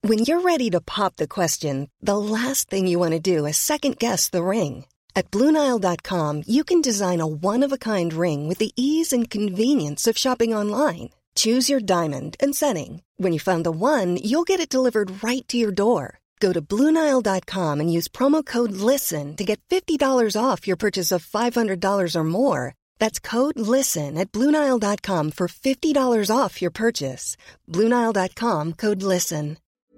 When you're ready to pop the question, the last thing you want to do is second-guess the ring. At BlueNile.com, you can design a one-of-a-kind ring with the ease and convenience of shopping online. Choose your diamond and setting. When you find the one, you'll get it delivered right to your door. Go to BlueNile.com and use promo code LISTEN to get $50 off your purchase of $500 or more. That's code LISTEN at BlueNile.com for $50 off your purchase. BlueNile.com, code LISTEN.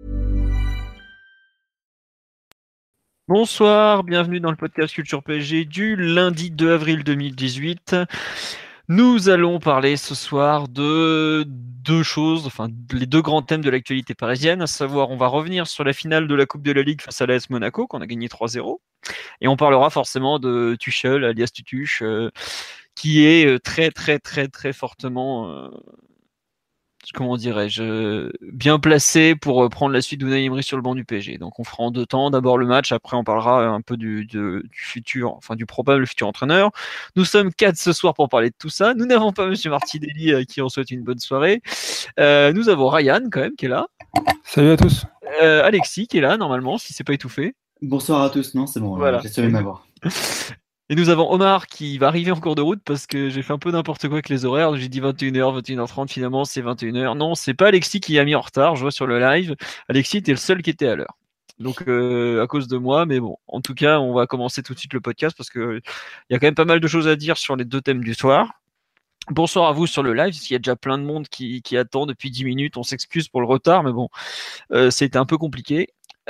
Bonsoir, bienvenue dans le podcast Culture PSG du lundi 2 avril 2018. Nous allons parler ce soir de deux choses, enfin les deux grands thèmes de l'actualité parisienne, à savoir on va revenir sur la finale de la Coupe de la Ligue face à l'AS Monaco qu'on a gagné 3-0 et on parlera forcément de Tuchel alias Tutuche qui est très très très très fortement comment dirais-je, bien placé pour prendre la suite d'Unai Emery sur le banc du PSG. Donc on fera en deux temps, d'abord le match, après on parlera un peu du futur, enfin du probable futur entraîneur. Nous sommes 4 ce soir pour parler de tout ça. Nous n'avons pas Monsieur Martinelli à qui on souhaite une bonne soirée. Nous avons Ryan quand même qui est là. Salut à tous. Alexis qui est là normalement, si c'est pas étouffé. Bonsoir à tous, non c'est bon, voilà. J'ai sauvé m'avoir. Et nous avons Omar qui va arriver en cours de route parce que j'ai fait un peu n'importe quoi avec les horaires. J'ai dit 21h, 21h30, finalement c'est 21h. Non, c'est pas Alexis qui a mis en retard, je vois sur le live. Alexis était le seul qui était à l'heure. Donc à cause de moi, mais bon, en tout cas, on va commencer tout de suite le podcast parce que il y a quand même pas mal de choses à dire sur les deux thèmes du soir. Bonsoir à vous sur le live, il y a déjà plein de monde qui attend depuis 10 minutes, on s'excuse pour le retard, mais bon, c'était un peu compliqué.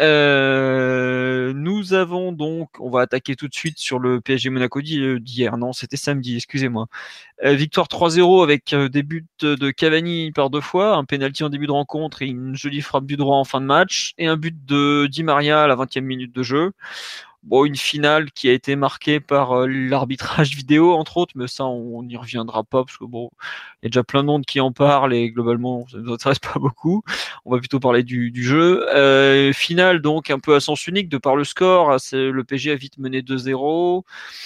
Nous avons donc, on va attaquer tout de suite sur le PSG Monaco d'hier, non c'était samedi, excusez-moi. Victoire 3-0 avec des buts de Cavani par deux fois, un penalty en début de rencontre et une jolie frappe du droit en fin de match, et un but de Di Maria à la 20e minute de jeu. Bon, une finale qui a été marquée par l'arbitrage vidéo, entre autres, mais ça, on n'y reviendra pas, parce que bon, il y a déjà plein de monde qui en parle, et globalement, ça ne nous intéresse pas beaucoup. On va plutôt parler du jeu. Finale, donc, un peu à sens unique, de par le score. Le PSG a vite mené 2-0.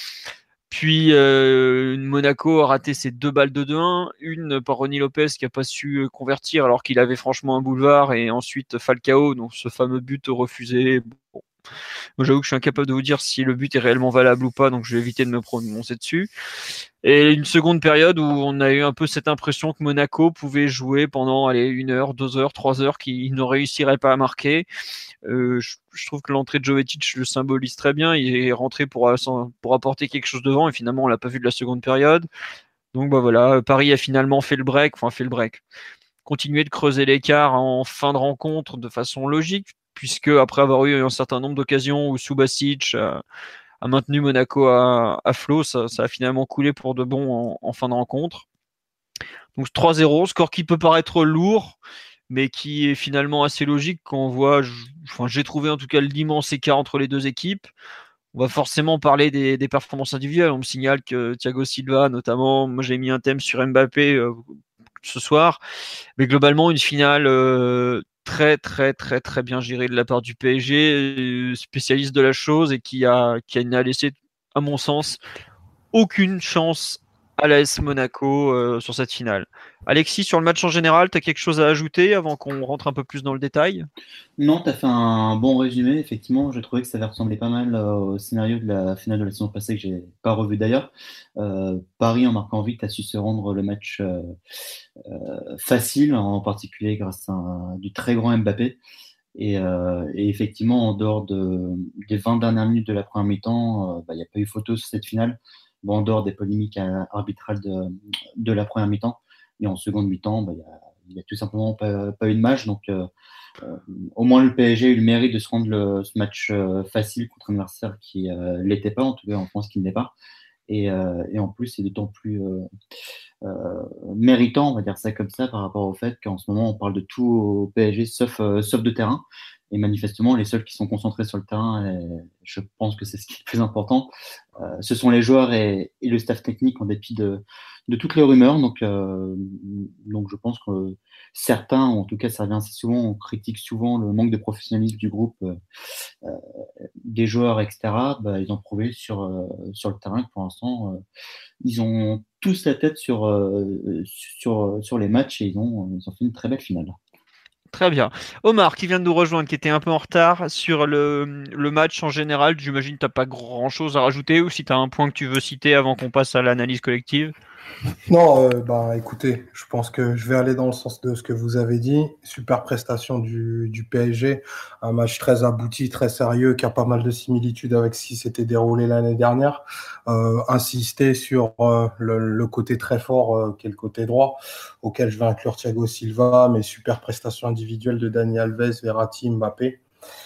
Puis Monaco a raté ses deux balles de 2-1, une par Ronny Lopez qui n'a pas su convertir alors qu'il avait franchement un boulevard, et ensuite Falcao, donc ce fameux but refusé. Bon. Moi, j'avoue que je suis incapable de vous dire si le but est réellement valable ou pas, donc je vais éviter de me prononcer dessus. Et une seconde période où on a eu un peu cette impression que Monaco pouvait jouer pendant 1 heure, 2 heures, 3 heures, qu'ils ne réussiraient pas à marquer. Je trouve que l'entrée de Jovetic le symbolise très bien. Il est rentré pour apporter quelque chose devant, et finalement on l'a pas vu de la seconde période. Donc bah voilà, Paris a finalement fait le break. Continuer de creuser l'écart en fin de rencontre de façon logique, puisque après avoir eu un certain nombre d'occasions où Subasic a maintenu Monaco à flot, ça a finalement coulé pour de bon en fin de rencontre. Donc 3-0, score qui peut paraître lourd, mais qui est finalement assez logique quand on voit, j'ai trouvé en tout cas l'immense écart entre les deux équipes. On va forcément parler des performances individuelles. On me signale que Thiago Silva, notamment, moi j'ai mis un thème sur Mbappé ce soir, mais globalement une finale très très très très bien gérée de la part du PSG, spécialiste de la chose, et qui n'a laissé, à mon sens, aucune chance à l'AS Monaco sur cette finale. Alexis, sur le match en général, tu as quelque chose à ajouter avant qu'on rentre un peu plus dans le détail ? Non, tu as fait un bon résumé, effectivement. J'ai trouvé que ça avait ressemblé pas mal au scénario de la finale de la saison passée, que j'ai pas revu d'ailleurs. Paris, en marquant vite, a su se rendre le match facile, en particulier grâce à du très grand Mbappé. Et effectivement, en dehors des 20 dernières minutes de la première mi-temps, il n'y a pas eu photo sur cette finale. Bon, en dehors des polémiques arbitrales de la première mi-temps. Et en seconde mi-temps, il n'y a tout simplement pas eu de match. Donc, au moins, le PSG a eu le mérite de se rendre ce match facile contre un adversaire qui ne l'était pas, en tout cas en France qui ne l'est pas. Et en plus, c'est d'autant plus méritant, on va dire ça comme ça, par rapport au fait qu'en ce moment, on parle de tout au PSG sauf de terrain. Et manifestement, les seuls qui sont concentrés sur le terrain, et je pense que c'est ce qui est le plus important, ce sont les joueurs et le staff technique, en dépit de toutes les rumeurs. Donc je pense que certains, en tout cas ça revient assez souvent, on critique souvent le manque de professionnalisme du groupe, des joueurs, etc. Ils ont prouvé sur le terrain que pour l'instant, ils ont tous la tête sur les matchs, et ils ont fait une très belle finale. Très bien. Omar, qui vient de nous rejoindre, qui était un peu en retard sur le match en général, j'imagine que tu n'as pas grand-chose à rajouter ou si tu as un point que tu veux citer avant qu'on passe à l'analyse collective. Non, écoutez, je pense que je vais aller dans le sens de ce que vous avez dit. Super prestation du PSG, un match très abouti, très sérieux, qui a pas mal de similitudes avec ce qui s'était déroulé l'année dernière. Insister sur le côté très fort, qui est le côté droit, auquel je vais inclure Thiago Silva, mais super prestation individuelle de Dani Alves, Verratti, Mbappé.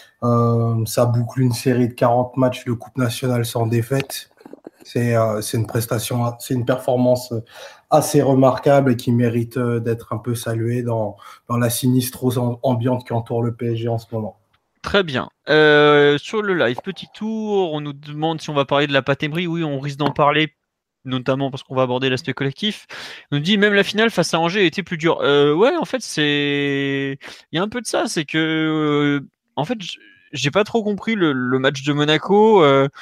Ça boucle une série de 40 matchs de Coupe nationale sans défaite. C'est une prestation, c'est une performance assez remarquable et qui mérite d'être un peu saluée dans la sinistre ambiante qui entoure le PSG en ce moment. Très bien. Sur le live, petit tour, on nous demande si on va parler de la Patémerie. Oui, on risque d'en parler, notamment parce qu'on va aborder l'aspect collectif. On nous dit même la finale face à Angers était plus dure. Ouais, en fait, il y a un peu de ça, c'est que, en fait, j'ai pas trop compris le match de Monaco.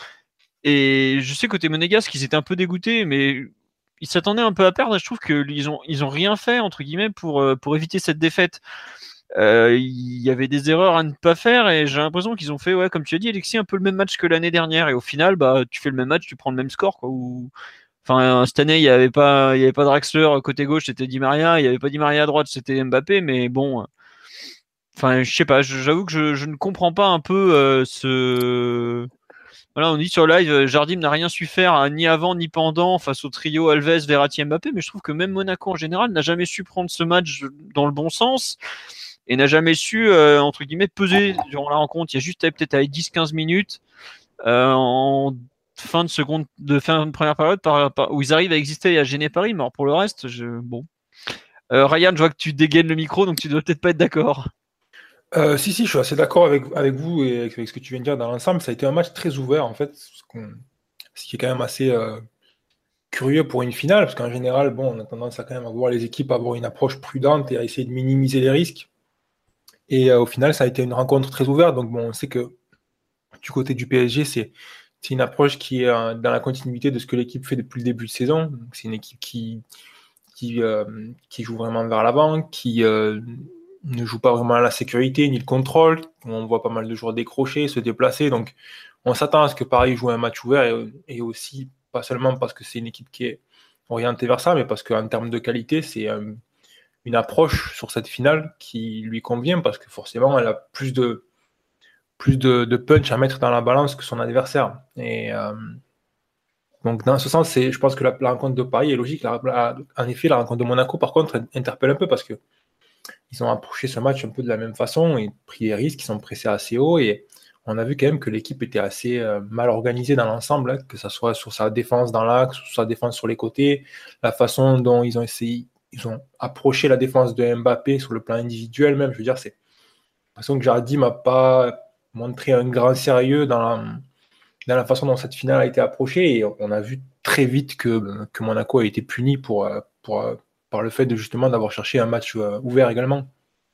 Et je sais côté monégasque, ils étaient un peu dégoûtés, mais ils s'attendaient un peu à perdre. Et je trouve qu'ils ont rien fait entre guillemets pour éviter cette défaite. Il y avait des erreurs à ne pas faire et j'ai l'impression qu'ils ont fait, ouais, comme tu as dit, Alexis, un peu le même match que l'année dernière. Et au final, bah, tu fais le même match, tu prends le même score, quoi. Enfin, cette année, il y avait pas Draxler côté gauche, c'était Di Maria. Il y avait pas Di Maria à droite, c'était Mbappé. Mais bon, enfin, je sais pas. J'avoue que je ne comprends pas un peu ce. Voilà, on dit sur live, Jardim n'a rien su faire ni avant ni pendant face au trio Alves, Verratti, Mbappé, mais je trouve que même Monaco en général n'a jamais su prendre ce match dans le bon sens et n'a jamais su, entre guillemets, peser durant la rencontre. Il y a juste peut-être à 10-15 minutes en fin de première période où ils arrivent à exister et à gêner Paris, mais alors pour le reste, bon. Ryan, je vois que tu dégaines le micro, donc tu dois peut-être pas être d'accord. Si, je suis assez d'accord avec vous et avec ce que tu viens de dire dans l'ensemble. Ça a été un match très ouvert, en fait, ce qui est quand même assez curieux pour une finale, parce qu'en général, bon, on a tendance à quand même voir les équipes avoir une approche prudente et à essayer de minimiser les risques. Et au final, ça a été une rencontre très ouverte. Donc, bon, on sait que du côté du PSG, c'est une approche qui est dans la continuité de ce que l'équipe fait depuis le début de saison. Donc, c'est une équipe qui joue vraiment vers l'avant, qui ne joue pas vraiment à la sécurité ni le contrôle. On voit pas mal de joueurs décrocher, se déplacer. Donc, on s'attend à ce que Paris joue un match ouvert et aussi, pas seulement parce que c'est une équipe qui est orientée vers ça, mais parce qu'en termes de qualité, c'est une approche sur cette finale qui lui convient parce que forcément, elle a plus de punch à mettre dans la balance que son adversaire. Et donc, dans ce sens, je pense que la rencontre de Paris est logique. En effet, la rencontre de Monaco, par contre, interpelle un peu parce que ils ont approché ce match un peu de la même façon et pris des risques, ils sont pressés assez haut et on a vu quand même que l'équipe était assez mal organisée dans l'ensemble, hein, que ce soit sur sa défense dans l'axe, sur sa défense sur les côtés, la façon dont ils ont approché la défense de Mbappé sur le plan individuel même. Je veux dire, c'est l'impression que Jardim n'a pas montré un grand sérieux dans la façon dont cette finale a été approchée et on a vu très vite que Monaco a été puni par le fait de justement d'avoir cherché un match ouvert également.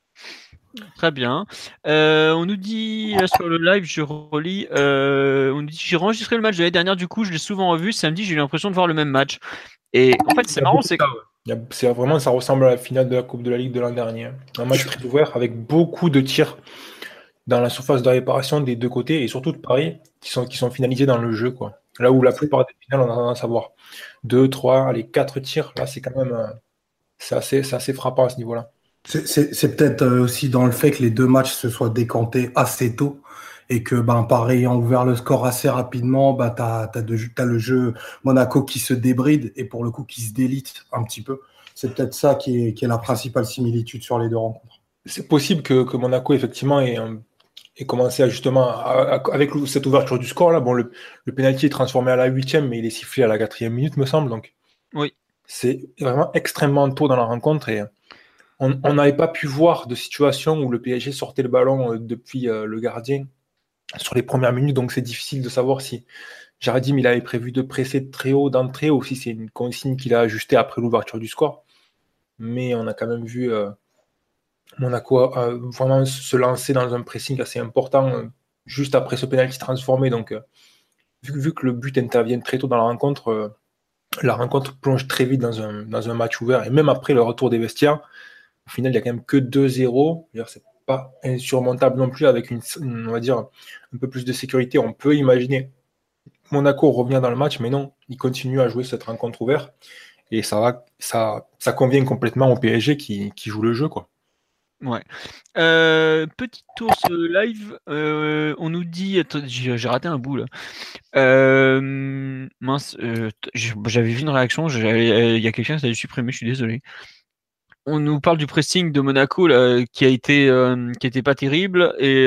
Très bien. On nous dit sur le live, je relis, on nous dit j'ai enregistré le match de l'année dernière, du coup je l'ai souvent revu. Samedi, j'ai eu l'impression de voir le même match. Et en fait, c'est marrant, c'est que vraiment, ça ressemble à la finale de la Coupe de la Ligue de l'an dernier. Un match très ouvert avec beaucoup de tirs dans la surface de réparation des deux côtés et surtout de Paris qui sont finalisés dans le jeu, quoi. Là où la plupart des finales, on a tendance à voir 2, 3, 4 tirs. Là, c'est quand même c'est assez frappant à ce niveau-là. C'est peut-être aussi dans le fait que les deux matchs se soient décantés assez tôt et que Paris ayant ouvert le score assez rapidement, t'as le jeu Monaco qui se débride et pour le coup qui se délite un petit peu. C'est peut-être ça qui est la principale similitude sur les deux rencontres. C'est possible que Monaco effectivement ait commencé à justement avec cette ouverture du score là. Bon, le penalty est transformé à la 8e, mais il est sifflé à la 4e minute, me semble. Donc oui, c'est vraiment extrêmement tôt dans la rencontre et on n'avait pas pu voir de situation où le PSG sortait le ballon depuis le gardien sur les premières minutes, donc c'est difficile de savoir si Jardim il avait prévu de presser très haut d'entrée ou si c'est une consigne qu'il a ajustée après l'ouverture du score. Mais on a quand même vu Monaco vraiment se lancer dans un pressing assez important juste après ce penalty transformé. Donc vu que le but intervient très tôt dans la rencontre plonge très vite dans un match ouvert et même après le retour des vestiaires, Au final, il n'y a quand même que 2-0. D'ailleurs, c'est pas insurmontable non plus avec on va dire, un peu plus de sécurité. On peut imaginer Monaco revenir dans le match, mais non, il continue à jouer cette rencontre ouverte. Et ça convient complètement au PSG qui joue le jeu, quoi. Ouais. Petit tour sur le live. On nous dit. Attends, j'ai raté un bout là. Mince, j'avais vu une réaction. Il y a quelqu'un qui a dû supprimer, je suis désolé. On nous parle du pressing de Monaco là, qui était pas terrible et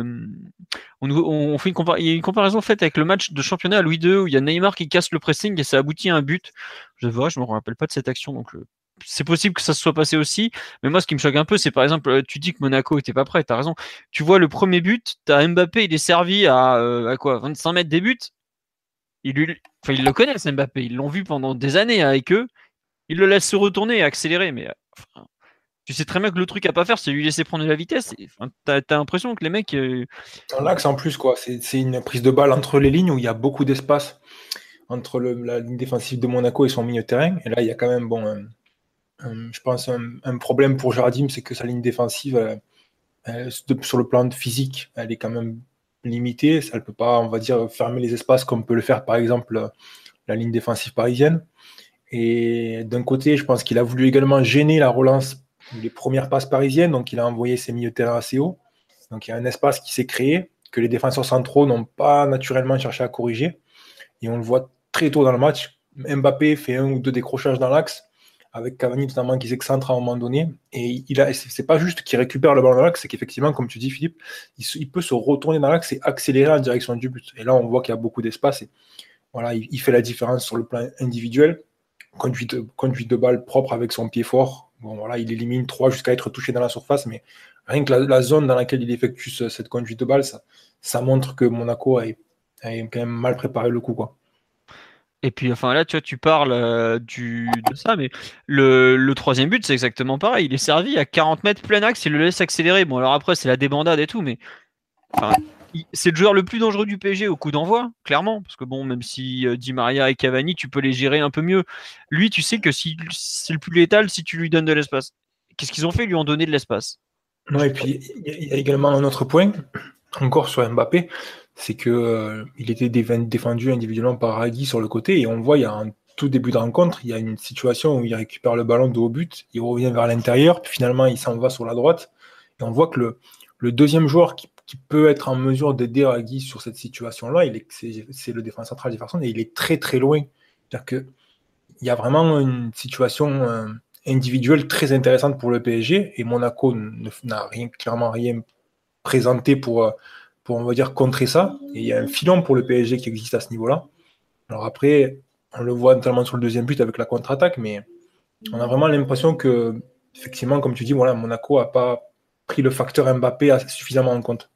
on fait il y a une comparaison faite avec le match de championnat à Louis II où il y a Neymar qui casse le pressing et ça aboutit à un but. Je me rappelle pas de cette action donc c'est possible que ça se soit passé aussi, mais moi ce qui me choque un peu c'est par exemple tu dis que Monaco était pas prêt, t'as raison. Tu vois le premier but, t'as Mbappé, il est servi à quoi 25 mètres des buts. Ils le connaissent Mbappé, ils l'ont vu pendant des années avec eux. Il le laisse se retourner et accélérer, mais enfin, tu sais très bien que le truc à pas faire, c'est lui laisser prendre de la vitesse. Enfin, t'as l'impression que les mecs. Dans l'axe en plus, quoi. C'est une prise de balle entre les lignes où il y a beaucoup d'espace entre la ligne défensive de Monaco et son milieu de terrain. Et là, il y a quand même, je pense, un problème pour Jardim, c'est que sa ligne défensive, sur le plan physique, elle est quand même limitée. Ça ne peut pas, on va dire, fermer les espaces comme peut le faire, par exemple, la ligne défensive parisienne. Et d'un côté, je pense qu'il a voulu également gêner la relance, les premières passes parisiennes, donc il a envoyé ses milieux de terrain assez haut. Donc il y a un espace qui s'est créé, que les défenseurs centraux n'ont pas naturellement cherché à corriger. Et on le voit très tôt dans le match. Mbappé fait 1 ou 2 décrochages dans l'axe, avec Cavani notamment qui s'excentre à un moment donné. Et c'est pas juste qu'il récupère le ballon dans l'axe, c'est qu'effectivement, comme tu dis Philippe, il peut se retourner dans l'axe et accélérer en direction du but. Et là, on voit qu'il y a beaucoup d'espace. Et voilà, il fait la différence sur le plan individuel. Conduite de balle propre avec son pied fort. Bon, voilà, il élimine 3 jusqu'à être touché dans la surface, mais rien que la zone dans laquelle il effectue cette conduite de balle, ça montre que Monaco a quand même mal préparé le coup, quoi. Et puis, enfin là, tu vois, tu parles de ça, mais le troisième but, c'est exactement pareil. Il est servi à 40 mètres plein axe, il le laisse accélérer. Bon, alors après, c'est la débandade et tout, mais enfin, c'est le joueur le plus dangereux du PSG au coup d'envoi, clairement. Parce que bon, même si Di Maria et Cavani, tu peux les gérer un peu mieux. Lui, tu sais que si c'est le plus létal si tu lui donnes de l'espace. Qu'est-ce qu'ils ont fait? Ils lui ont donné de l'espace. Non, et puis, il y a également un autre point, encore sur Mbappé, c'est que il était défendu individuellement par Hagi sur le côté, et on voit, il y a un tout début de rencontre, il y a une situation où il récupère le ballon de haut but, il revient vers l'intérieur, puis finalement, il s'en va sur la droite, et on voit que le deuxième joueur qui peut être en mesure d'aider Hagi sur cette situation-là, c'est le défenseur central Jefferson, et il est très très loin. C'est-à-dire qu'il y a vraiment une situation individuelle très intéressante pour le PSG, et Monaco n'a clairement rien présenté pour, on va dire, contrer ça. Et il y a un filon pour le PSG qui existe à ce niveau-là. Alors après, on le voit notamment sur le deuxième but avec la contre-attaque, mais on a vraiment l'impression que, effectivement, comme tu dis, voilà, Monaco n'a pas pris le facteur Mbappé suffisamment en compte.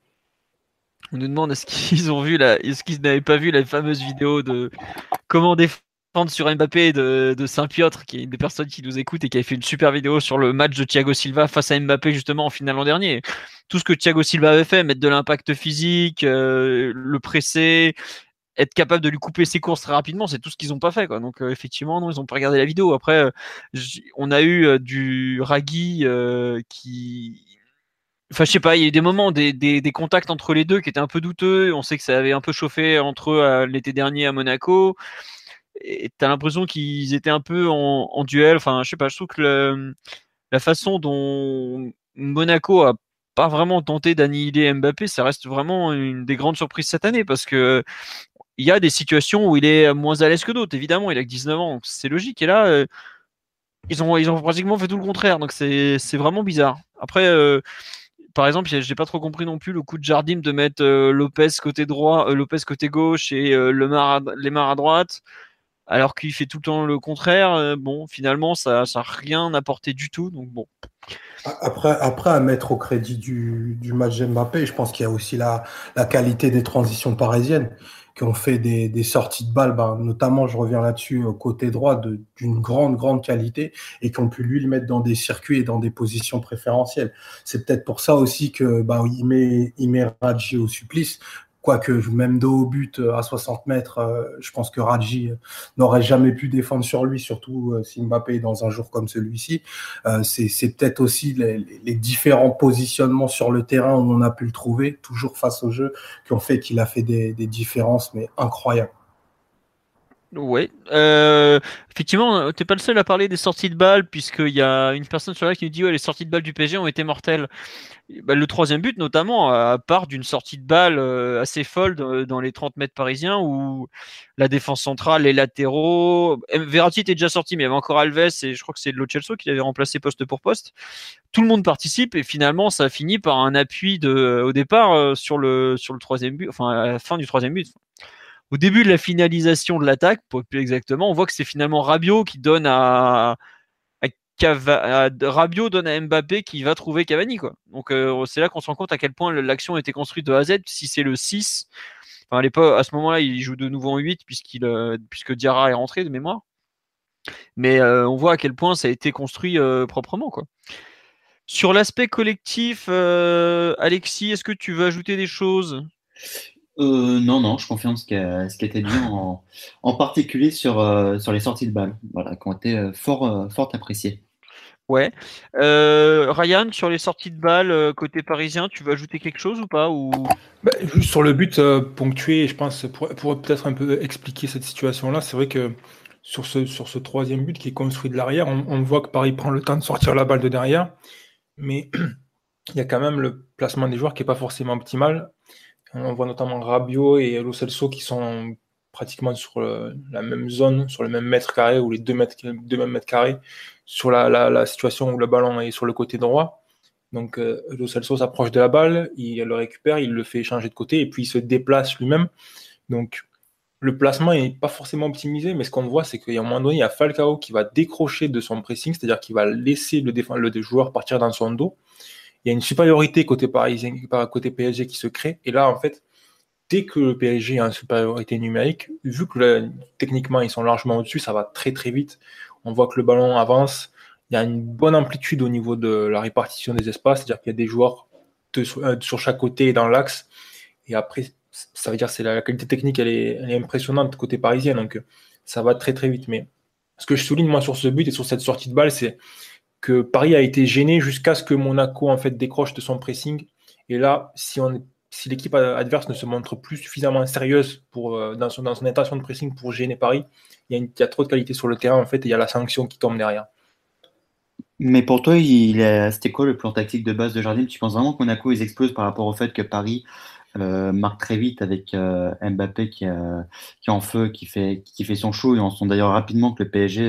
On nous demande est-ce qu'ils n'avaient pas vu la fameuse vidéo de comment défendre sur Mbappé de Saint-Piotr, qui est une des personnes qui nous écoute et qui avait fait une super vidéo sur le match de Thiago Silva face à Mbappé justement en finale l'an dernier. Tout ce que Thiago Silva avait fait, mettre de l'impact physique, le presser, être capable de lui couper ses courses très rapidement, c'est tout ce qu'ils n'ont pas fait, quoi. Donc effectivement, non, ils n'ont pas regardé la vidéo. Après, on a eu du Ragui qui... Enfin, je sais pas, il y a eu des moments, des contacts entre les deux qui étaient un peu douteux. On sait que ça avait un peu chauffé entre eux l'été dernier à Monaco. Et t'as l'impression qu'ils étaient un peu en duel. Enfin, je sais pas, je trouve que la façon dont Monaco a pas vraiment tenté d'annihiler Mbappé, ça reste vraiment une des grandes surprises cette année parce que il y a des situations où il est moins à l'aise que d'autres. Évidemment, il a que 19 ans, donc c'est logique. Et là, ils ont pratiquement fait tout le contraire. Donc c'est vraiment bizarre. Après, par exemple, j'ai pas trop compris non plus le coup de Jardim de mettre Lopez côté droit, Lopez côté gauche et Lemar à droite, alors qu'il fait tout le temps le contraire. Bon, finalement, ça a rien apporté du tout. Donc bon. Après, à mettre au crédit du match Mbappé, je pense qu'il y a aussi la qualité des transitions parisiennes qui ont fait des sorties de balles, notamment, je reviens là-dessus, côté droit, d'une grande qualité et qui ont pu lui le mettre dans des circuits et dans des positions préférentielles. C'est peut-être pour ça aussi que il met Radji au supplice, Quoique, même de haut but à 60 mètres, je pense que Radji n'aurait jamais pu défendre sur lui, surtout si Mbappé est dans un jour comme celui-ci. C'est peut-être aussi les différents positionnements sur le terrain où on a pu le trouver, toujours face au jeu, qui ont fait qu'il a fait des différences, mais incroyables. Ouais. Effectivement, t'es pas le seul à parler des sorties de balles, puisqu'il y a une personne sur là qui nous dit ouais, les sorties de balles du PSG ont été mortelles. Bah, le troisième but, notamment, part d'une sortie de balle assez folle dans les 30 mètres parisiens où la défense centrale, les latéraux. Verratti était déjà sorti, mais il y avait encore Alves et je crois que c'est Lo Celso qui l'avait remplacé poste pour poste. Tout le monde participe et finalement, ça finit par un appui au départ sur le troisième but, enfin à la fin du troisième but. Au début de la finalisation de l'attaque, pour être plus exactement, on voit que c'est finalement Rabiot qui donne Rabiot donne à Mbappé qui va trouver Cavani, quoi. Donc c'est là qu'on se rend compte à quel point l'action a été construite de A à Z. Si c'est le 6, enfin à ce moment-là, il joue de nouveau en 8 puisque Diarra est rentré de mémoire. Mais on voit à quel point ça a été construit proprement, quoi. Sur l'aspect collectif, Alexis, est-ce que tu veux ajouter des choses? Non, je confirme ce qui a été dit en particulier sur les sorties de balles, voilà, qui ont été fort appréciées. Ouais. Ryan, sur les sorties de balles côté parisien, tu veux ajouter quelque chose ou pas Juste sur le but ponctué, je pense, pour peut-être un peu expliquer cette situation-là, c'est vrai que sur ce troisième but qui est construit de l'arrière, on voit que Paris prend le temps de sortir la balle de derrière, mais il y a quand même le placement des joueurs qui n'est pas forcément optimal. On voit notamment Rabiot et Lo Celso qui sont pratiquement sur la même zone, sur le même mètre carré ou les 2 mêmes mètres carrés, sur la situation où le ballon est sur le côté droit. Donc Lo Celso s'approche de la balle, il le récupère, il le fait changer de côté et puis il se déplace lui-même. Donc le placement n'est pas forcément optimisé, mais ce qu'on voit, c'est qu'à un moment donné, il y a Falcao qui va décrocher de son pressing, c'est-à-dire qu'il va laisser le joueur partir dans son dos. Il y a une supériorité côté parisien, côté PSG qui se crée. Et là, en fait, dès que le PSG a une supériorité numérique, vu que techniquement ils sont largement au-dessus, ça va très très vite. On voit que le ballon avance. Il y a une bonne amplitude au niveau de la répartition des espaces, c'est-à-dire qu'il y a des joueurs sur chaque côté et dans l'axe. Et après, ça veut dire que la qualité technique, elle est impressionnante côté parisien. Donc, ça va très très vite. Mais ce que je souligne moi sur ce but et sur cette sortie de balle, c'est que Paris a été gêné jusqu'à ce que Monaco en fait décroche de son pressing. Et là, si l'équipe adverse ne se montre plus suffisamment sérieuse dans son intention de pressing pour gêner Paris, il y a trop de qualité sur le terrain en fait et il y a la sanction qui tombe derrière. Mais pour toi, c'était quoi le plan tactique de base de Jardim? Tu penses vraiment que Monaco ils explosent par rapport au fait que Paris marque très vite avec Mbappé qui est en feu, qui fait son show et on sent d'ailleurs rapidement que le PSG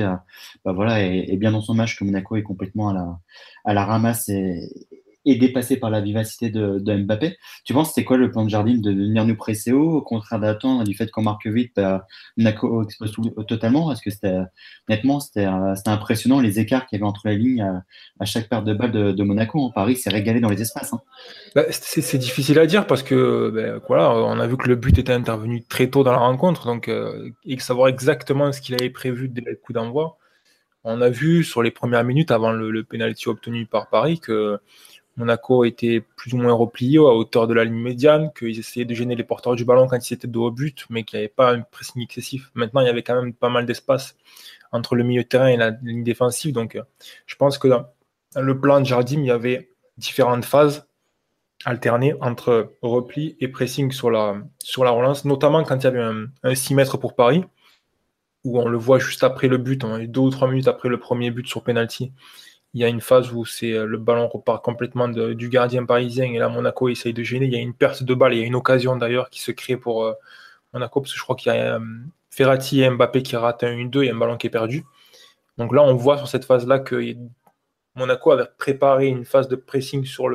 est bien dans son match, que Monaco est complètement à la ramasse et dépassé par la vivacité de Mbappé. Tu penses que c'est quoi le plan de Jardim de venir nous presser haut, au contraire d'attendre du fait qu'on marque vite, Monaco explose totalement? Parce que honnêtement, c'était impressionnant les écarts qu'il y avait entre les lignes à chaque perte de balle de Monaco. Paris s'est régalé dans les espaces. C'est difficile à dire parce que voilà, on a vu que le but était intervenu très tôt dans la rencontre, donc et savoir exactement ce qu'il avait prévu dès le coup d'envoi. On a vu sur les premières minutes avant le penalty obtenu par Paris que Monaco était plus ou moins replié à hauteur de la ligne médiane, qu'ils essayaient de gêner les porteurs du ballon quand ils étaient dos au but, mais qu'il n'y avait pas un pressing excessif. Maintenant, il y avait quand même pas mal d'espace entre le milieu de terrain et la ligne défensive. Donc, je pense que dans le plan de Jardim, il y avait différentes phases alternées entre repli et pressing sur la relance, notamment quand il y avait un 6 mètres pour Paris, où on le voit juste après le but, 2 ou 3 minutes après le premier but sur penalty. Il y a une phase où le ballon repart complètement du gardien parisien et là Monaco essaye de gêner. Il y a une perte de balle, il y a une occasion d'ailleurs qui se crée pour Monaco parce que je crois qu'il y a Verratti et Mbappé qui ratent un 1-2 et un ballon qui est perdu. Donc là on voit sur cette phase-là que Monaco avait préparé une phase de pressing sur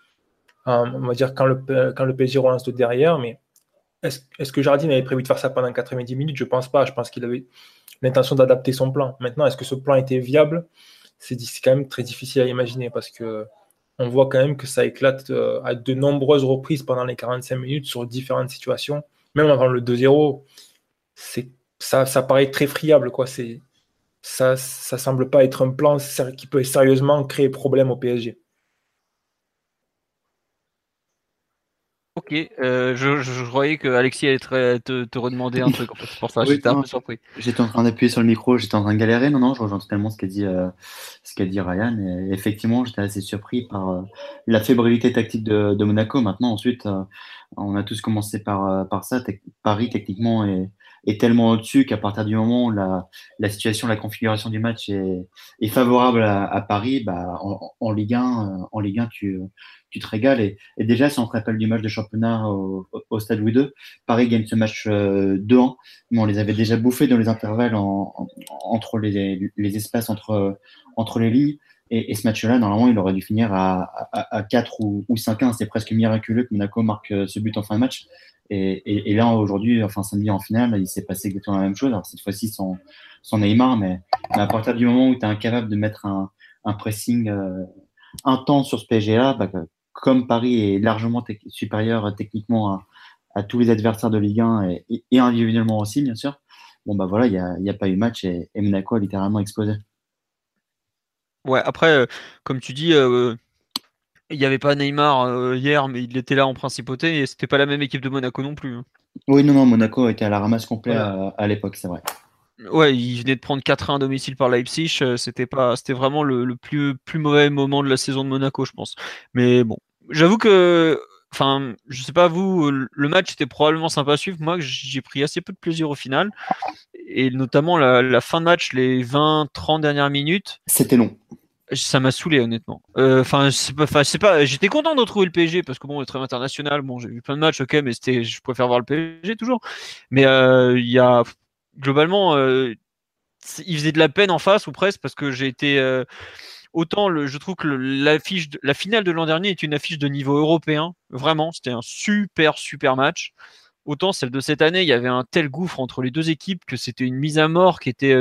on va dire quand le PSG relance de derrière, mais est-ce que Jardim avait prévu de faire ça pendant 90 minutes? Je pense pas. Je pense qu'il avait l'intention d'adapter son plan. Maintenant, est-ce que ce plan était viable? C'est quand même très difficile à imaginer parce que on voit quand même que ça éclate à de nombreuses reprises pendant les 45 minutes sur différentes situations. Même avant le 2-0, ça paraît très friable, quoi. Ça semble pas être un plan qui peut sérieusement créer problème au PSG. Ok, je croyais que Alexis allait te redemander un truc. En fait. C'est pour ça, Oui, j'étais un non, peu surpris. j'étais en train d'appuyer sur le micro, j'étais en train de galérer. Non, je rejoins totalement ce qu'a dit Ryan. Et effectivement, j'étais assez surpris par la fébrilité tactique de Monaco. Maintenant, ensuite, on a tous commencé par ça. Paris, techniquement, est tellement au-dessus qu'à partir du moment où la situation, la configuration du match est favorable à Paris, bah, en Ligue 1, tu te régales. Et déjà, si on te rappelle du match de championnat au Stade Louis II, Paris gagne ce match 2-1, mais on les avait déjà bouffés dans les intervalles entre les espaces entre les lignes. Et ce match-là, normalement, il aurait dû finir à 4 ou 5-1. C'est presque miraculeux que Monaco marque ce but en fin de match. Et là, aujourd'hui, enfin samedi en finale, il s'est passé exactement la même chose. Alors cette fois-ci sans Neymar, mais à partir du moment où tu es incapable de mettre un pressing intense sur ce PSG-là, bah, comme Paris est largement supérieur techniquement à tous les adversaires de Ligue 1 et individuellement aussi, bien sûr, bon, bah voilà, il y a pas eu match et Monaco a littéralement explosé. Ouais, après, comme tu dis, il n'y avait pas Neymar hier, mais il était là en principauté et c'était pas la même équipe de Monaco non plus. Hein. Oui, non, Monaco était à la ramasse complet Voilà. à l'époque, c'est vrai. Ouais, il venait de prendre 4-1 à domicile par Leipzig. C'était vraiment le plus mauvais moment de la saison de Monaco, je pense. Mais bon, j'avoue que, enfin, je sais pas vous, le match était probablement sympa à suivre. Moi, j'ai pris assez peu de plaisir au final, et notamment la fin de match, les 20-30 dernières minutes. C'était long. Ça m'a saoulé honnêtement. C'est pas. J'étais content de retrouver le PSG parce que bon, le trêve international, bon, j'ai vu plein de matchs, ok, mais je préfère voir le PSG toujours. Mais il y a globalement, il faisait de la peine en face ou presque parce que j'ai été autant je trouve que la finale de l'an dernier est une affiche de niveau européen. Vraiment, c'était un super match. Autant celle de cette année, il y avait un tel gouffre entre les deux équipes que c'était une mise à mort qui était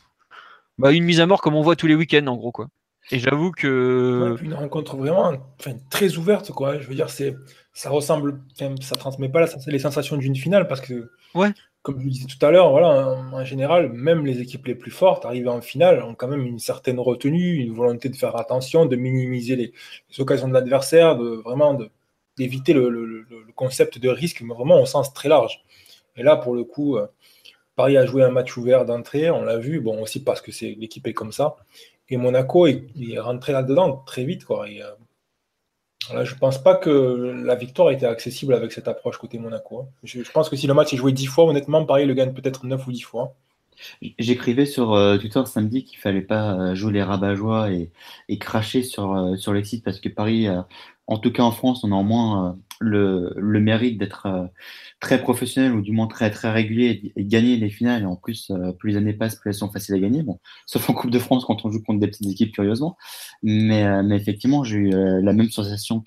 une mise à mort comme on voit tous les week-ends en gros quoi. Et j'avoue Ouais, que puis une rencontre vraiment très ouverte, quoi. Je veux dire, ça ressemble, ça transmet pas les sensations d'une finale parce que, ouais, comme je le disais tout à l'heure, voilà, en général, même les équipes les plus fortes, arrivées en finale, ont quand même une certaine retenue, une volonté de faire attention, de minimiser les occasions de l'adversaire, d'éviter le concept de risque, mais vraiment au sens très large. Et là, pour le coup, Paris a joué un match ouvert d'entrée, on l'a vu, bon, aussi parce que l'équipe est comme ça. Et Monaco est rentré là-dedans très vite, quoi. Et, voilà, je pense pas que la victoire était accessible avec cette approche côté Monaco. Hein. Je pense que si le match est joué 10 fois, honnêtement, Paris le gagne peut-être 9 ou 10 fois. J'écrivais sur Twitter samedi qu'il fallait pas jouer les rabat-joie et cracher sur les sites parce que Paris, en tout cas en France, on a au moins le mérite d'être très professionnel ou du moins très régulier et de gagner les finales. Et en plus, plus les années passent, plus elles sont faciles à gagner. Bon, sauf en Coupe de France quand on joue contre des petites équipes, curieusement. Mais effectivement, j'ai eu la même sensation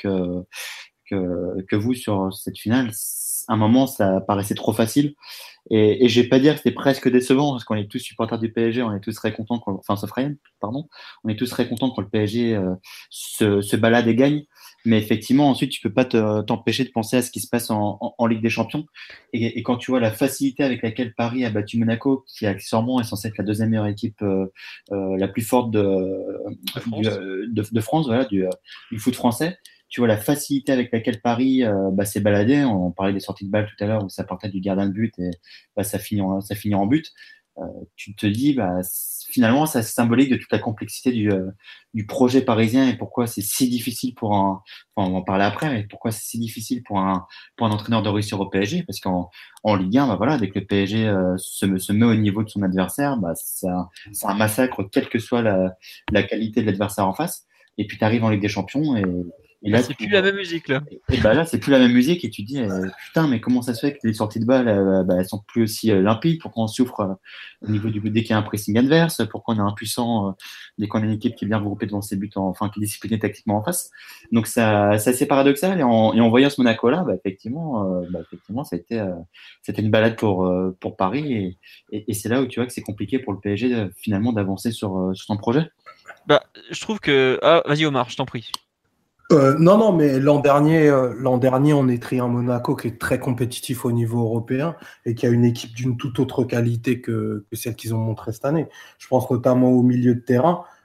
que vous sur cette finale. À un moment, ça paraissait trop facile. Et je vais pas dire que c'était presque décevant, parce qu'on est tous supporters du PSG, on est tous très contents, enfin, sauf Ryan, pardon, on est tous très contents quand le PSG se balade et gagne. Mais effectivement, ensuite, tu peux pas t'empêcher de penser à ce qui se passe en Ligue des Champions. Et quand tu vois la facilité avec laquelle Paris a battu Monaco, qui accessoirement est censée être la deuxième meilleure équipe la plus forte France. de France, voilà, du foot français, tu vois la facilité avec laquelle Paris s'est baladé. On parlait des sorties de balles tout à l'heure où ça partait du gardien de but et ça finit en but. Tu te dis, finalement, c'est symbolique de toute la complexité du projet parisien et pourquoi c'est si difficile enfin, on va en parler après, mais pourquoi c'est si difficile pour un entraîneur de réussir au PSG, parce qu'en Ligue 1, voilà, dès que le PSG se met au niveau de son adversaire, c'est un massacre, quelle que soit la qualité de l'adversaire en face. Et puis tu arrives en Ligue des Champions et là, c'est plus la même musique là. Et là, c'est plus la même musique et tu te dis, putain, mais comment ça se fait que les sorties de balles, elles sont plus aussi limpides? Pourquoi on souffre au niveau du but dès qu'il y a un pressing adverse? Pourquoi on est impuissant dès qu'on a une équipe qui est bien regroupée devant ses buts, enfin, qui est disciplinée tactiquement en face? Donc, c'est assez paradoxal. Et en voyant ce Monaco-là, effectivement, c'était une balade pour Paris. Et c'est là où tu vois que c'est compliqué pour le PSG finalement d'avancer sur son projet. Je trouve que. Ah, vas-y Omar, je t'en prie. Non, mais l'an dernier, on étrit un Monaco qui est très compétitif au niveau européen et qui a une équipe d'une toute autre qualité que celle qu'ils ont montrée cette année. Je pense notamment au milieu de terrain.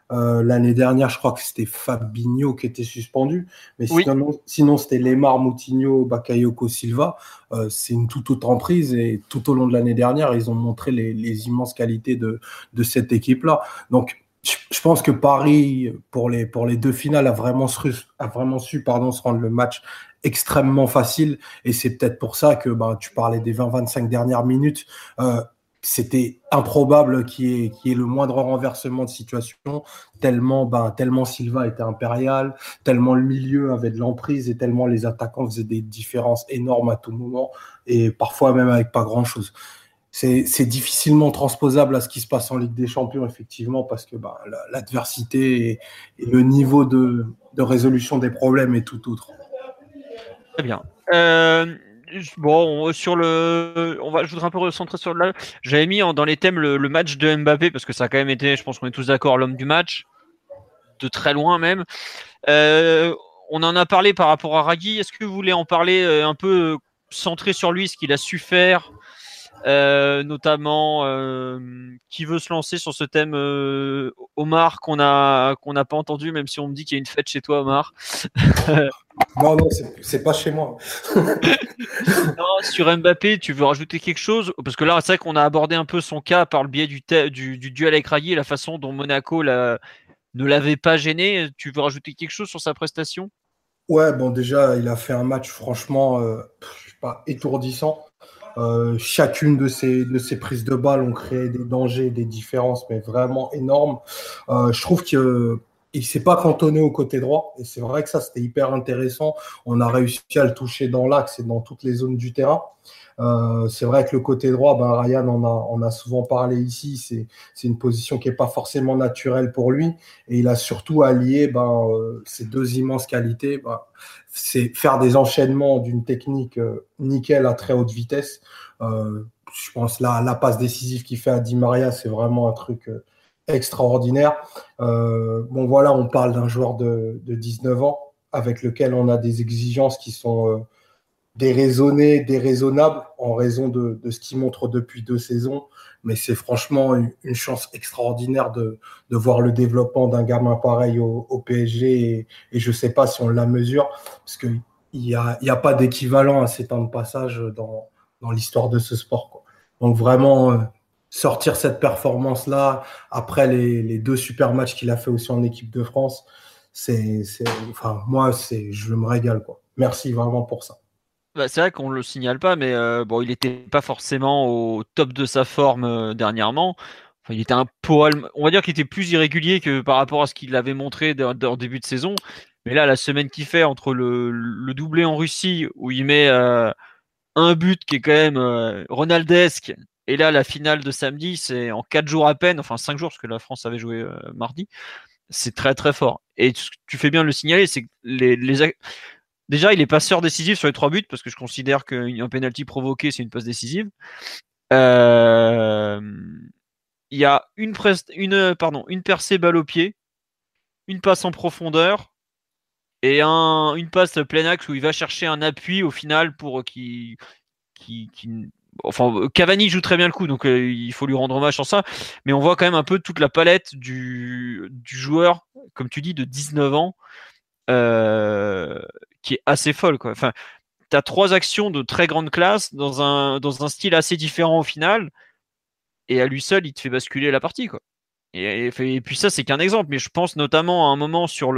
L'année dernière, je crois que c'était Fabinho qui était suspendu. Mais Oui. sinon c'était Lemar, Moutinho, Bakayoko, Silva. C'est une toute autre emprise. Et tout au long de l'année dernière, ils ont montré les immenses qualités de cette équipe-là. Donc, je pense que Paris, pour les deux finales, a vraiment su se rendre le match extrêmement facile. Et c'est peut-être pour ça que tu parlais des 20-25 dernières minutes. C'était improbable qu'il y ait le moindre renversement de situation, tellement Silva était impérial, tellement le milieu avait de l'emprise et tellement les attaquants faisaient des différences énormes à tout moment et parfois même avec pas grand-chose. C'est difficilement transposable à ce qui se passe en Ligue des Champions, effectivement, parce que l'adversité et le niveau de résolution des problèmes est tout autre. Très bien. Bon, je voudrais un peu recentrer sur là. J'avais mis dans les thèmes le match de Mbappé parce que ça a quand même été, je pense qu'on est tous d'accord, l'homme du match, de très loin même. On en a parlé par rapport à Ragui. Est-ce que vous voulez en parler un peu centré sur lui, ce qu'il a su faire, notamment qui veut se lancer sur ce thème, Omar, qu'on n'a pas entendu, même si on me dit qu'il y a une fête chez toi, Omar. Non, c'est pas chez moi. Non, sur Mbappé, tu veux rajouter quelque chose? Parce que là, c'est vrai qu'on a abordé un peu son cas par le biais du duel avec Ragui et la façon dont Monaco ne l'avait pas gêné. Tu veux rajouter quelque chose sur sa prestation? Ouais, bon, déjà, il a fait un match franchement étourdissant. Chacune de ces prises de balles ont créé des dangers, des différences, mais vraiment énormes. Je trouve qu'il ne s'est pas cantonné au côté droit, et c'est vrai que ça, c'était hyper intéressant. On a réussi à le toucher dans l'axe et dans toutes les zones du terrain. C'est vrai que le côté droit, Ryan en a souvent parlé ici, c'est une position qui n'est pas forcément naturelle pour lui, et il a surtout allié ces deux immenses qualités. C'est faire des enchaînements d'une technique nickel à très haute vitesse. Je pense la passe décisive qu'il fait à Di Maria, c'est vraiment un truc extraordinaire. Voilà, on parle d'un joueur de 19 ans avec lequel on a des exigences qui sont déraisonnées, déraisonnables en raison de ce qu'il montre depuis 2 saisons. Mais c'est franchement une chance extraordinaire de voir le développement d'un gamin pareil au PSG et je ne sais pas si on la mesure parce qu'il n'y a pas d'équivalent à ces temps de passage dans l'histoire de ce sport, quoi. Donc vraiment, sortir cette performance-là après les 2 super matchs qu'il a fait aussi en équipe de France, je me régale, quoi. Merci vraiment pour ça. C'est vrai qu'on le signale pas, mais il n'était pas forcément au top de sa forme dernièrement. Enfin, il était un poil, on va dire qu'il était plus irrégulier que par rapport à ce qu'il avait montré en début de saison. Mais là, la semaine qu'il fait entre le doublé en Russie où il met un but qui est quand même ronaldesque, et là la finale de samedi, c'est en 4 jours à peine, enfin 5 jours parce que la France avait joué mardi. C'est très très fort. Et tu fais bien de le signaler, c'est que déjà, il est passeur décisif sur les 3 buts parce que je considère qu'un penalty provoqué, c'est une passe décisive. Il y a une percée balle au pied, une passe en profondeur et une passe plein axe où il va chercher un appui au final pour enfin, Cavani joue très bien le coup, donc il faut lui rendre hommage sur ça. Mais on voit quand même un peu toute la palette du joueur, comme tu dis, de 19 ans. Qui est assez folle, quoi. Enfin, tu as 3 actions de très grande classe dans un style assez différent au final, et à lui seul, il te fait basculer la partie, quoi. Et puis ça, c'est qu'un exemple, mais je pense notamment à un moment sur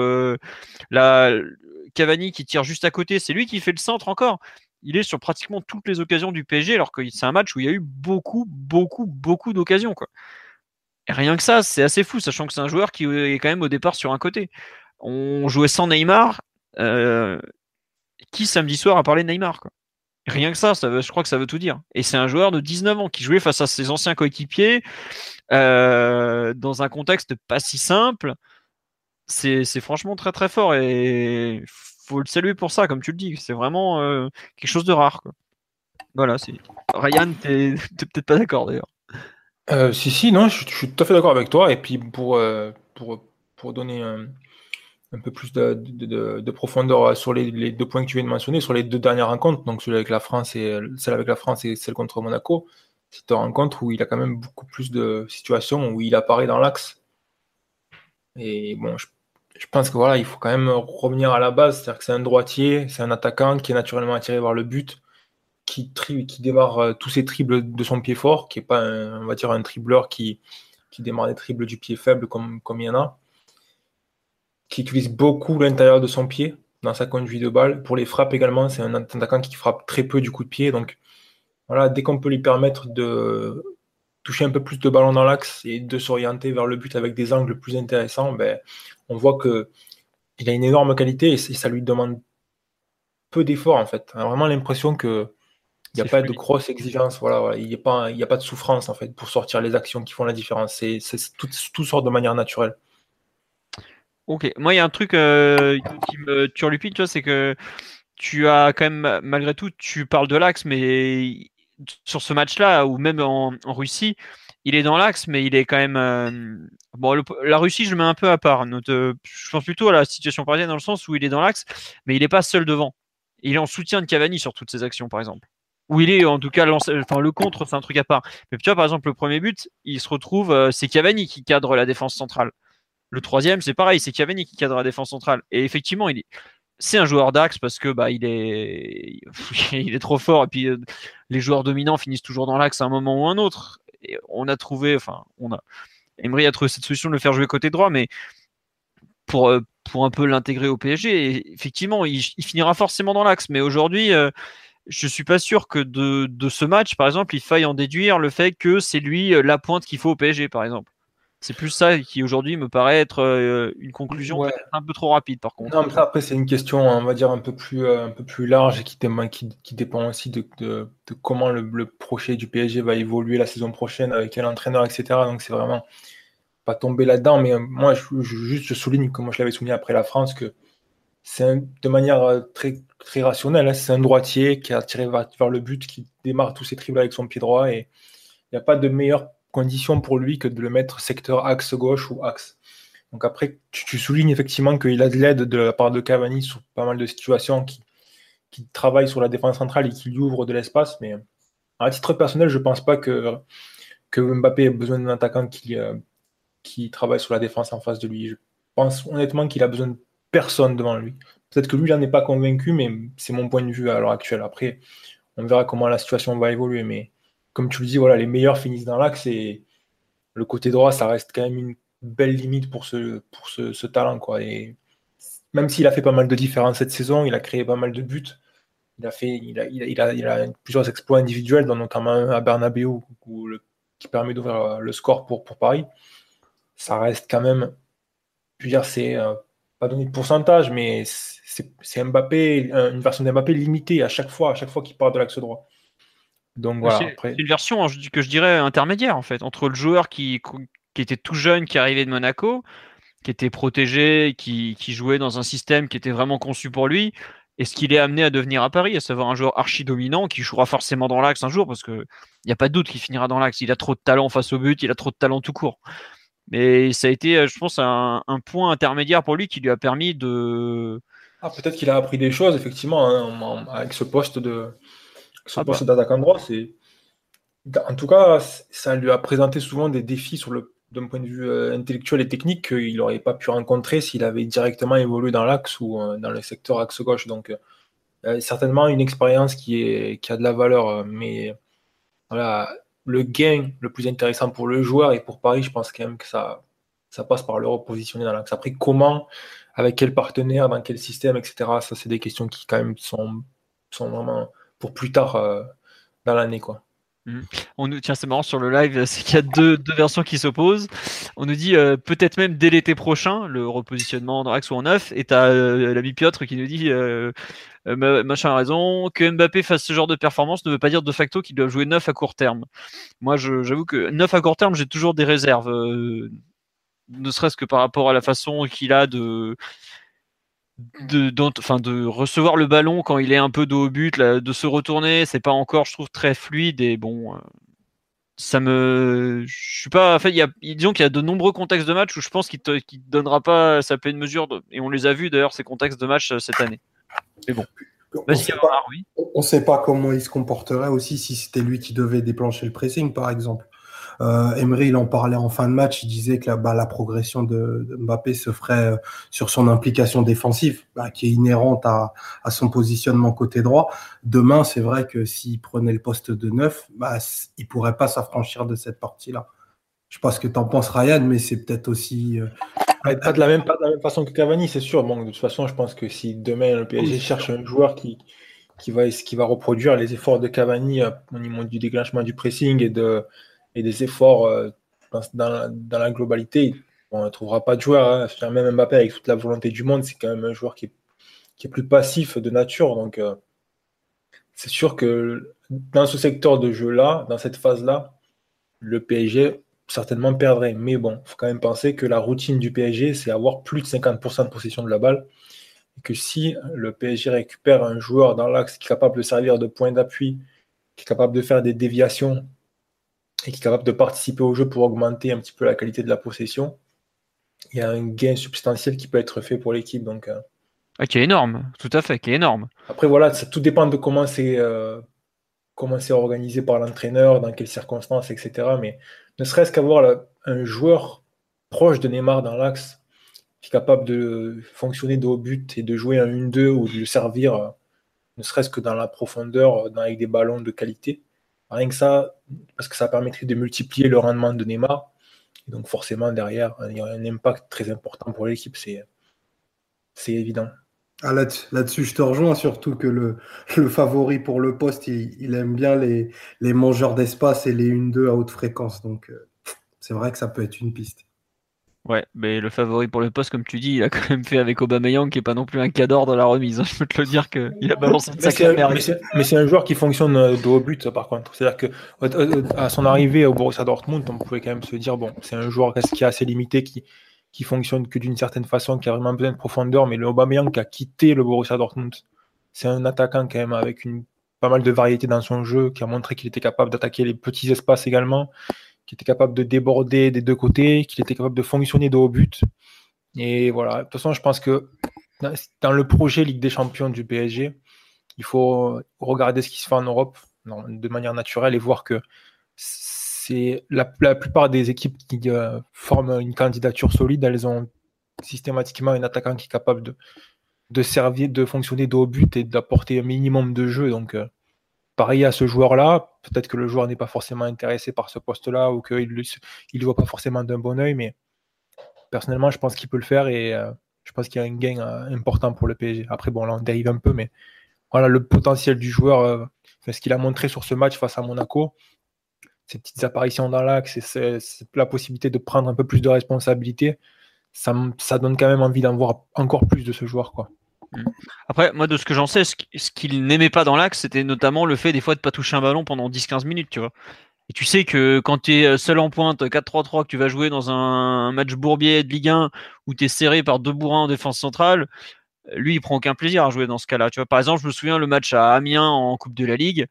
Cavani qui tire juste à côté, c'est lui qui fait le centre encore. Il est sur pratiquement toutes les occasions du PSG, alors que c'est un match où il y a eu beaucoup, beaucoup, beaucoup d'occasions, quoi. Et rien que ça, c'est assez fou, sachant que c'est un joueur qui est quand même au départ sur un côté. On jouait sans Neymar. Qui samedi soir a parlé de Neymar, quoi. Rien que ça, je crois que ça veut tout dire. Et c'est un joueur de 19 ans qui jouait face à ses anciens coéquipiers dans un contexte pas si simple. C'est franchement très très fort et faut le saluer pour ça, comme tu le dis. C'est vraiment quelque chose de rare, quoi. Voilà, Ryan, t'es peut-être pas d'accord d'ailleurs. Si, non, je suis tout à fait d'accord avec toi. Et puis pour donner un peu plus de profondeur sur les 2 points que tu viens de mentionner, sur les 2 dernières rencontres, donc celle avec la France et celle contre Monaco, c'est une rencontre où il a quand même beaucoup plus de situations où il apparaît dans l'axe Et bon, je pense que voilà, il faut quand même revenir à la base, c'est-à-dire que c'est un droitier, c'est un attaquant qui est naturellement attiré vers le but, qui démarre tous ses dribbles de son pied fort, qui est pas on va dire un dribbleur qui démarre des dribbles du pied faible comme il y en a, qui utilise beaucoup l'intérieur de son pied dans sa conduite de balle. Pour les frappes également, c'est un attaquant qui frappe très peu du coup de pied. Donc voilà, dès qu'on peut lui permettre de toucher un peu plus de ballon dans l'axe et de s'orienter vers le but avec des angles plus intéressants, ben, on voit qu'il a une énorme qualité et ça lui demande peu d'efforts en fait. On a vraiment l'impression que il n'y a pas de grosse exigence, voilà, il n'y a pas de souffrance en fait pour sortir les actions qui font la différence. Tout sort de manière naturelle. Ok, moi il y a un truc qui me turlupine, tu vois, c'est que tu as quand même, malgré tout, tu parles de l'axe, mais sur ce match-là, ou même en Russie, il est dans l'axe, mais il est quand même. Bon, la Russie, je le mets un peu à part. Je pense plutôt à la situation parisienne dans le sens où il est dans l'axe, mais il n'est pas seul devant. Il est en soutien de Cavani sur toutes ses actions, par exemple. Où il est en tout cas le contre, c'est un truc à part. Mais tu vois, par exemple, le premier but, il se retrouve, c'est Cavani qui cadre la défense centrale. Le troisième, c'est pareil, c'est Cavani qui cadre la défense centrale. Et effectivement, c'est un joueur d'axe parce que il est trop fort. Et puis les joueurs dominants finissent toujours dans l'axe à un moment ou un autre. Et Emery a trouvé cette solution de le faire jouer côté droit, mais pour un peu l'intégrer au PSG, effectivement, il finira forcément dans l'axe. Mais aujourd'hui, je suis pas sûr que de ce match, par exemple, il faille en déduire le fait que c'est lui la pointe qu'il faut au PSG, par exemple. C'est plus ça qui aujourd'hui me paraît être une conclusion peut-être un peu trop rapide par contre. Non, mais ça, après c'est une question, on va dire un peu plus large et qui dépend aussi de comment le projet du PSG va évoluer la saison prochaine, avec quel entraîneur, etc. Donc c'est vraiment pas tomber là-dedans, mais moi je souligne, comme je l'avais souligné après la France, que c'est de manière très, très rationnelle, hein. C'est un droitier qui a tiré vers le but, qui démarre tous ses dribbles avec son pied droit et il n'y a pas de meilleure condition pour lui que de le mettre secteur axe gauche ou axe. Donc après, tu soulignes effectivement qu'il a de l'aide de la part de Cavani sur pas mal de situations qui travaille sur la défense centrale et qui lui ouvre de l'espace. Mais à titre personnel, je ne pense pas que Mbappé ait besoin d'un attaquant qui travaille sur la défense en face de lui. Je pense honnêtement qu'il a besoin de personne devant lui. Peut-être que lui, il n'en est pas convaincu, mais c'est mon point de vue à l'heure actuelle. Après, on verra comment la situation va évoluer. Mais comme tu le dis, voilà, les meilleurs finissent dans l'axe et le côté droit, ça reste quand même une belle limite pour ce talent, quoi. Et même s'il a fait pas mal de différences cette saison, il a créé pas mal de buts. Il a plusieurs exploits individuels, dont notamment un à Bernabeu qui permet d'ouvrir le score pour Paris. Ça reste quand même, je veux dire, c'est pas donné de pourcentage, mais c'est Mbappé, une version d'Mbappé limitée à chaque fois qu'il part de l'axe droit. Donc voilà, après. C'est une version que je dirais intermédiaire en fait, entre le joueur qui était tout jeune, qui arrivait de Monaco, qui était protégé, qui jouait dans un système qui était vraiment conçu pour lui, et ce qu'il est amené à devenir à Paris, à savoir un joueur archi dominant qui jouera forcément dans l'axe un jour, parce que il n'y a pas de doute qu'il finira dans l'axe. Il a trop de talent face au but, il a trop de talent tout court. Mais ça a été, je pense, un point intermédiaire pour lui qui lui a permis de. Peut-être qu'il a appris des choses, effectivement, hein, avec ce poste d'attaquant droit. En tout cas, ça lui a présenté souvent des défis d'un point de vue intellectuel et technique qu'il n'aurait pas pu rencontrer s'il avait directement évolué dans l'axe ou dans le secteur axe gauche. Donc, certainement une expérience qui a de la valeur. Mais voilà, le gain le plus intéressant pour le joueur et pour Paris, je pense quand même que ça passe par le repositionner dans l'axe. Après, comment, avec quel partenaire, dans quel système, etc., ça, c'est des questions qui, quand même, sont vraiment pour plus tard dans l'année, quoi. Tiens, c'est marrant sur le live, c'est qu'il y a deux versions qui s'opposent. On nous dit peut-être même dès l'été prochain, le repositionnement dans axe ou en neuf. Et t'as l'ami Piotr qui nous dit machin a raison, que Mbappé fasse ce genre de performance ne veut pas dire de facto qu'il doit jouer neuf à court terme. Moi, j'avoue que neuf à court terme, j'ai toujours des réserves, ne serait-ce que par rapport à la façon qu'il a de recevoir le ballon quand il est un peu dos au but, là, de se retourner, c'est pas encore, je trouve, très fluide. Et bon, je suis pas. En fait, disons qu'il y a de nombreux contextes de match où je pense qu'il te donnera pas sa pleine mesure, et on les a vus d'ailleurs ces contextes de match cette année. Mais bon. On ne sait pas comment il se comporterait aussi si c'était lui qui devait déclencher le pressing, par exemple. Emery, il en parlait en fin de match, il disait que la progression de Mbappé se ferait sur son implication défensive, qui est inhérente à son positionnement côté droit. Demain, c'est vrai que s'il prenait le poste de 9, il pourrait pas s'affranchir de cette partie-là. Je sais pas ce que tu en penses, Ryan, mais c'est peut-être aussi... Pas de la même façon que Cavani, c'est sûr. Bon, de toute façon, je pense que si demain le PSG cherche un joueur qui va reproduire les efforts de Cavani au niveau du déclenchement du pressing et des efforts dans la globalité, on ne trouvera pas de joueur. Hein. Même Mbappé, avec toute la volonté du monde, c'est quand même un joueur qui est plus passif de nature. Donc, c'est sûr que dans ce secteur de jeu-là, dans cette phase-là, le PSG certainement perdrait. Mais bon, il faut quand même penser que la routine du PSG, c'est avoir plus de 50% de possession de la balle. Et que si le PSG récupère un joueur dans l'axe qui est capable de servir de point d'appui, qui est capable de faire des déviations et qui est capable de participer au jeu pour augmenter un petit peu la qualité de la possession, il y a un gain substantiel qui peut être fait pour l'équipe. Donc, qui est énorme, tout à fait, qui est énorme. Après, voilà, ça tout dépend de comment c'est organisé par l'entraîneur, dans quelles circonstances, etc. Mais ne serait-ce qu'avoir un joueur proche de Neymar dans l'axe qui est capable de fonctionner de haut but et de jouer un 1-2 ou de le servir, ne serait-ce que dans la profondeur, avec des ballons de qualité. Rien que ça, parce que ça permettrait de multiplier le rendement de Neymar. Et donc forcément, derrière, il y a un impact très important pour l'équipe, c'est évident. Là-dessus, je te rejoins, surtout que le favori pour le poste, il aime bien les mangeurs d'espace et les 1-2 à haute fréquence. Donc, c'est vrai que ça peut être une piste. Ouais, mais le favori pour le poste, comme tu dis, il a quand même fait avec Aubameyang, qui est pas non plus un cadre dans la remise. Hein. Je peux te le dire qu'il a balancé une sacrée merde. Mais c'est un joueur qui fonctionne de haut but, par contre. C'est-à-dire que à son arrivée au Borussia Dortmund, on pouvait quand même se dire, bon, c'est un joueur qui est assez limité, qui fonctionne que d'une certaine façon, qui a vraiment besoin de profondeur. Mais le Aubameyang qui a quitté le Borussia Dortmund, c'est un attaquant quand même avec pas mal de variété dans son jeu, qui a montré qu'il était capable d'attaquer les petits espaces également, qui était capable de déborder des deux côtés, qu'il était capable de fonctionner de haut but. Et voilà, de toute façon, je pense que dans le projet Ligue des Champions du PSG, il faut regarder ce qui se fait en Europe de manière naturelle et voir que c'est la plupart des équipes qui forment une candidature solide, elles ont systématiquement un attaquant qui est capable de servir, de fonctionner de haut but et d'apporter un minimum de jeu. Donc, pareil à ce joueur-là, peut-être que le joueur n'est pas forcément intéressé par ce poste-là ou qu'il ne le voit pas forcément d'un bon oeil, mais personnellement, je pense qu'il peut le faire et je pense qu'il y a un gain important pour le PSG. Après, bon, là, on dérive un peu, mais voilà, le potentiel du joueur, ce qu'il a montré sur ce match face à Monaco, ces petites apparitions dans l'axe, c'est la possibilité de prendre un peu plus de responsabilité, ça donne quand même envie d'en voir encore plus de ce joueur, quoi. Après, moi, de ce que j'en sais, ce qu'il n'aimait pas dans l'axe, c'était notamment le fait des fois de pas toucher un ballon pendant 10-15 minutes, tu vois. Et tu sais que quand tu es seul en pointe, 4-3-3, que tu vas jouer dans un match bourbier de Ligue 1 où tu es serré par deux bourrins en défense centrale, lui, il prend aucun plaisir à jouer dans ce cas-là. Tu vois, par exemple, je me souviens le match à Amiens en Coupe de la Ligue.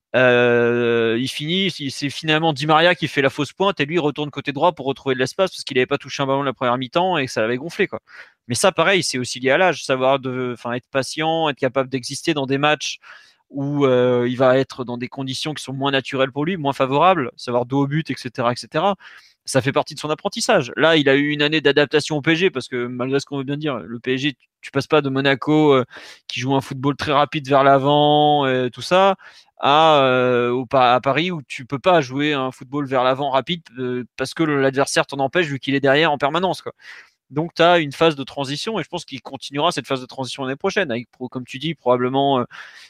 Il finit, c'est finalement Di Maria qui fait la fausse pointe et lui il retourne côté droit pour retrouver de l'espace parce qu'il n'avait pas touché un ballon la première mi-temps et que ça l'avait gonflé, quoi. Mais ça, pareil, c'est aussi lié à l'âge, savoir être patient, être capable d'exister dans des matchs où il va être dans des conditions qui sont moins naturelles pour lui, moins favorables, savoir dos au but, etc., etc. Ça fait partie de son apprentissage. Là, il a eu une année d'adaptation au PSG parce que malgré ce qu'on veut bien dire, le PSG, tu passes pas de Monaco qui joue un football très rapide vers l'avant, tout ça, à Paris où tu peux pas jouer un football vers l'avant rapide parce que l'adversaire t'en empêche vu qu'il est derrière en permanence, quoi. Donc tu as une phase de transition et je pense qu'il continuera cette phase de transition l'année prochaine avec, comme tu dis, probablement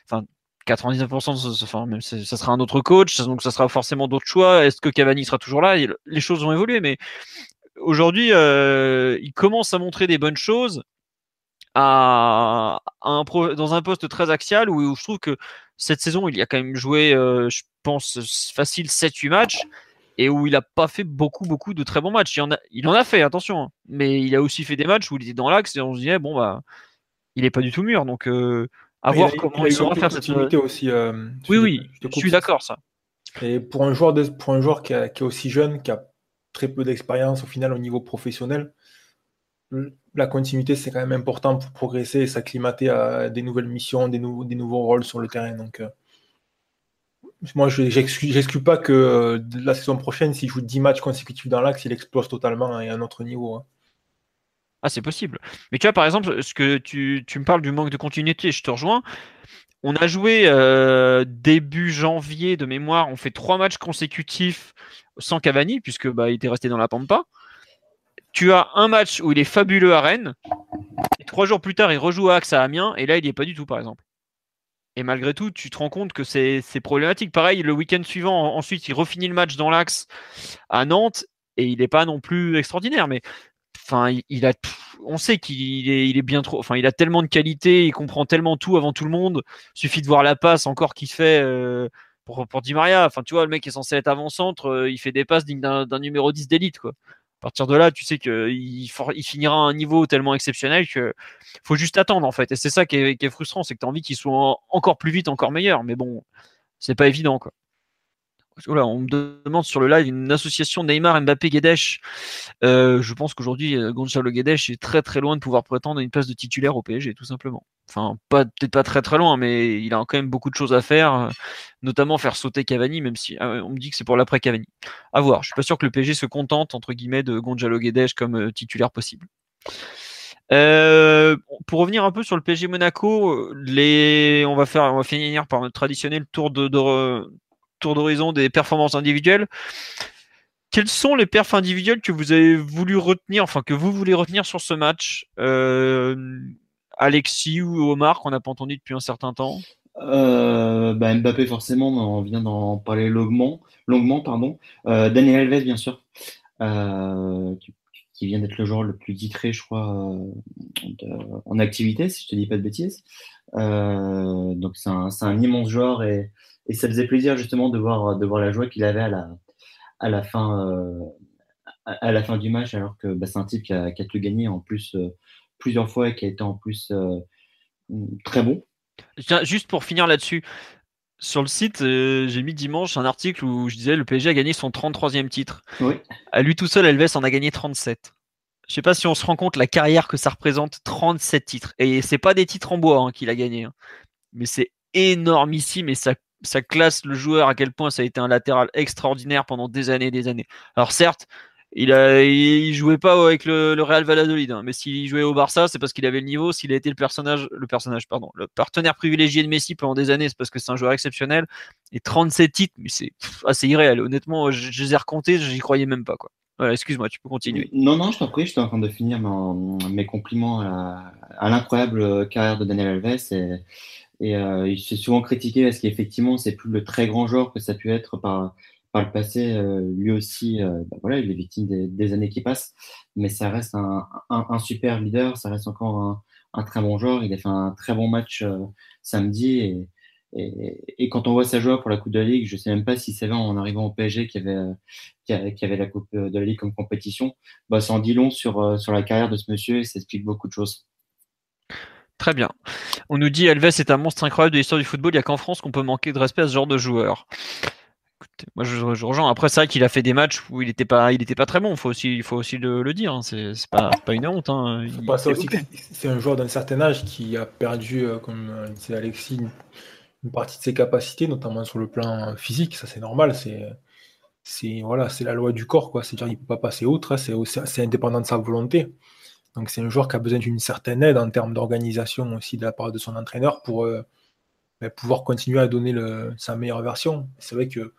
99%, même ça sera un autre coach, donc ça sera forcément d'autres choix. Est-ce que Cavani sera toujours là? Les choses ont évolué, mais aujourd'hui, il commence à montrer des bonnes choses dans un poste très axial où je trouve que cette saison, il y a quand même joué, je pense, facile 7-8 matchs et où il n'a pas fait beaucoup de très bons matchs. Il en a fait, attention, hein, mais il a aussi fait des matchs où il était dans l'axe et on se disait, bon, bah, il n'est pas du tout mûr. Donc, à voir comment il saura faire cette continuité aussi. Oui, je suis d'accord, ça. Et pour un joueur qui est aussi jeune, qui a très peu d'expérience au final au niveau professionnel, la continuité, c'est quand même important pour progresser et s'acclimater à des nouvelles missions, des nouveaux rôles sur le terrain. Donc, moi, j'exclus pas que la saison prochaine, s'il joue 10 matchs consécutifs dans l'axe, il explose totalement à un autre niveau. Hein. Ah, c'est possible. Mais tu vois, par exemple, ce que tu me parles du manque de continuité, je te rejoins. On a joué début janvier de mémoire, on fait 3 matchs consécutifs sans Cavani, puisque il était resté dans la Pampa. Tu as un match où il est fabuleux à Rennes, et 3 jours plus tard, il rejoue à Axe à Amiens, et là, il n'y est pas du tout, par exemple. Et malgré tout, tu te rends compte que c'est problématique. Pareil, le week-end suivant, ensuite, il refinit le match dans l'Axe à Nantes, et il n'est pas non plus extraordinaire, mais enfin, on sait il est bien trop. Enfin, il a tellement de qualité, il comprend tellement tout avant tout le monde. Suffit de voir la passe encore qu'il fait pour Di Maria. Enfin, tu vois, le mec est censé être avant-centre, il fait des passes dignes d'un numéro 10 d'élite, quoi. À partir de là, tu sais qu'il finira à un niveau tellement exceptionnel que faut juste attendre, en fait. Et c'est ça qui est frustrant, c'est que tu as envie qu'il soit encore plus vite, encore meilleur. Mais bon, c'est pas évident, quoi. Oula, on me demande sur le live une association Neymar, Mbappé, Guedes. Je pense qu'aujourd'hui, Gonçalo Guedes est très très loin de pouvoir prétendre à une place de titulaire au PSG, tout simplement. Enfin, peut-être pas très très loin, mais il a quand même beaucoup de choses à faire, notamment faire sauter Cavani, même si on me dit que c'est pour l'après Cavani. À voir. Je suis pas sûr que le PSG se contente entre guillemets de Gonçalo Guedes comme titulaire possible. Pour revenir un peu sur le PSG Monaco, on va finir par notre traditionnel tour d'horizon des performances individuelles. Quels sont les perfs individuels que vous avez voulu retenir, enfin que vous voulez retenir sur ce match, Alexis ou Omar, qu'on n'a pas entendu depuis un certain temps? Mbappé, forcément, on vient d'en parler longuement, pardon. Daniel Alves, bien sûr, qui vient d'être le joueur le plus titré, je crois, en activité, si je te dis pas de bêtises. Donc c'est un immense joueur et ça faisait plaisir justement de voir la joie qu'il avait à la fin du match, alors que c'est un type qui a tout gagné en plus plusieurs fois et qui a été en plus très bon. Tiens, juste pour finir là-dessus, sur le site, j'ai mis dimanche un article où je disais le PSG a gagné son 33e titre. Oui. À lui tout seul, Alves en a gagné 37. Je sais pas si on se rend compte la carrière que ça représente, 37 titres. Et c'est pas des titres en bois qu'il a gagné, hein. Mais c'est énormissime et ça classe le joueur à quel point ça a été un latéral extraordinaire pendant des années et des années. Alors certes, il jouait pas avec le Real Valladolid, hein, mais s'il jouait au Barça, c'est parce qu'il avait le niveau. S'il a été le partenaire privilégié de Messi pendant des années, c'est parce que c'est un joueur exceptionnel. Et 37 titres, mais c'est assez irréel. Honnêtement, je les ai recomptés, j'y croyais même pas, quoi. Voilà, excuse-moi, tu peux continuer. Non, je t'en prie, j'étais en train de finir mes compliments à l'incroyable carrière de Daniel Alves et il s'est souvent critiqué parce qu'effectivement, c'est plus le très grand joueur que ça a pu être par le passé. Lui aussi, voilà, il est victime des années qui passent, mais ça reste un super leader, ça reste encore un très bon joueur. Il a fait un très bon match samedi et quand on voit sa joie pour la Coupe de la Ligue, je sais même pas s'il savait en arrivant au PSG qu'il y avait la Coupe de la Ligue comme compétition. Ça en dit long sur la carrière de ce monsieur et ça explique beaucoup de choses. Très bien. On nous dit Alves est un monstre incroyable de l'histoire du football. Il n'y a qu'en France qu'on peut manquer de respect à ce genre de joueur. Écoutez, moi, je rejoins. Après, c'est vrai qu'il a fait des matchs où il était pas très bon. Il faut aussi le dire, hein. C'est pas une honte, hein. Faut penser aussi que c'est un joueur d'un certain âge qui a perdu, comme disait Alexis, une partie de ses capacités, notamment sur le plan physique. Ça, c'est normal. C'est la loi du corps, quoi. C'est-à-dire qu'il ne peut pas passer outre, hein. C'est indépendant de sa volonté. Donc c'est un joueur qui a besoin d'une certaine aide en termes d'organisation aussi de la part de son entraîneur pour pouvoir continuer à donner sa meilleure version. C'est vrai que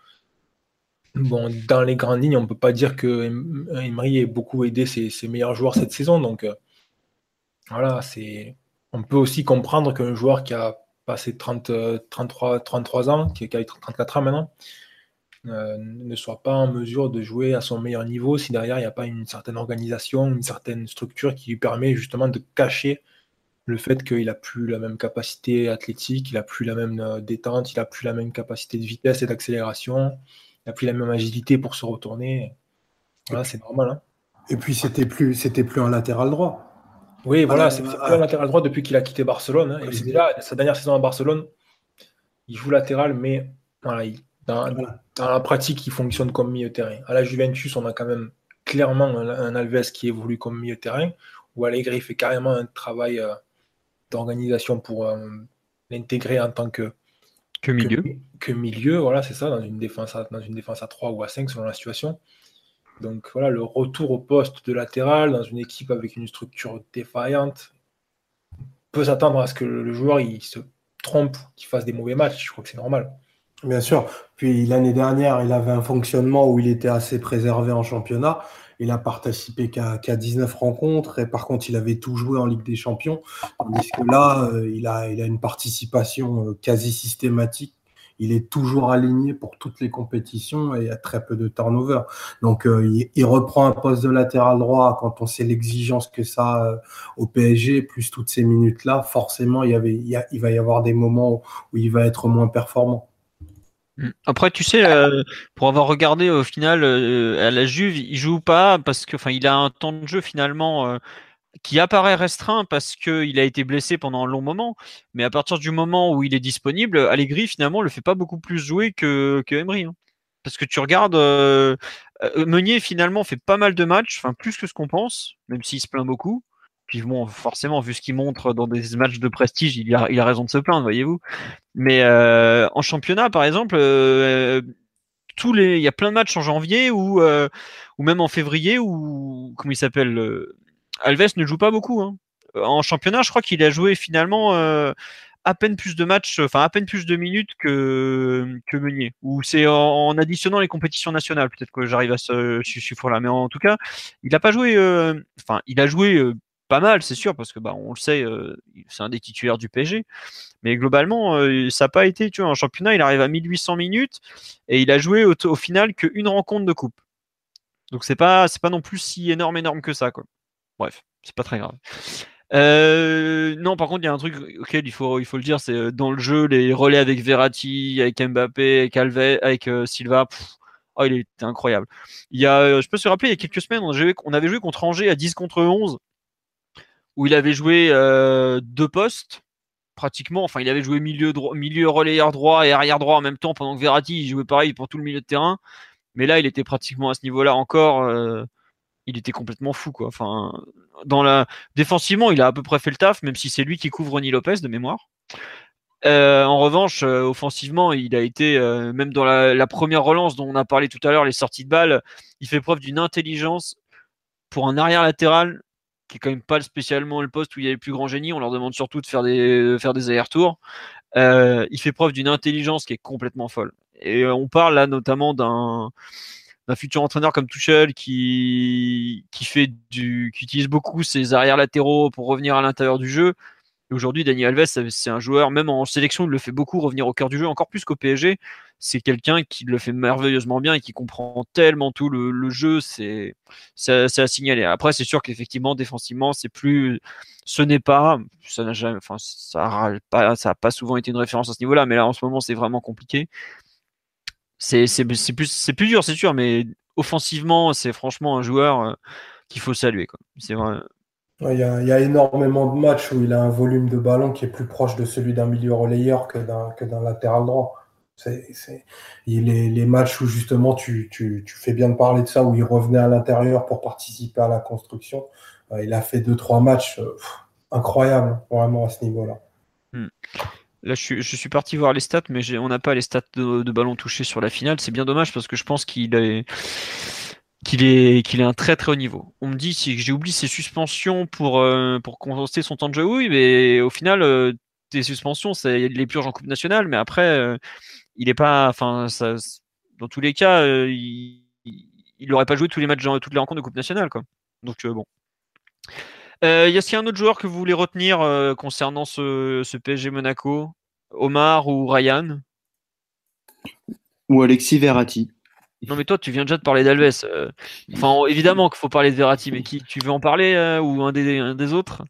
dans les grandes lignes, on ne peut pas dire que Emery ait beaucoup aidé ses meilleurs joueurs cette saison. Donc voilà, on peut aussi comprendre qu'un joueur qui a passé 33 ans, qui a 34 ans maintenant, ne soit pas en mesure de jouer à son meilleur niveau si derrière il n'y a pas une certaine organisation, une certaine structure qui lui permet justement de cacher le fait qu'il n'a plus la même capacité athlétique, il n'a plus la même détente, il n'a plus la même capacité de vitesse et d'accélération, il n'a plus la même agilité pour se retourner. Voilà, c'est normal. Hein. Et puis c'était plus un latéral droit. Oui, voilà, c'est plus un latéral droit depuis qu'il a quitté Barcelone. Hein, et c'est déjà sa dernière saison à Barcelone. Il joue latéral, mais voilà, dans la pratique, il fonctionne comme milieu de terrain. À la Juventus, on a quand même clairement un Alves qui évolue comme milieu de terrain, où Allegri fait carrément un travail d'organisation pour l'intégrer en tant que Que milieu. Que milieu, voilà, c'est ça, dans une défense à 3 ou à 5 selon la situation. Donc voilà, le retour au poste de latéral dans une équipe avec une structure défaillante peut s'attendre à ce que le joueur il se trompe, qu'il fasse des mauvais matchs. Je crois que c'est normal. Bien sûr. Puis l'année dernière, il avait un fonctionnement où il était assez préservé en championnat. Il a participé qu'à 19 rencontres et par contre, il avait tout joué en Ligue des Champions. Tandis que là, il a une participation quasi systématique. Il est toujours aligné pour toutes les compétitions et il y a très peu de turnover. Donc, il reprend un poste de latéral droit quand on sait l'exigence que ça a au PSG, plus toutes ces minutes-là. Forcément, il va y avoir des moments où il va être moins performant. Après, tu sais, pour avoir regardé au final à la Juve, il joue pas parce que, il a un temps de jeu finalement qui apparaît restreint parce qu'il a été blessé pendant un long moment. Mais à partir du moment où il est disponible, Allegri finalement le fait pas beaucoup plus jouer que Emery. Hein. Parce que tu regardes, Meunier finalement fait pas mal de matchs, plus que ce qu'on pense, même s'il se plaint beaucoup. Puis bon, forcément, vu ce qu'il montre dans des matchs de prestige, il a raison de se plaindre, voyez-vous. Mais en championnat, par exemple, il y a plein de matchs en janvier ou même en février où comment il s'appelle Alves ne joue pas beaucoup. Hein. En championnat, je crois qu'il a joué finalement à peine plus de matchs, à peine plus de minutes que Meunier. Ou c'est en additionnant les compétitions nationales, peut-être que j'arrive à ce chiffre-là. Mais en tout cas, il n'a pas joué. Il a joué pas mal, c'est sûr, parce que on le sait, c'est un des titulaires du PSG. Mais globalement, ça n'a pas été, tu vois, en championnat, il arrive à 1800 minutes et il a joué au final qu'une rencontre de coupe. Donc c'est pas non plus si énorme que ça, quoi. Bref, c'est pas très grave. Non, par contre, il y a un truc auquel il faut le dire, c'est dans le jeu, les relais avec Verratti, avec Mbappé, avec Alves, avec Silva. Il était incroyable. Je peux se rappeler, il y a quelques semaines, on avait joué contre Angers à 10 contre 11, où il avait joué deux postes. Pratiquement, il avait joué milieu relayeur droit et arrière droit en même temps, pendant que Verratti il jouait pareil pour tout le milieu de terrain. Mais là, il était pratiquement à ce niveau-là encore. Il était complètement fou, quoi. Défensivement, il a à peu près fait le taf, même si c'est lui qui couvre Ronny Lopez de mémoire. En revanche, offensivement, il a été, même dans la première relance dont on a parlé tout à l'heure, les sorties de balles, il fait preuve d'une intelligence pour un arrière latéral qui est quand même pas spécialement le poste où il y a les plus grands génies. On leur demande surtout de faire des allers-retours. Il fait preuve d'une intelligence qui est complètement folle. Et on parle là notamment d'un futur entraîneur comme Tuchel qui utilise beaucoup ses arrières latéraux pour revenir à l'intérieur du jeu. Et aujourd'hui, Dani Alves, c'est un joueur, même en sélection, il le fait beaucoup revenir au cœur du jeu, encore plus qu'au PSG. C'est quelqu'un qui le fait merveilleusement bien et qui comprend tellement tout le jeu. C'est à signaler. Après, c'est sûr qu'effectivement, défensivement, ce n'est pas, ça n'a jamais, ça a pas souvent été une référence à ce niveau-là, mais là, en ce moment, c'est vraiment compliqué. C'est plus dur, c'est sûr, mais offensivement, c'est franchement un joueur qu'il faut saluer, quoi. C'est vrai. Il y a énormément de matchs où il a un volume de ballon qui est plus proche de celui d'un milieu relayeur que d'un latéral droit. Les matchs où justement tu fais bien de parler de ça, où il revenait à l'intérieur pour participer à la construction. Il a fait 2-3 matchs incroyables, vraiment à ce niveau-là. Là, je suis parti voir les stats, mais on n'a pas les stats de ballon touché sur la finale. C'est bien dommage parce que je pense qu'il est un très très haut niveau. On me dit si j'ai oublié ses suspensions pour compenser son temps de jeu. Oui, mais au final, tes suspensions, c'est les purges en Coupe nationale, mais après, il est pas. Dans tous les cas, il n'aurait pas joué tous les matchs, toutes les rencontres de Coupe nationale, quoi. Donc bon. Est-ce qu'il y a un autre joueur que vous voulez retenir concernant ce PSG Monaco? Omar ou Ryan? Ou Alexis Verratti. Non, mais toi, tu viens déjà de parler d'Alves. Évidemment qu'il faut parler de Verratti, mais tu veux en parler ou un des autres?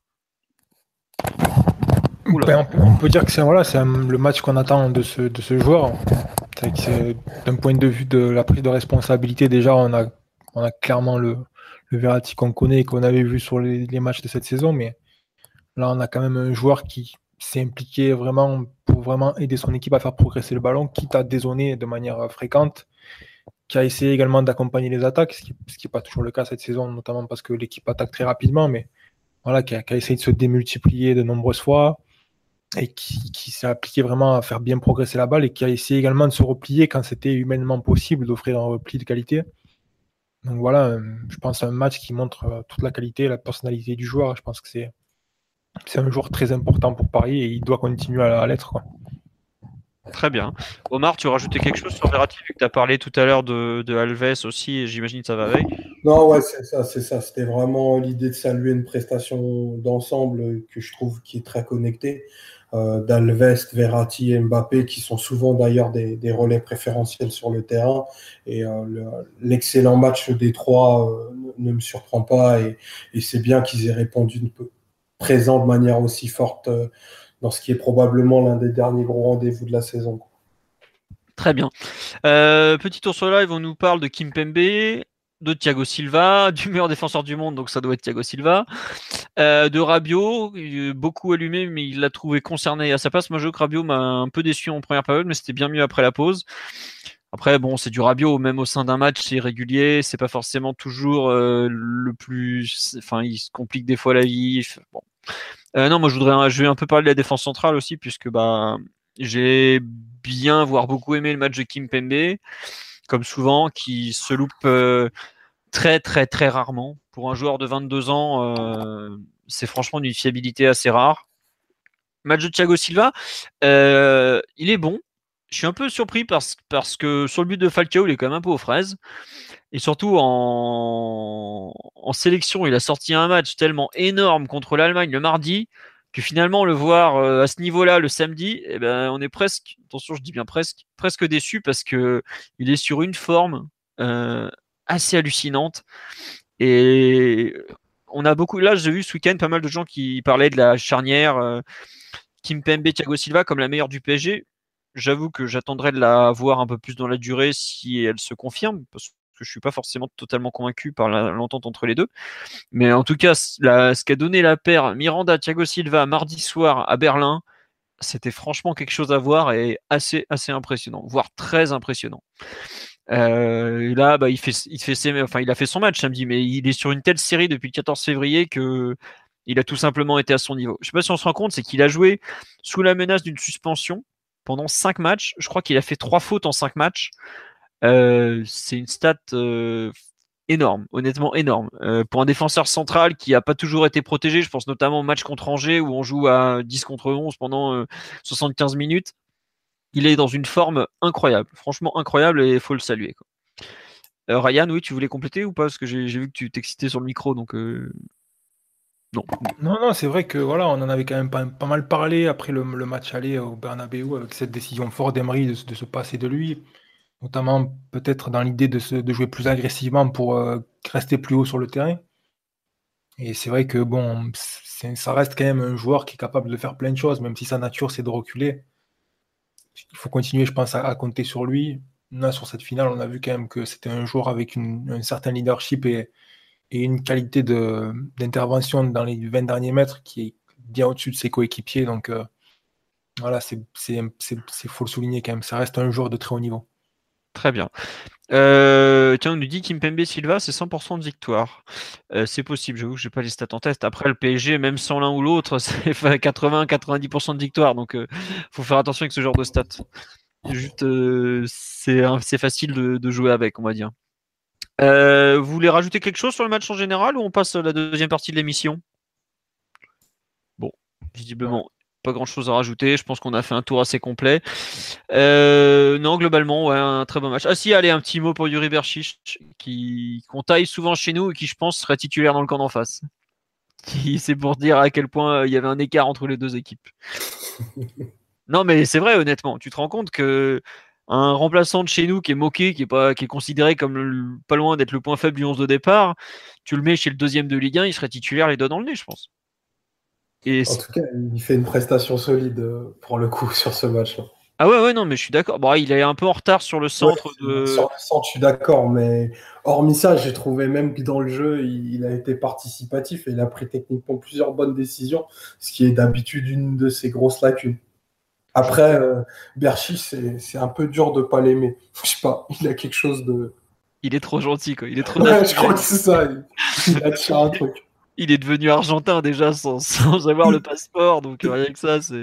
On peut dire que c'est le match qu'on attend de ce joueur. D'un point de vue de la prise de responsabilité, déjà, on a clairement le Verratti qu'on connaît et qu'on avait vu sur les matchs de cette saison, mais là, on a quand même un joueur qui s'est impliqué vraiment pour vraiment aider son équipe à faire progresser le ballon, quitte à dézonner de manière fréquente, qui a essayé également d'accompagner les attaques, ce qui n'est pas toujours le cas cette saison, notamment parce que l'équipe attaque très rapidement, mais voilà, qui a essayé de se démultiplier de nombreuses fois. et qui s'est appliqué vraiment à faire bien progresser la balle et qui a essayé également de se replier quand c'était humainement possible, d'offrir un repli de qualité. Donc voilà, je pense à un match qui montre toute la qualité et la personnalité du joueur. Je pense que c'est un joueur très important pour Paris et il doit continuer à l'être, quoi. Très bien. Omar, tu veux rajouter quelque chose sur Verratti, vu que tu as parlé tout à l'heure de Alves aussi, et j'imagine que ça va avec. Non, ouais, c'est ça. C'était vraiment l'idée de saluer une prestation d'ensemble que je trouve qui est très connectée. D'Alves, Verratti et Mbappé, qui sont souvent d'ailleurs des relais préférentiels sur le terrain. Et l'excellent match des trois ne me surprend pas. Et c'est bien qu'ils aient répondu présent de manière aussi forte dans ce qui est probablement l'un des derniers gros rendez-vous de la saison. Très bien. Petit tour sur le live, on nous parle de Kimpembe, de Thiago Silva, du meilleur défenseur du monde, donc ça doit être Thiago Silva, de Rabiot, beaucoup allumé, mais il l'a trouvé concerné à sa place. Moi, je trouve que Rabiot m'a un peu déçu en première période, mais c'était bien mieux après la pause. Après, bon, c'est du Rabiot, même au sein d'un match, c'est irrégulier, c'est pas forcément toujours le plus... Enfin, il se complique des fois la vie. Bon. Non, moi, je vais un peu parler de la défense centrale aussi, puisque j'ai bien, voire beaucoup aimé le match de Kimpembe, comme souvent, qui se loupe très très très rarement. Pour un joueur de 22 ans, c'est franchement d'une fiabilité assez rare. Match de Thiago Silva, il est bon. Je suis un peu surpris parce que sur le but de Falcao, il est quand même un peu aux fraises. Et surtout en sélection, il a sorti un match tellement énorme contre l'Allemagne le mardi que finalement le voir à ce niveau-là le samedi, eh ben, on est presque, attention je dis bien presque déçu parce que il est sur une forme assez hallucinante. Et on a beaucoup, là j'ai vu ce week-end pas mal de gens qui parlaient de la charnière Kimpembe, Thiago Silva comme la meilleure du PSG. J'avoue que j'attendrai de la voir un peu plus dans la durée si elle se confirme, parce que je suis pas forcément totalement convaincu par l'entente entre les deux. Mais en tout cas, ce qu'a donné la paire Miranda-Thiago Silva mardi soir à Berlin, c'était franchement quelque chose à voir et assez impressionnant, voire très impressionnant. Là, il a fait son match samedi, mais il est sur une telle série depuis le 14 février que il a tout simplement été à son niveau. Je sais pas si on se rend compte, c'est qu'il a joué sous la menace d'une suspension pendant 5 matchs. Je crois qu'il a fait 3 fautes en 5 matchs. C'est une stat énorme, honnêtement énorme. Pour un défenseur central qui n'a pas toujours été protégé, je pense notamment au match contre Angers où on joue à 10 contre 11 pendant 75 minutes. Il est dans une forme incroyable, franchement incroyable et il faut le saluer, quoi. Ryan, oui, tu voulais compléter ou pas? Parce que j'ai vu que tu t'excitais sur le micro, donc non. Non, c'est vrai que voilà, on en avait quand même pas mal parlé après le match aller au Bernabéu avec cette décision forte d'Emery de se passer de lui, notamment peut-être dans l'idée de jouer plus agressivement pour rester plus haut sur le terrain. Et c'est vrai que bon, ça reste quand même un joueur qui est capable de faire plein de choses, même si sa nature c'est de reculer. Il faut continuer, je pense, à compter sur lui. Là, sur cette finale, on a vu quand même que c'était un joueur avec un certain leadership et une qualité d'intervention dans les 20 derniers mètres qui est bien au-dessus de ses coéquipiers. Donc voilà, faut le souligner quand même. Ça reste un joueur de très haut niveau. Très bien. Tiens, on nous dit Kimpembe Silva, c'est 100% de victoire. C'est possible, j'avoue que j'ai pas les stats en tête. Après, le PSG, même sans l'un ou l'autre, c'est 80-90% de victoire. Donc, faut faire attention avec ce genre de stats. Juste, c'est facile de jouer avec, on va dire. Vous voulez rajouter quelque chose sur le match en général ou on passe à la deuxième partie de l'émission? Bon, visiblement, pas grand chose à rajouter. Je pense qu'on a fait un tour assez complet. Non, globalement, ouais, un très bon match. Ah si, allez, un petit mot pour Yuri Berchiche, qu'on taille souvent chez nous et qui, je pense, serait titulaire dans le camp d'en face. C'est pour dire à quel point il y avait un écart entre les deux équipes. Non, mais c'est vrai, honnêtement. Tu te rends compte que un remplaçant de chez nous qui est moqué, qui est considéré comme pas loin d'être le point faible du 11 de départ, tu le mets chez le deuxième de Ligue 1, il serait titulaire les doigts dans le nez, je pense. Et en tout cas, il fait une prestation solide pour le coup sur ce match-là. Ah ouais, non, mais je suis d'accord. Bon, il est un peu en retard sur le centre. Sur le centre, je suis d'accord, mais hormis ça, j'ai trouvé même que dans le jeu, il a été participatif et il a pris techniquement plusieurs bonnes décisions, ce qui est d'habitude une de ses grosses lacunes. Après, Berchiche, c'est un peu dur de ne pas l'aimer. Je sais pas, il a quelque chose de... Il est trop gentil, quoi. Il est trop je crois que c'est ça. Il a un truc. Il est devenu argentin déjà sans avoir le passeport, donc rien que ça, c'est...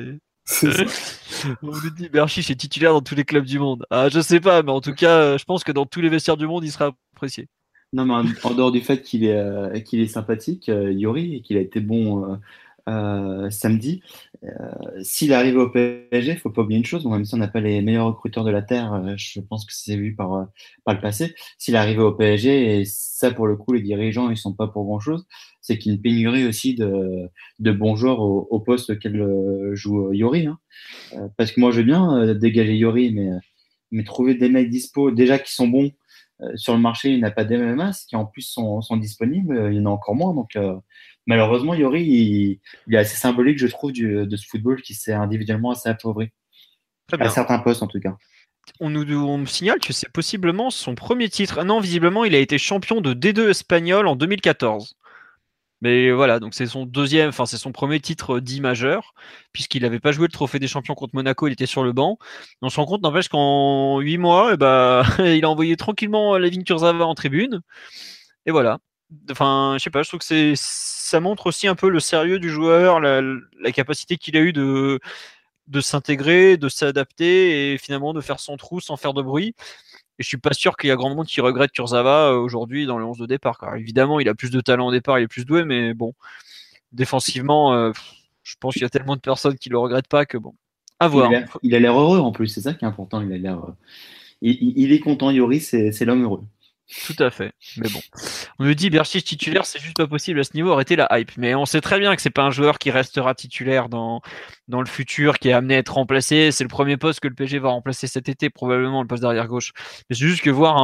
C'est ça. On nous dit Berchiche est titulaire dans tous les clubs du monde. Ah, je sais pas, mais en tout cas, je pense que dans tous les vestiaires du monde, il sera apprécié. Non, mais en dehors du fait qu'il est sympathique, Yori, et qu'il a été bon samedi, s'il arrive au PSG, il faut pas oublier une chose, bon, même si on n'a pas les meilleurs recruteurs de la Terre, je pense que c'est vu par le passé, s'il arrive au PSG, et ça pour le coup, les dirigeants, ils sont pas pour grand-chose, c'est qu'il y a une pénurie aussi de bons joueurs au poste auquel joue Yori. Hein. Parce que moi, je veux bien dégager Yori, mais trouver des mecs dispo, déjà qui sont bons, sur le marché, il n'a pas d'MMS qui en plus sont disponibles, il y en a encore moins. Donc, malheureusement, Yori, il est assez symbolique, je trouve, de ce football qui s'est individuellement assez appauvri. Très bien. À certains postes, en tout cas. On me signale que c'est possiblement son premier titre. Ah non, visiblement, il a été champion de D2 espagnol en 2014. Mais voilà, donc c'est son premier titre dit majeur, puisqu'il n'avait pas joué le trophée des champions contre Monaco, il était sur le banc. On se rend compte, n'empêche qu'en 8 mois, il a envoyé tranquillement Layvin Kurzawa en tribune. Et voilà. Enfin, je sais pas, je trouve que ça montre aussi un peu le sérieux du joueur, la capacité qu'il a eu de s'intégrer, de s'adapter et finalement de faire son trou sans faire de bruit. Et je suis pas sûr qu'il y a grand monde qui regrette Kurzawa aujourd'hui dans le 11 de départ. Alors, évidemment, il a plus de talent au départ, il est plus doué, mais bon, défensivement, je pense qu'il y a tellement de personnes qui le regrettent pas que bon, à voir. Il a l'air heureux en plus, c'est ça qui est important. Il a l'air, il est content, Yori, c'est l'homme heureux. Tout à fait. Mais bon, on nous dit Berchiche titulaire, c'est juste pas possible à ce niveau. Arrêtez la hype. Mais on sait très bien que c'est pas un joueur qui restera titulaire dans le futur, qui est amené à être remplacé. C'est le premier poste que le PSG va remplacer cet été, probablement le poste d'arrière gauche. Mais c'est juste que voir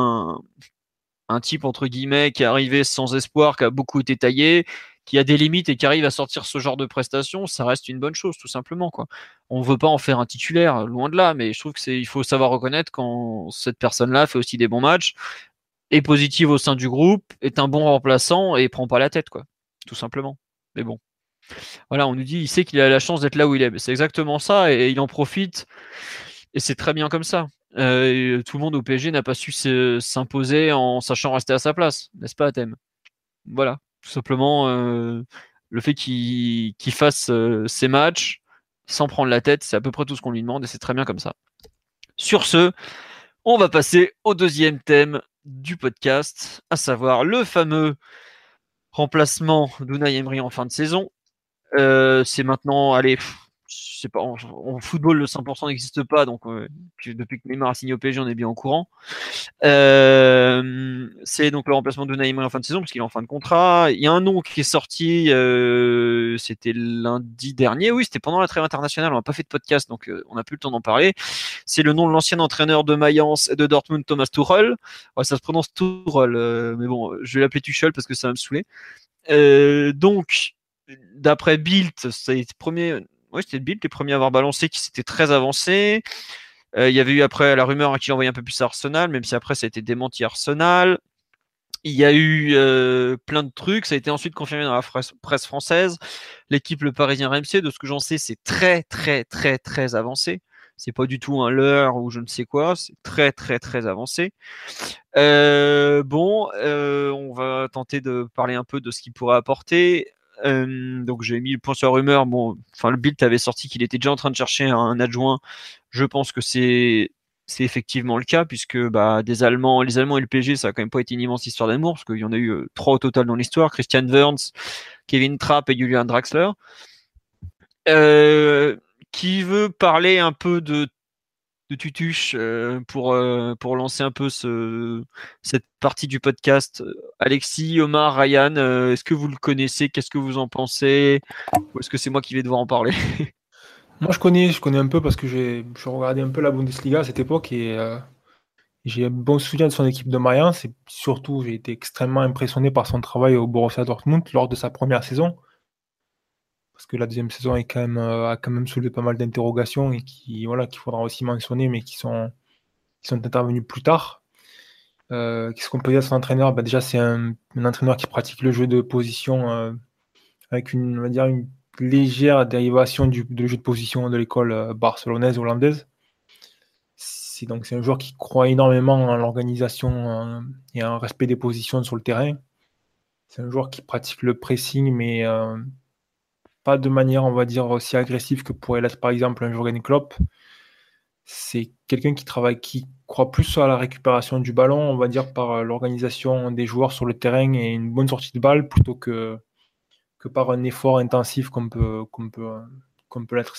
un type entre guillemets qui est arrivé sans espoir, qui a beaucoup été taillé, qui a des limites et qui arrive à sortir ce genre de prestations, ça reste une bonne chose, tout simplement, quoi. On veut pas en faire un titulaire, loin de là, mais je trouve que il faut savoir reconnaître quand cette personne-là fait aussi des bons matchs, est positive au sein du groupe, est un bon remplaçant et prend pas la tête, quoi. Tout simplement. Mais bon. Voilà, on nous dit, il sait qu'il a la chance d'être là où il est. C'est exactement ça et il en profite. Et c'est très bien comme ça. Tout le monde au PSG n'a pas su s'imposer en sachant rester à sa place, n'est-ce pas, Athème? Voilà. Tout simplement, le fait qu'il fasse ses matchs sans prendre la tête, c'est à peu près tout ce qu'on lui demande et c'est très bien comme ça. Sur ce, on va passer au deuxième thème du podcast, à savoir le fameux remplacement d'Unai Emery en fin de saison. C'est maintenant, allez, je sais pas, en football, le 100% n'existe pas, donc depuis que Neymar a signé au PSG, on est bien au courant. C'est donc le remplacement d'Unai Emery en fin de saison, parce qu'il est en fin de contrat. Il y a un nom qui est sorti, c'était lundi dernier, oui, c'était pendant la trêve internationale, on n'a pas fait de podcast, donc on n'a plus le temps d'en parler. C'est le nom de l'ancien entraîneur de Mayence et de Dortmund, Thomas Tuchel. Ouais, ça se prononce Tuchel, mais bon, je vais l'appeler Tuchel parce que ça va me saouler. Donc, d'après Bild, c'était Bild les premiers à avoir balancé, qui s'était très avancé. Il y avait eu après la rumeur qu'il envoyait un peu plus à Arsenal, même si après ça a été démenti à Arsenal. Il y a eu plein de trucs, ça a été ensuite confirmé dans la presse française. L'équipe Le Parisien RMC, de ce que j'en sais, c'est très très très très avancé. C'est pas du tout un leurre ou je ne sais quoi, c'est très très très avancé. On va tenter de parler un peu de ce qu'il pourrait apporter. Donc j'ai mis le point sur la rumeur. Bon, enfin le Bild avait sorti qu'il était déjà en train de chercher un adjoint. Je pense que c'est effectivement le cas, puisque les Allemands et le PSG, ça a quand même pas été une immense histoire d'amour, parce qu'il y en a eu 3 au total dans l'histoire: Christian Wörns, Kevin Trapp et Julian Draxler. Qui veut parler un peu de Tutuche pour lancer un peu cette partie du podcast? Alexis, Omar, Ryan, est-ce que vous le connaissez? Qu'est-ce que vous en pensez? Ou est-ce que c'est moi qui vais devoir en parler? Moi, je connais un peu parce que je regardais un peu la Bundesliga à cette époque et j'ai un bon souvenir de son équipe de Mayence et surtout, j'ai été extrêmement impressionné par son travail au Borussia Dortmund lors de sa première saison. Parce que la deuxième saison a quand même soulevé pas mal d'interrogations et qu'il faudra aussi mentionner, mais qui sont intervenues plus tard. Qu'est-ce qu'on peut dire de son entraîneur? Déjà, c'est un entraîneur qui pratique le jeu de position avec une légère dérivation du jeu de position de l'école barcelonaise, hollandaise. C'est un joueur qui croit énormément en l'organisation et en respect des positions sur le terrain. C'est un joueur qui pratique le pressing, mais pas de manière, on va dire, aussi agressive que pourrait l'être par exemple un Jürgen Klopp. C'est quelqu'un qui croit plus à la récupération du ballon, on va dire, par l'organisation des joueurs sur le terrain et une bonne sortie de balle plutôt que par un effort intensif comme peut l'être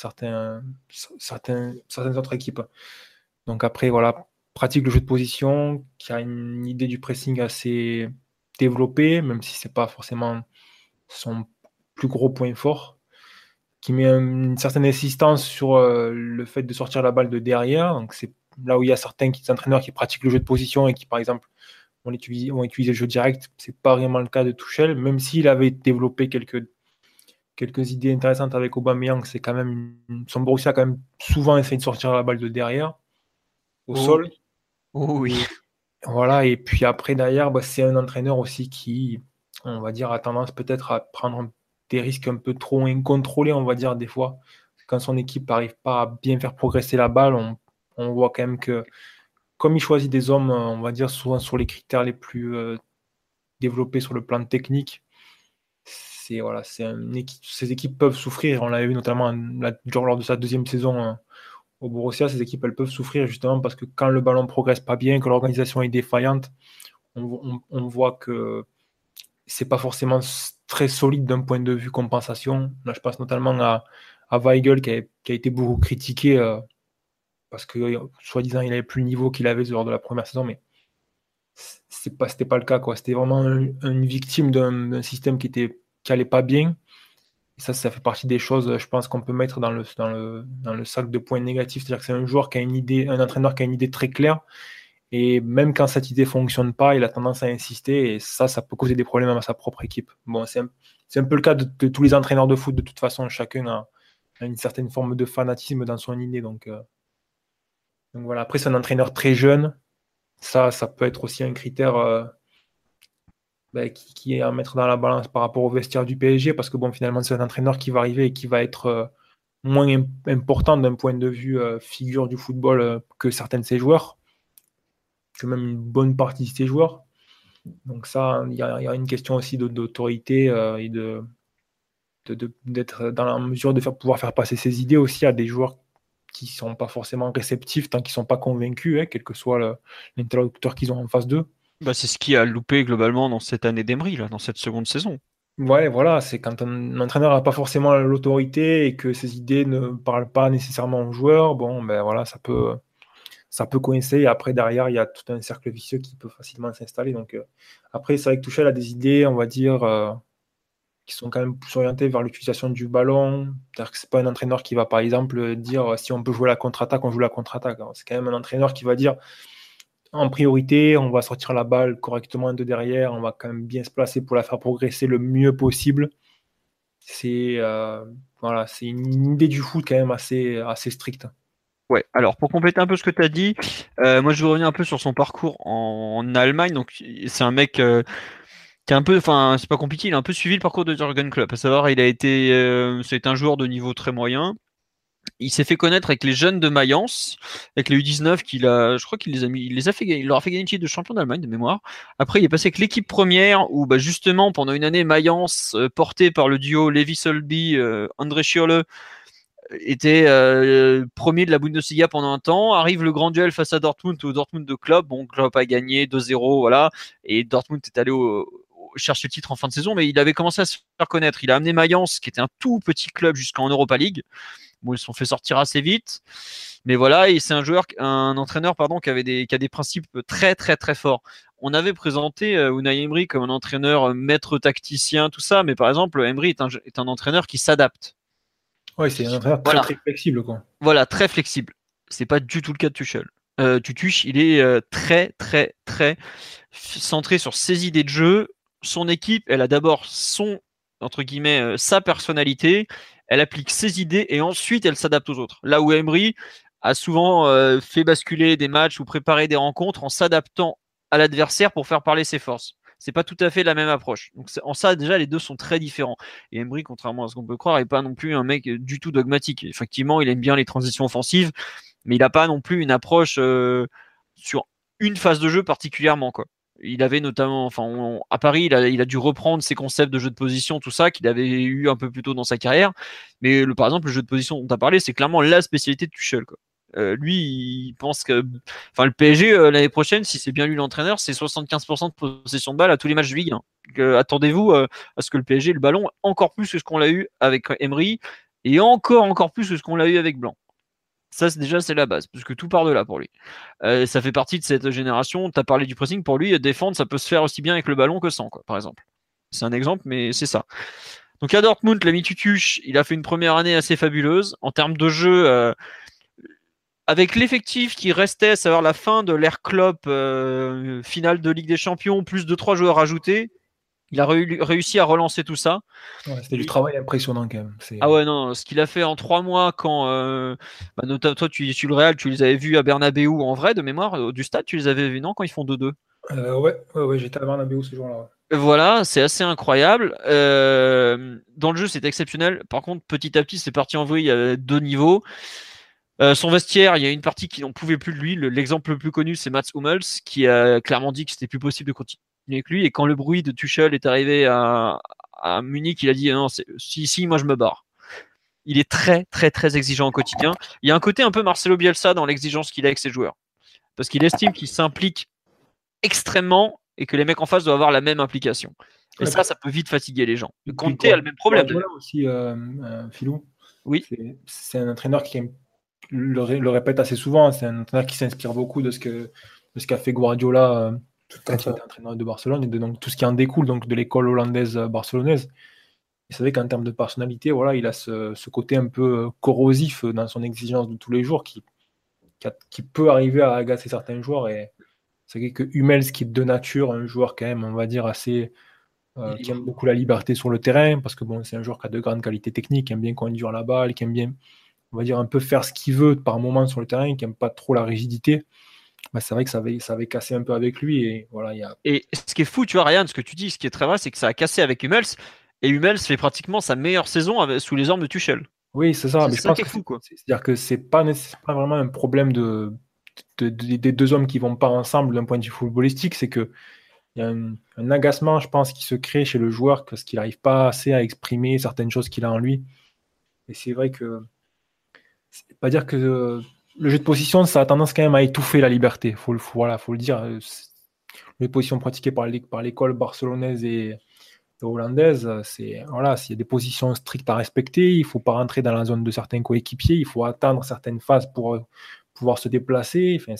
certaines autres équipes. Donc après, voilà, pratique le jeu de position, qui a une idée du pressing assez développée, même si c'est pas forcément son plus gros point fort, qui met une certaine insistance sur le fait de sortir la balle de derrière. Donc c'est là où il y a certains entraîneurs qui pratiquent le jeu de position et qui, par exemple, vont utiliser le jeu direct. C'est pas vraiment le cas de Tuchel, même s'il avait développé quelques idées intéressantes avec Aubameyang. C'est quand même son Borussia a quand même souvent essayé de sortir la balle de derrière au sol. Oh oui. Voilà, et puis après derrière, c'est un entraîneur aussi qui, on va dire, a tendance peut-être à prendre des risques un peu trop incontrôlés, on va dire, des fois. Quand son équipe n'arrive pas à bien faire progresser la balle, on voit quand même que, comme il choisit des hommes, on va dire, souvent sur les critères les plus développés sur le plan technique, ces équipes peuvent souffrir. On l'avait vu notamment lors de sa deuxième saison au Borussia, ces équipes elles peuvent souffrir justement parce que quand le ballon progresse pas bien, que l'organisation est défaillante, on voit que c'est pas forcément très solide d'un point de vue compensation. Là, je pense notamment à Weigl qui a été beaucoup critiqué parce que soi-disant il avait plus le niveau qu'il avait lors de la première saison, mais c'était pas le cas, quoi. C'était vraiment une victime d'un système qui allait pas bien. Et ça fait partie des choses, je pense, qu'on peut mettre dans le sac de points négatifs. C'est-à-dire que c'est un joueur qui a une idée, un entraîneur qui a une idée très claire. Et même quand cette idée ne fonctionne pas, il a tendance à insister. Et ça peut causer des problèmes à sa propre équipe. Bon, c'est un peu le cas de tous les entraîneurs de foot. De toute façon, chacun a une certaine forme de fanatisme dans son idée. Donc voilà. Après, c'est un entraîneur très jeune. Ça peut être aussi un critère qui est à mettre dans la balance par rapport au vestiaire du PSG, parce que finalement, c'est un entraîneur qui va arriver et qui va être moins important d'un point de vue figure du football que certains de ses joueurs, que même une bonne partie de ses joueurs. Donc ça, il y a une question aussi d'autorité et d'être dans la mesure de pouvoir faire passer ses idées aussi à des joueurs qui ne sont pas forcément réceptifs tant qu'ils ne sont pas convaincus, quel que soit l'interlocuteur qu'ils ont en face d'eux. C'est ce qui a loupé globalement dans cette année d'Emery, là, dans cette seconde saison. Ouais, voilà, c'est quand un entraîneur n'a pas forcément l'autorité et que ses idées ne parlent pas nécessairement aux joueurs, voilà, ça peut coincer. Et après, derrière, il y a tout un cercle vicieux qui peut facilement s'installer. Donc, après, c'est vrai que Tuchel a des idées, on va dire, qui sont quand même plus orientées vers l'utilisation du ballon. C'est-à-dire que c'est pas un entraîneur qui va, par exemple, dire si on peut jouer la contre-attaque, on joue la contre-attaque. C'est quand même un entraîneur qui va dire en priorité, on va sortir la balle correctement de derrière, on va quand même bien se placer pour la faire progresser le mieux possible. C'est une idée du foot quand même assez stricte. Ouais, alors pour compléter un peu ce que tu as dit, moi je veux revenir un peu sur son parcours en Allemagne. Donc c'est un mec qui est un peu, enfin c'est pas compliqué, il a un peu suivi le parcours de Jürgen Klopp. À savoir, c'est un joueur de niveau très moyen. Il s'est fait connaître avec les jeunes de Mayence, avec les U19 je crois qu'il les a mis, il leur a fait gagner une titre de champion d'Allemagne de mémoire. Après, il est passé avec l'équipe première où, justement, pendant une année, Mayence, porté par le duo Levi Solby, André Schürrle, était premier de la Bundesliga pendant un temps. Arrive le grand duel face à Dortmund, au Dortmund de Klopp. Bon, Klopp a gagné 2-0, voilà. Et Dortmund est allé chercher le titre en fin de saison, mais il avait commencé à se faire connaître. Il a amené Mayence, qui était un tout petit club, jusqu'en Europa League. Bon, ils se sont fait sortir assez vite, mais voilà, et c'est un entraîneur qui a des principes très très très forts. On avait présenté Unai Emery comme un entraîneur maître tacticien, tout ça, mais par exemple, Emery est un entraîneur qui s'adapte. Oui, c'est un entraîneur très, très flexible, quoi. Voilà, très flexible. C'est pas du tout le cas de Tuchel. Tuchel, il est très très très centré sur ses idées de jeu. Son équipe, elle a d'abord entre guillemets, sa personnalité. Elle applique ses idées et ensuite elle s'adapte aux autres. Là où Emery a souvent fait basculer des matchs ou préparé des rencontres en s'adaptant à l'adversaire pour faire parler ses forces. C'est pas tout à fait la même approche. Donc en ça, déjà, les deux sont très différents. Et Emery, contrairement à ce qu'on peut croire, n'est pas non plus un mec du tout dogmatique. Effectivement, il aime bien les transitions offensives, mais il n'a pas non plus une approche sur une phase de jeu particulièrement, quoi. Il avait notamment, à Paris, il a dû reprendre ses concepts de jeu de position, tout ça, qu'il avait eu un peu plus tôt dans sa carrière. Mais par exemple, le jeu de position dont tu as parlé, c'est clairement la spécialité de Tuchel, quoi. Lui, il pense que, le PSG l'année prochaine, si c'est bien lui l'entraîneur, c'est 75% de possession de balle à tous les matchs de Ligue 1. Attendez-vous à ce que le PSG ait le ballon encore plus que ce qu'on l'a eu avec Emery et encore plus que ce qu'on l'a eu avec Blanc. Ça, c'est la base, parce que tout part de là pour lui. Ça fait partie de cette génération. Tu as parlé du pressing, pour lui, défendre, ça peut se faire aussi bien avec le ballon que sans, quoi, par exemple. C'est un exemple, mais c'est ça. Donc à Dortmund, l'ami Tutuche, il a fait une première année assez fabuleuse. En termes de jeu, avec l'effectif qui restait, à savoir la fin de l'ère Klopp, finale de Ligue des Champions, plus de 3 joueurs ajoutés, il a réussi à relancer tout ça. Ouais, c'était du travail impressionnant quand même. Ah ouais, non, ce qu'il a fait en 3 mois quand, notamment toi, tu le Real, tu les avais vus à Bernabeu en vrai, de mémoire, du stade, tu les avais vus, non, quand ils font 2-2 Ouais, j'étais à Bernabeu ce jour-là. Ouais. Voilà, c'est assez incroyable. Dans le jeu, c'est exceptionnel. Par contre, petit à petit, c'est parti en vrille. Il y avait 2 niveaux. Son vestiaire, il y a une partie qui n'en pouvait plus de lui. L'exemple le plus connu, c'est Mats Hummels, qui a clairement dit que c'était plus possible de continuer avec lui. Et quand le bruit de Tuchel est arrivé à Munich, il a dit non, si, moi je me barre. Il est très, très, très exigeant au quotidien. Il y a un côté un peu Marcelo Bielsa dans l'exigence qu'il a avec ses joueurs. Parce qu'il estime qu'il s'implique extrêmement et que les mecs en face doivent avoir la même implication. Et ça peut vite fatiguer les gens. Conte a le même problème. Voilà aussi, Philou. Oui. C'est un entraîneur qui le répète assez souvent. C'est un entraîneur qui s'inspire beaucoup de ce qu'a fait Guardiola quand il était entraîneur de Barcelone et de donc, tout ce qui en découle, donc de l'école hollandaise barcelonaise. Et c'est vrai qu'en termes de personnalité, voilà, il a ce côté un peu corrosif dans son exigence de tous les jours qui peut arriver à agacer certains joueurs. Et c'est vrai que Hummels, qui est de nature un joueur quand même, on va dire, assez qui aime beaucoup la liberté sur le terrain, parce que bon, c'est un joueur qui a de grandes qualités techniques, qui aime bien conduire la balle, qui aime bien, on va dire, un peu faire ce qu'il veut par moment sur le terrain, qui n'aime pas trop la rigidité. Bah, c'est vrai que ça avait cassé un peu avec lui. Et, voilà, et ce qui est fou, tu vois, Ryan, ce que tu dis, ce qui est très vrai, c'est que ça a cassé avec Hummels. Et Hummels fait pratiquement sa meilleure saison sous les ordres de Tuchel. Oui, c'est ça. Mais c'est ça qui est fou, quoi. C'est-à-dire que c'est pas vraiment un problème des deux hommes qui vont pas ensemble d'un point de vue footballistique. C'est que il y a un agacement, je pense, qui se crée chez le joueur parce qu'il n'arrive pas assez à exprimer certaines choses qu'il a en lui. Et c'est vrai que c'est pas dire que le jeu de position, ça a tendance quand même à étouffer la liberté. Faut le dire. Le jeu de position pratiqué par l'école barcelonaise et hollandaise, s'il y a des positions strictes à respecter, il ne faut pas rentrer dans la zone de certains coéquipiers, il faut atteindre certaines phases pour pouvoir se déplacer. Enfin,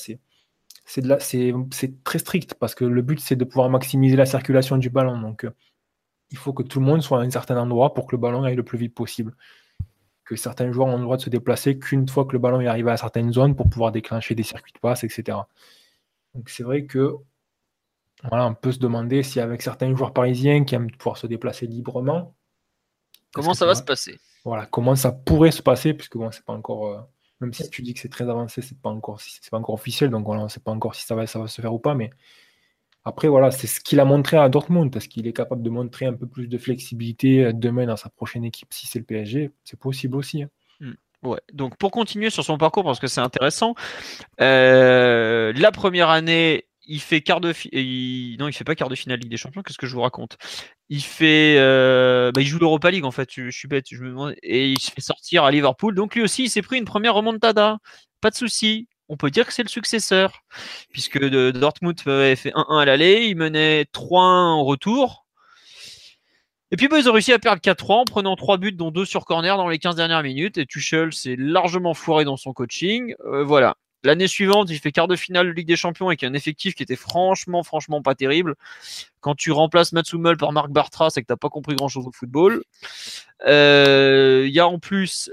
c'est très strict parce que le but, c'est de pouvoir maximiser la circulation du ballon. Donc, il faut que tout le monde soit à un certain endroit pour que le ballon aille le plus vite possible. Que certains joueurs ont le droit de se déplacer qu'une fois que le ballon est arrivé à certaines zones pour pouvoir déclencher des circuits de passe, etc. Donc, c'est vrai que on peut se demander si avec certains joueurs parisiens qui aiment pouvoir se déplacer librement, comment ça va se passer ? Voilà, comment ça pourrait se passer, puisque bon, c'est pas encore, même si tu dis que c'est très avancé, c'est pas encore officiel, donc voilà, on ne sait pas encore si ça va se faire ou pas, mais après voilà, c'est ce qu'il a montré à Dortmund, parce qu'il est capable de montrer un peu plus de flexibilité demain dans sa prochaine équipe, si c'est le PSG, c'est possible aussi. Hein. Ouais. Donc pour continuer sur son parcours, parce que c'est intéressant, la première année, il fait non, il fait pas quart de finale Ligue des Champions. Qu'est-ce que je vous raconte ? Il fait, il joue l'Europa League en fait. Je suis bête, je me demande. Et il se fait sortir à Liverpool. Donc lui aussi, il s'est pris une première remontada. Pas de souci. On peut dire que c'est le successeur, puisque Dortmund avait fait 1-1 à l'aller, il menait 3-1 en retour. Et puis ils ont réussi à perdre 4-3 en prenant 3 buts, dont 2 sur corner dans les 15 dernières minutes. Et Tuchel s'est largement foiré dans son coaching. Voilà. L'année suivante, il fait quart de finale de Ligue des Champions avec un effectif qui était franchement pas terrible. Quand tu remplaces Mats Hummels par Marc Bartra, c'est que t'as pas compris grand-chose au football. Il y a en plus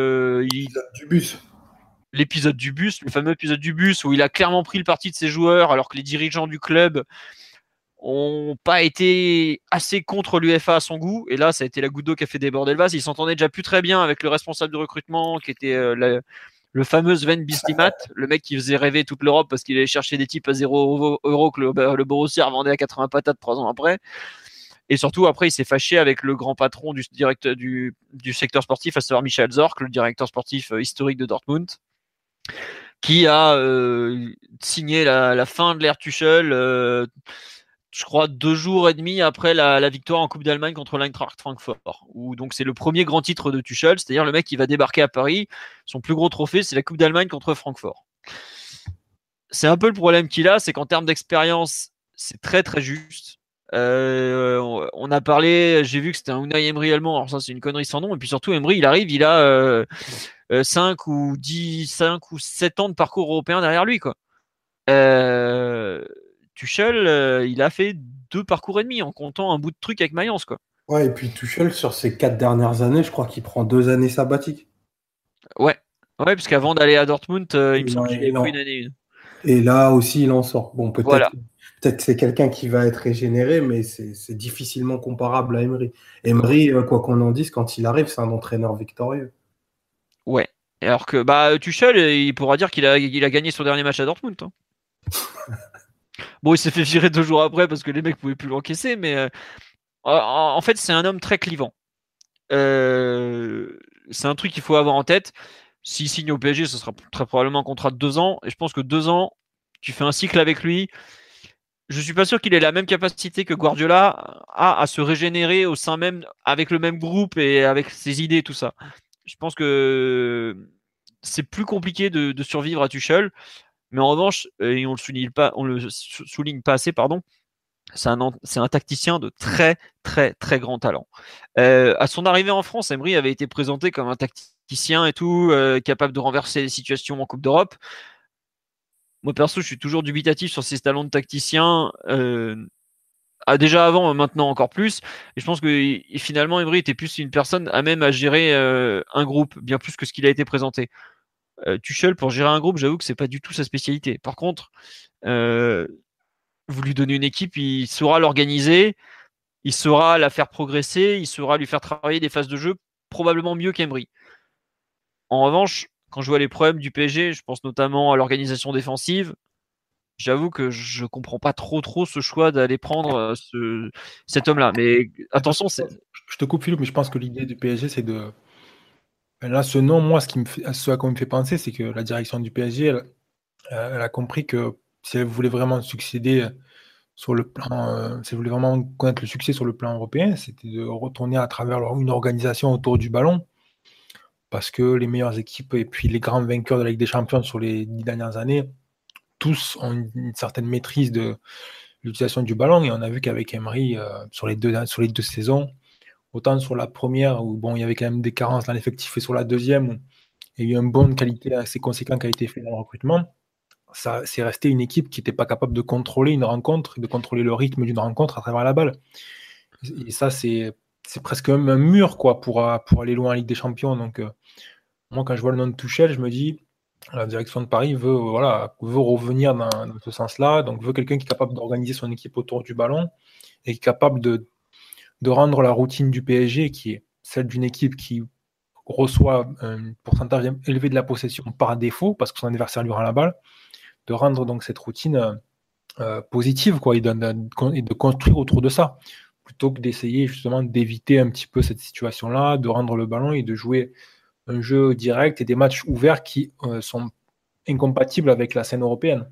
l'épisode du bus, le fameux épisode du bus où il a clairement pris le parti de ses joueurs alors que les dirigeants du club ont pas été assez contre l'UEFA à son goût. Et là, ça a été la goutte d'eau qui a fait déborder le vase. Il s'entendait déjà plus très bien avec le responsable de recrutement qui était le fameux Sven Bislimat, le mec qui faisait rêver toute l'Europe parce qu'il allait chercher des types à 0 € que le Borussia revendait à 80 patates 3 ans après. Et surtout, après, il s'est fâché avec le grand patron du secteur sportif, à savoir Michael Zorc, le directeur sportif historique de Dortmund, qui a signé la fin de l'ère Tuchel je crois 2 jours et demi après la victoire en Coupe d'Allemagne contre l'Eintracht Francfort, où donc c'est le premier grand titre de Tuchel, c'est-à-dire le mec qui va débarquer à Paris, son plus gros trophée, c'est la Coupe d'Allemagne contre Francfort. C'est un peu le problème qu'il a, c'est qu'en termes d'expérience, c'est très très juste. On a parlé, j'ai vu que c'était un Unai Emery allemand, alors ça c'est une connerie sans nom, et puis surtout Emery, il arrive, il a 5 ou 7 ans de parcours européen derrière lui, quoi. Tuchel, il a fait 2 parcours et demi en comptant un bout de truc avec Mayence, quoi. Ouais, et puis Tuchel, sur ces 4 dernières années, je crois qu'il prend 2 années sabbatiques. Ouais, parce qu'avant d'aller à Dortmund, il me semble qu'il avait Non. pris une année. Et là aussi, il en sort. Bon, Voilà. peut-être que c'est quelqu'un qui va être régénéré, mais c'est difficilement comparable à Emery. Emery, quoi qu'on en dise, quand il arrive, c'est un entraîneur victorieux. Ouais. Alors que Tuchel, il pourra dire qu'il a gagné son dernier match à Dortmund. Hein. Bon, il s'est fait virer 2 jours après parce que les mecs pouvaient plus l'encaisser, mais en fait, c'est un homme très clivant. C'est un truc qu'il faut avoir en tête. S'il signe au PSG, ce sera très probablement un contrat de 2 ans. Et je pense que 2 ans, tu fais un cycle avec lui. Je suis pas sûr qu'il ait la même capacité que Guardiola à se régénérer au sein même, avec le même groupe et avec ses idées, tout ça. Je pense que c'est plus compliqué de survivre à Tuchel. Mais en revanche, et on le souligne pas assez, pardon, c'est un tacticien de très très très grand talent. À son arrivée en France, Emery avait été présenté comme un tacticien et tout, capable de renverser les situations en Coupe d'Europe. Moi perso, je suis toujours dubitatif sur ses talents de tacticien. Déjà avant, maintenant encore plus. Et je pense que finalement, Emery était plus une personne à même à gérer un groupe, bien plus que ce qu'il a été présenté. Tuchel, pour gérer un groupe, j'avoue que c'est pas du tout sa spécialité. Par contre, vous lui donnez une équipe, il saura l'organiser, il saura la faire progresser, il saura lui faire travailler des phases de jeu probablement mieux qu'Emery. En revanche, quand je vois les problèmes du PSG, je pense notamment à l'organisation défensive, j'avoue que je comprends pas trop ce choix d'aller prendre cet homme-là. Mais attention, je te coupe Philippe, mais je pense que l'idée du PSG, c'est de... Là, ce nom, moi, ce à quoi il me fait penser, c'est que la direction du PSG, elle a compris que si elle voulait vraiment succéder sur le plan, si elle voulait vraiment connaître le succès sur le plan européen, c'était de retourner à travers une organisation autour du ballon, parce que les meilleures équipes et puis les grands vainqueurs de la Ligue des Champions sur les 10 dernières années, tous ont une certaine maîtrise de l'utilisation du ballon, et on a vu qu'avec Emery, sur les 2 saisons, autant sur la première, où bon, il y avait quand même des carences dans l'effectif, et sur la deuxième, où il y a eu une bonne qualité assez conséquente qui a été faite dans le recrutement, ça c'est resté une équipe qui n'était pas capable de contrôler une rencontre, de contrôler le rythme d'une rencontre à travers la balle. Et ça, c'est presque un mur quoi, pour aller loin en Ligue des Champions. Donc, moi, quand je vois le nom de Tuchel, je me dis, la direction de Paris veut revenir dans ce sens-là, donc veut quelqu'un qui est capable d'organiser son équipe autour du ballon et qui est capable de rendre la routine du PSG, qui est celle d'une équipe qui reçoit un pourcentage élevé de la possession par défaut, parce que son adversaire lui rend la balle, de rendre donc cette routine positive, quoi, et de construire autour de ça, plutôt que d'essayer justement d'éviter un petit peu cette situation-là, de rendre le ballon et de jouer un jeu direct et des matchs ouverts qui sont incompatibles avec la scène européenne.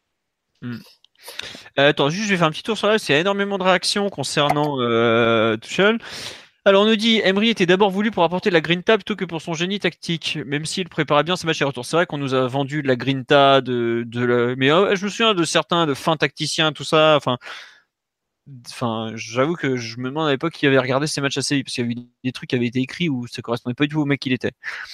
Attends, juste je vais faire un petit tour sur là, parce qu'il y a énormément de réactions concernant Tuchel. Alors on nous dit, Emery était d'abord voulu pour apporter de la grinta plutôt que pour son génie tactique, même s'il préparait bien ses matchs et retours. C'est vrai qu'on nous a vendu de la grinta, mais je me souviens de certains, de fins tacticiens, tout ça. Enfin, j'avoue que je me demande à l'époque qui avait regardé ces matchs assez, parce qu'il y avait eu des trucs qui avaient été écrits où ça correspondait pas du tout au mec qu'il était.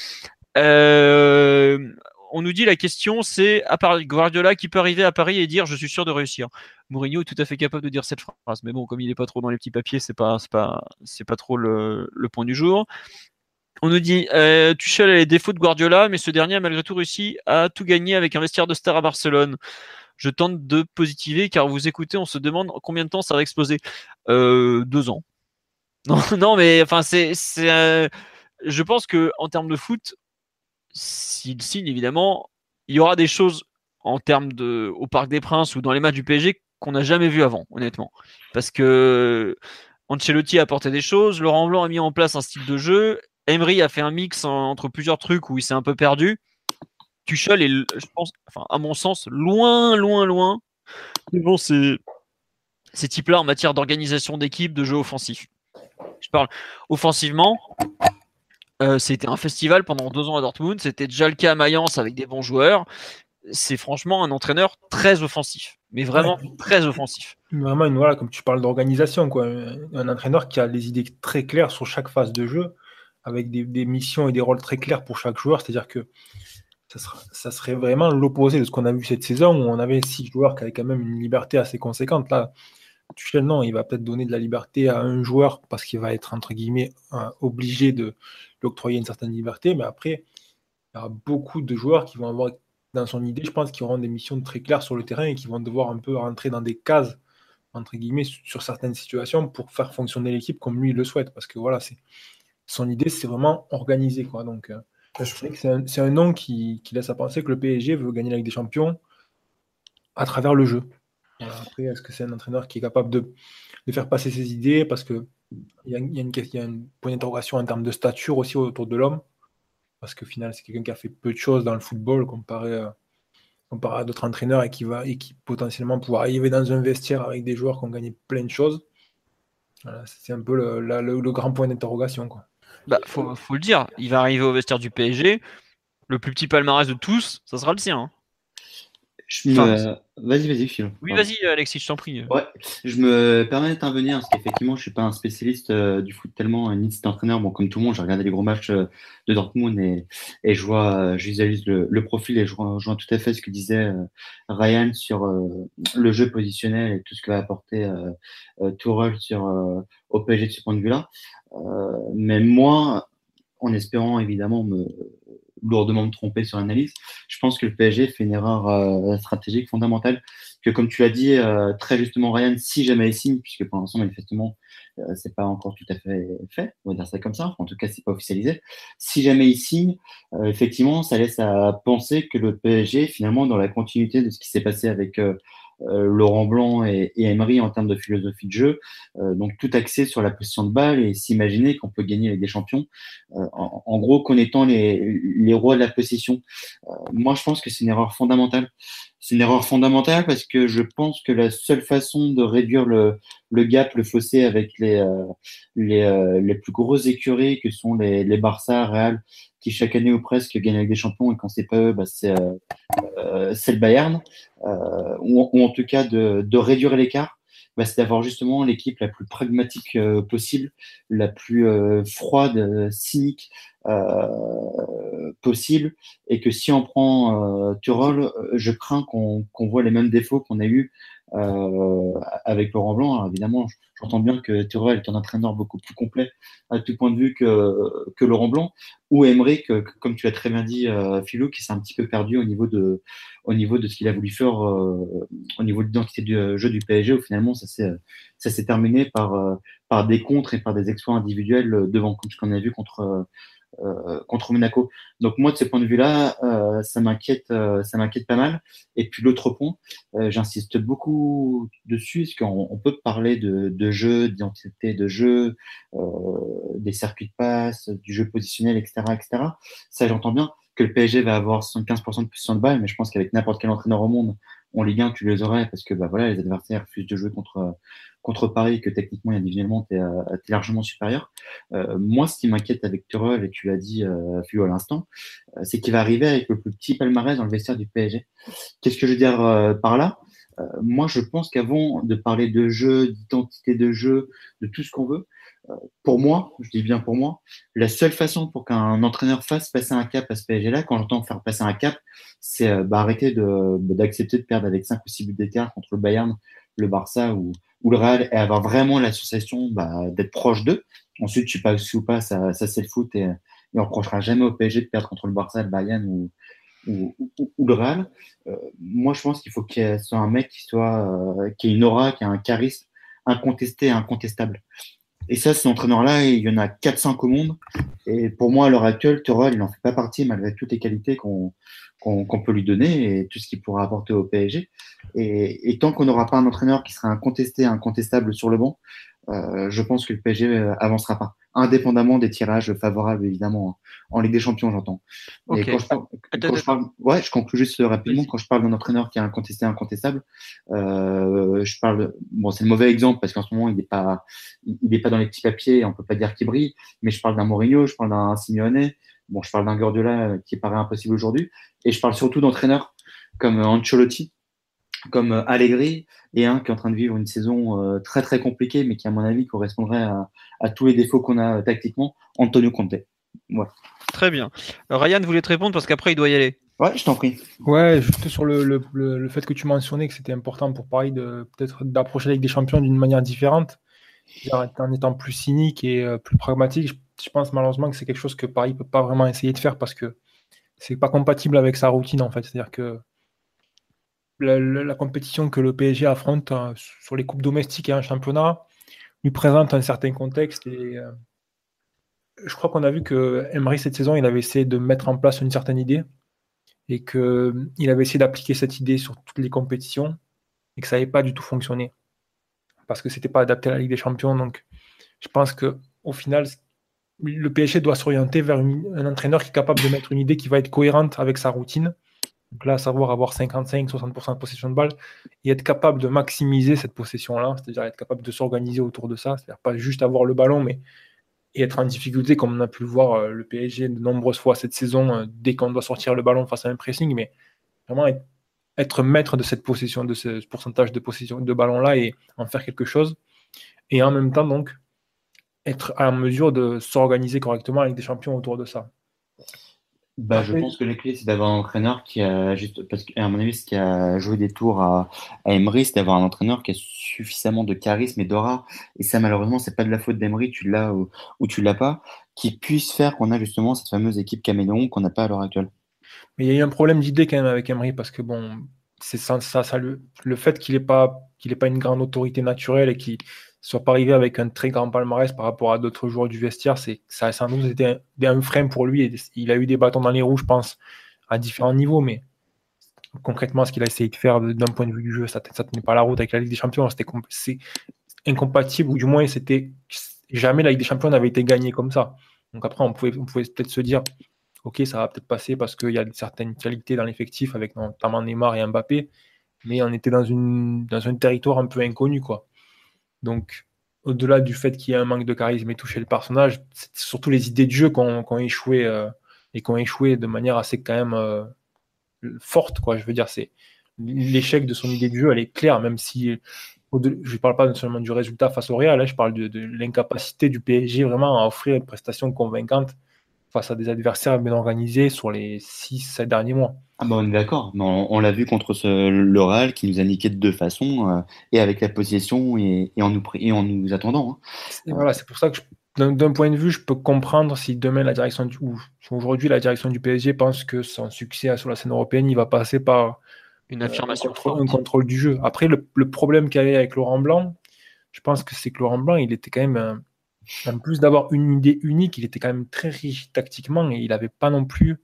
On nous dit la question, c'est à part Guardiola qui peut arriver à Paris et dire je suis sûr de réussir. Mourinho est tout à fait capable de dire cette phrase, mais bon, comme il est pas trop dans les petits papiers, c'est pas trop le point du jour. On nous dit Tuchel a les défauts de Guardiola, mais ce dernier a malgré tout réussi à tout gagner avec un vestiaire de star à Barcelone. Je tente de positiver car vous écoutez, on se demande combien de temps ça va exploser. 2 ans. Non, mais enfin je pense que en termes de foot, s'il signe, évidemment, il y aura des choses en termes au Parc des Princes ou dans les matchs du PSG qu'on n'a jamais vu avant, honnêtement. Parce que Ancelotti a apporté des choses, Laurent Blanc a mis en place un style de jeu, Emery a fait un mix entre plusieurs trucs où il s'est un peu perdu. Tuchel est, je pense, enfin, à mon sens, loin devant ces types-là en matière d'organisation d'équipe, de jeu offensif. Je parle offensivement. C'était un festival pendant 2 ans à Dortmund. C'était déjà le cas à Mayence avec des bons joueurs. C'est franchement un entraîneur très offensif, mais vraiment très offensif. Vraiment, voilà, comme tu parles d'organisation, quoi. Un entraîneur qui a les idées très claires sur chaque phase de jeu, avec des missions et des rôles très clairs pour chaque joueur. C'est-à-dire que ça serait vraiment l'opposé de ce qu'on a vu cette saison, où on avait 6 joueurs qui avaient quand même une liberté assez conséquente. Là, Tuchel, non, il va peut-être donner de la liberté à un joueur parce qu'il va être, entre guillemets, obligé de lui octroyer une certaine liberté, mais après, il y aura beaucoup de joueurs qui vont avoir, dans son idée, je pense, qui auront des missions très claires sur le terrain et qui vont devoir un peu rentrer dans des cases, entre guillemets, sur certaines situations pour faire fonctionner l'équipe comme lui il le souhaite. Parce que voilà, son idée, c'est vraiment organiser, quoi. Donc, je dirais que c'est un nom qui laisse à penser que le PSG veut gagner la Ligue des Champions à travers le jeu. Voilà. Après, est-ce que c'est un entraîneur qui est capable de faire passer ses idées? Parce qu'il y a une point d'interrogation en termes de stature aussi autour de l'homme. Parce qu'au final, c'est quelqu'un qui a fait peu de choses dans le football comparé à d'autres entraîneurs et qui potentiellement pourra arriver dans un vestiaire avec des joueurs qui ont gagné plein de choses. Voilà, c'est un peu le grand point d'interrogation, quoi. Bah, faut le dire, il va arriver au vestiaire du PSG. Le plus petit palmarès de tous, ça sera le sien. Hein. Vas-y, Phil. Oui, vas-y, Alexis, je t'en prie. Ouais, je me permets d'intervenir parce qu'effectivement, je suis pas un spécialiste du foot tellement, ni de cet entraîneur. Bon, comme tout le monde, j'ai regardé les gros matchs de Dortmund et je visualise le profil et je rejoins tout à fait ce que disait Ryan sur le jeu positionnel et tout ce que va apporter Tuchel au PSG de ce point de vue-là. Mais moi, en espérant évidemment lourdement me tromper sur l'analyse, je pense que le PSG fait une erreur stratégique fondamentale que, comme tu l'as dit très justement, Ryan, si jamais il signe, puisque pour l'instant manifestement c'est pas encore tout à fait fait, on va dire ça comme ça, en tout cas c'est pas officialisé, si jamais il signe, effectivement ça laisse à penser que le PSG finalement dans la continuité de ce qui s'est passé avec Laurent Blanc et Emery en termes de philosophie de jeu, donc tout axé sur la position de balle et s'imaginer qu'on peut gagner avec des champions en gros qu'en étant les rois de la possession. Moi je pense que c'est une erreur fondamentale. C'est une erreur fondamentale parce que je pense que la seule façon de réduire le gap, le fossé avec les plus grosses écuries que sont les Barça, Real, qui chaque année ou presque gagnent avec des champions et quand c'est pas eux, c'est le Bayern, ou en tout cas de réduire l'écart, c'est d'avoir justement l'équipe la plus pragmatique possible, la plus froide, cynique possible, et que si on prend Tuchel, je crains qu'on voit les mêmes défauts qu'on a eu avec Laurent Blanc. Alors évidemment, j'entends bien que Tuchel est un entraîneur beaucoup plus complet à tout point de vue que Laurent Blanc, ou Emery, comme tu l'as très bien dit, Philou, qui s'est un petit peu perdu au niveau de ce qu'il a voulu faire au niveau de l'identité du jeu du PSG, où finalement ça s'est terminé par des contres et par des exploits individuels devant, comme ce qu'on a vu contre Monaco. Donc moi de ce point de vue-là, ça m'inquiète pas mal. Et puis l'autre point, j'insiste beaucoup dessus, parce qu'on peut parler de jeu, d'identité de jeu, des circuits de passe, du jeu positionnel, etc., etc. Ça, j'entends bien que le PSG va avoir 75% de possession de balle, mais je pense qu'avec n'importe quel entraîneur au monde, en Ligue 1, tu les aurais, parce que les adversaires refusent de jouer contre Paris, que techniquement et individuellement, tu es largement supérieur. Moi, ce qui m'inquiète avec Tuchel, et tu l'as dit, Philo, à l'instant, c'est qu'il va arriver avec le plus petit palmarès dans le vestiaire du PSG. Qu'est-ce que je veux dire par là? Moi, je pense qu'avant de parler de jeu, d'identité de jeu, de tout ce qu'on veut, pour moi, je dis bien pour moi, la seule façon pour qu'un entraîneur fasse passer un cap à ce PSG-là, quand j'entends faire passer un cap, c'est arrêter d'accepter de perdre avec 5 ou 6 buts d'écart contre le Bayern, le Barça ou le Real, et avoir vraiment l'association d'être proche d'eux. Ensuite, je sais pas si ou pas, ça c'est le foot, et on reprochera jamais au PSG de perdre contre le Barça, le Bayern ou le Real. Moi, je pense qu'il faut qu'il soit un mec qui ait une aura, qui a un charisme incontesté et incontestable. Et ça, cet entraîneur-là, il y en a 4-5 au monde. Et pour moi, à l'heure actuelle, Tuchel, il n'en fait pas partie, malgré toutes les qualités qu'on peut lui donner et tout ce qu'il pourra apporter au PSG. Et tant qu'on n'aura pas un entraîneur qui sera incontesté, incontestable sur le banc, je pense que le PSG avancera pas, indépendamment des tirages favorables, évidemment, hein. En Ligue des Champions, j'entends. Et Ok. ouais, je conclue juste rapidement. Vas-y. Quand je parle d'un entraîneur qui est incontestable, je parle, bon, c'est le mauvais exemple parce qu'en ce moment, il n'est pas dans les petits papiers, on peut pas dire qu'il brille, mais je parle d'un Mourinho, je parle d'un Simeone, bon, je parle d'un Guardiola qui paraît impossible aujourd'hui, et je parle surtout d'entraîneurs comme Ancelotti, comme Allegri, et un qui est en train de vivre une saison très très compliquée, mais qui à mon avis correspondrait à tous les défauts qu'on a tactiquement, Antonio Conte. Ouais, Très bien. Ryan voulait te répondre parce qu'après il doit y aller. ouais, je t'en prie. Ouais, juste sur le fait que tu mentionnais que c'était important pour Paris de peut-être d'approcher la Ligue des Champions d'une manière différente, en étant plus cynique et plus pragmatique. Je pense malheureusement que c'est quelque chose que Paris peut pas vraiment essayer de faire parce que c'est pas compatible avec sa routine en fait. C'est-à-dire que la compétition que le PSG affronte sur les coupes domestiques et un championnat lui présente un certain contexte et je crois qu'on a vu que Emery cette saison il avait essayé de mettre en place une certaine idée et qu'il avait essayé d'appliquer cette idée sur toutes les compétitions et que ça n'avait pas du tout fonctionné parce que c'était pas adapté à la Ligue des Champions. Donc, je pense que au final, le PSG doit s'orienter vers un entraîneur qui est capable de mettre une idée qui va être cohérente avec sa routine. Donc là, à savoir avoir 55-60% de possession de balle et être capable de maximiser cette possession-là, c'est-à-dire être capable de s'organiser autour de ça, c'est-à-dire pas juste avoir le ballon, mais et être en difficulté, comme on a pu le voir le PSG de nombreuses fois cette saison, dès qu'on doit sortir le ballon face à un pressing, mais vraiment être maître de cette possession, de ce pourcentage de possession de ballon-là et en faire quelque chose. Et en même temps, donc, être en mesure de s'organiser correctement avec des champions autour de ça. Bah, je Après, pense que la clé, c'est d'avoir un entraîneur qui a juste, parce qu'à mon avis, ce qui a joué des tours à Emery, c'est d'avoir un entraîneur qui a suffisamment de charisme et d'aura. Et ça, malheureusement, c'est pas de la faute d'Emery, tu l'as ou tu l'as pas, qui puisse faire qu'on a justement cette fameuse équipe caméléon qu'on n'a pas à l'heure actuelle. mais il y a eu un problème d'idée quand même avec Emery parce que bon, c'est le fait qu'il ait pas une grande autorité naturelle et qu'il soit pas arrivé avec un très grand palmarès par rapport à d'autres joueurs du vestiaire, ça a sans doute été un frein pour lui. Et il a eu des bâtons dans les roues, je pense, à différents niveaux, mais concrètement, ce qu'il a essayé de faire d'un point de vue du jeu, ça tenait pas la route avec la Ligue des Champions. C'est incompatible, ou du moins, jamais la Ligue des Champions n'avait été gagnée comme ça. Donc après, on pouvait peut-être se dire, ok, ça va peut-être passer parce qu'il y a certaines qualités dans l'effectif, avec notamment Neymar et Mbappé, mais on était dans un territoire un peu inconnu, quoi. Donc, au-delà du fait qu'il y ait un manque de charisme et toucher le personnage, c'est surtout les idées de jeu qui ont échoué et qui ont échoué de manière assez quand même forte, quoi. Je veux dire, c'est l'échec de son idée de jeu, elle est claire, même si je ne parle pas seulement du résultat face au Real, hein, je parle de l'incapacité du PSG vraiment à offrir une prestation convaincante face à des adversaires bien organisés sur les 6-7 derniers mois. Ah bah on est d'accord, mais on l'a vu contre le Real qui nous a niqué de deux façons, et avec la possession et en nous attendant, Et hein. voilà, c'est pour ça que d'un point de vue, je peux comprendre si demain ou aujourd'hui la direction du PSG pense que son succès sur la scène européenne, il va passer par Une un affirmation un forte. contrôle du jeu. Après, le problème qu'il y avait avec Laurent Blanc, je pense que c'est que Laurent Blanc, il était quand même, en plus d'avoir une idée unique, il était quand même très riche tactiquement et il n'avait pas non plus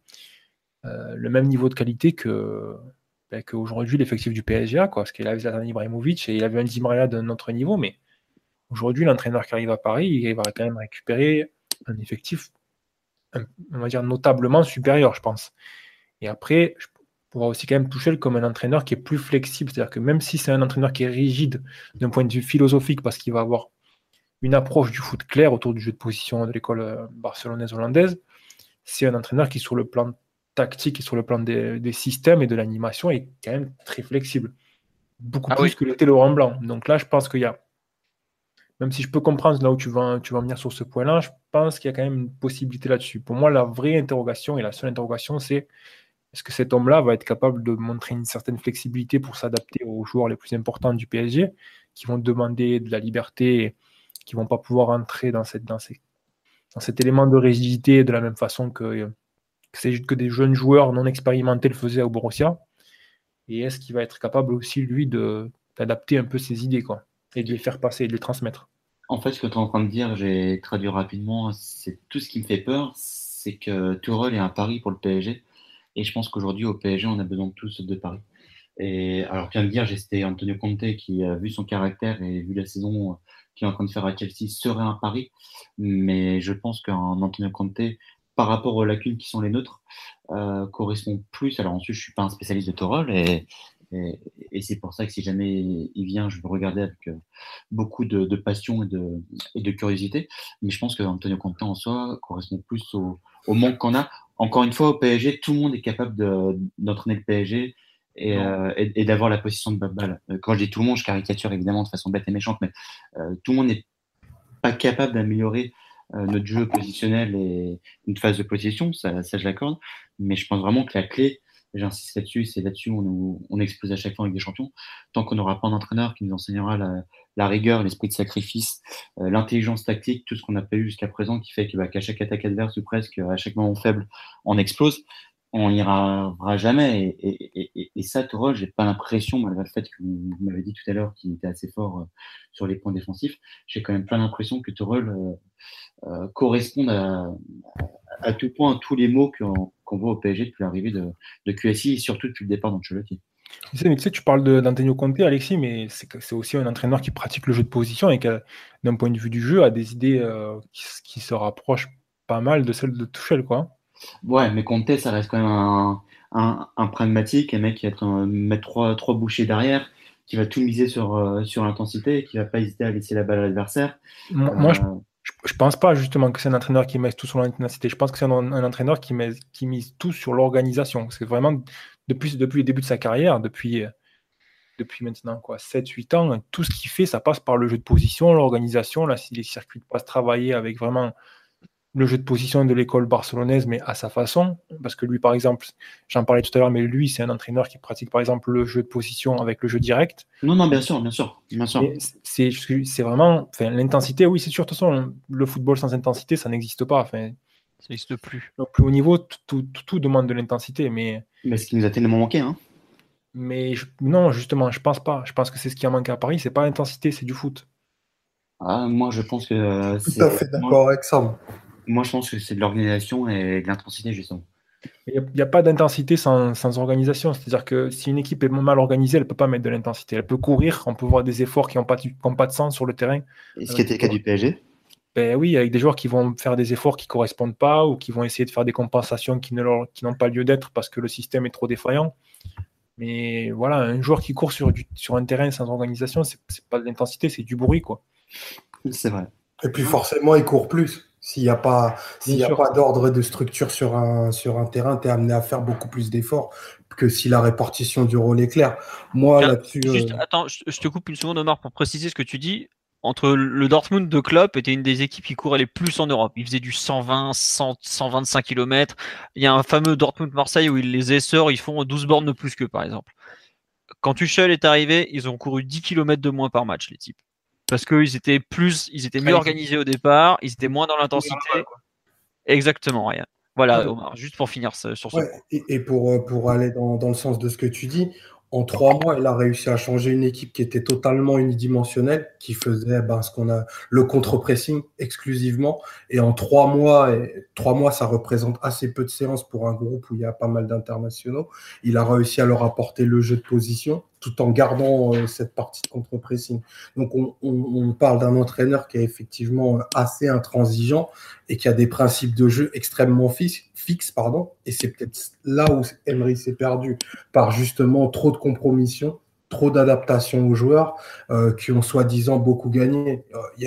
le même niveau de qualité qu'aujourd'hui l'effectif du PSG a, quoi. Parce qu'il avait Zlatan Ibrahimovic et il avait un Di Maria d'un autre niveau, mais aujourd'hui, l'entraîneur qui arrive à Paris, il va quand même récupérer un effectif, on va dire, notablement supérieur, je pense. Et après, je pourrais aussi quand même toucher comme un entraîneur qui est plus flexible. C'est-à-dire que même si c'est un entraîneur qui est rigide d'un point de vue philosophique, parce qu'il va avoir une approche du foot claire autour du jeu de position de l'école barcelonaise hollandaise, c'est un entraîneur qui, sur le plan tactique et sur le plan des systèmes et de l'animation, est quand même très flexible. Beaucoup Ah plus oui. que l'était Laurent Blanc. Donc là, je pense qu'il y a, même si je peux comprendre là où tu vas venir sur ce point-là, je pense qu'il y a quand même une possibilité là-dessus. Pour moi, la vraie interrogation et la seule interrogation, c'est est-ce que cet homme-là va être capable de montrer une certaine flexibilité pour s'adapter aux joueurs les plus importants du PSG, qui vont demander de la liberté, et qui ne vont pas pouvoir entrer dans cet élément de rigidité de la même façon que des jeunes joueurs non expérimentés le faisaient au Borussia. Et est-ce qu'il va être capable aussi, lui, d'adapter un peu ses idées, quoi, et de les faire passer et de les transmettre? En fait, ce que tu es en train de dire, j'ai traduit rapidement, c'est tout ce qui me fait peur, c'est que Tourelle est un pari pour le PSG. Et je pense qu'aujourd'hui, au PSG, on a besoin de tous de paris. Et alors, bien de dire, c'était Antonio Conte qui, vu son caractère et vu la saison qu'il est en train de faire à Chelsea, serait un pari. Mais je pense qu'un Antonio Conte, par rapport aux lacunes qui sont les nôtres, correspond plus. Alors ensuite, je suis pas un spécialiste de Tourelle et, et c'est pour ça que si jamais il vient, je vais le regarder avec beaucoup de passion et de curiosité. Mais je pense que Antonio Conte en soi correspond plus au manque qu'on a. Encore une fois, au PSG, tout le monde est capable d'entraîner le PSG et d'avoir la position de balle. Quand je dis tout le monde, je caricature évidemment de façon bête et méchante, mais tout le monde n'est pas capable d'améliorer notre jeu positionnel et une phase de possession, ça je l'accorde. Mais je pense vraiment que la clé, j'insiste là-dessus, c'est là-dessus où on explose à chaque fois avec des champions. Tant qu'on n'aura pas un entraîneur qui nous enseignera la rigueur, l'esprit de sacrifice, l'intelligence tactique, tout ce qu'on n'a pas eu jusqu'à présent, qui fait qu'à chaque attaque adverse ou presque, à chaque moment faible, on explose, on n'y arrivera jamais. Et ça, Tourelle, j'ai pas l'impression, malgré le fait que vous m'avez dit tout à l'heure qu'il était assez fort sur les points défensifs, j'ai quand même pas l'impression que Tourelle corresponde à tout point à tous les mots qu'on voit au PSG depuis l'arrivée de QSI et surtout depuis le départ d'Ancelotti. Tu sais, tu parles d'Antonio Conte, Alexis, mais c'est aussi un entraîneur qui pratique le jeu de position et qui, d'un point de vue du jeu, a des idées qui se rapprochent pas mal de celles de Tuchel, quoi. Ouais, mais Conte, ça reste quand même un pragmatique, un mec qui va mettre trois bouchées derrière, qui va tout miser sur l'intensité, qui va pas hésiter à laisser la balle à l'adversaire. Moi, je pense pas justement que c'est un entraîneur qui mise tout sur l'intensité. Je pense que c'est un entraîneur qui mise tout sur l'organisation. C'est vraiment depuis le début de sa carrière, depuis maintenant 7-8 ans, tout ce qu'il fait, ça passe par le jeu de position, l'organisation, les circuits de passe travaillés avec vraiment le jeu de position de l'école barcelonaise, mais à sa façon. Parce que lui, par exemple, j'en parlais tout à l'heure, mais lui, c'est un entraîneur qui pratique, par exemple, le jeu de position avec le jeu direct. Non, bien sûr. C'est vraiment... l'intensité, oui, c'est sûr. De toute façon, le football sans intensité, ça n'existe pas. Ça n'existe plus. Au plus haut niveau, tout demande de l'intensité, mais ce qui nous a tellement manqué, hein. Mais non, justement, je pense pas. Je pense que c'est ce qui a manqué à Paris. C'est pas l'intensité, c'est du foot. Ah, moi, je pense que tout à fait d'accord avec ça. Moi, je pense que c'est de l'organisation et de l'intensité, justement. Il n'y a pas d'intensité sans organisation. C'est-à-dire que si une équipe est mal organisée, elle ne peut pas mettre de l'intensité. Elle peut courir, on peut voir des efforts qui n'ont pas de sens sur le terrain. Et ce qui était le cas du PSG? Ben oui, avec des joueurs qui vont faire des efforts qui ne correspondent pas ou qui vont essayer de faire des compensations qui n'ont pas lieu d'être parce que le système est trop défaillant. Mais voilà, un joueur qui court sur un terrain sans organisation, c'est pas de l'intensité, c'est du bruit, quoi. C'est vrai. Et puis forcément, il court plus. S'il n'y a pas d'ordre et de structure sur un terrain, tu es amené à faire beaucoup plus d'efforts que si la répartition du rôle est claire. Moi, là-dessus... Attends, je te coupe une seconde, Omar, pour préciser ce que tu dis. Entre le Dortmund de Klopp était une des équipes qui courait les plus en Europe. Il faisait du 120, 125 km. Il y a un fameux Dortmund-Marseille où les essors, ils font 12 bornes de plus qu'eux, par exemple. Quand Tuchel est arrivé, ils ont couru 10 km de moins par match, les types. Parce qu'ils étaient mieux organisés au départ, ils étaient moins dans l'intensité. Exactement, rien. Voilà, Omar, juste pour finir sur ce point. Et pour aller dans le sens de ce que tu dis, en 3 mois, il a réussi à changer une équipe qui était totalement unidimensionnelle, qui faisait ce qu'on a le contre-pressing exclusivement. Et en 3 mois, ça représente assez peu de séances pour un groupe où il y a pas mal d'internationaux. Il a réussi à leur apporter le jeu de position tout en gardant cette partie de contre-pressing. Donc, on parle d'un entraîneur qui est effectivement assez intransigeant et qui a des principes de jeu extrêmement fixes. Et c'est peut-être là où Emery s'est perdu, par justement trop de compromission, trop d'adaptation aux joueurs qui ont soi-disant beaucoup gagné. Il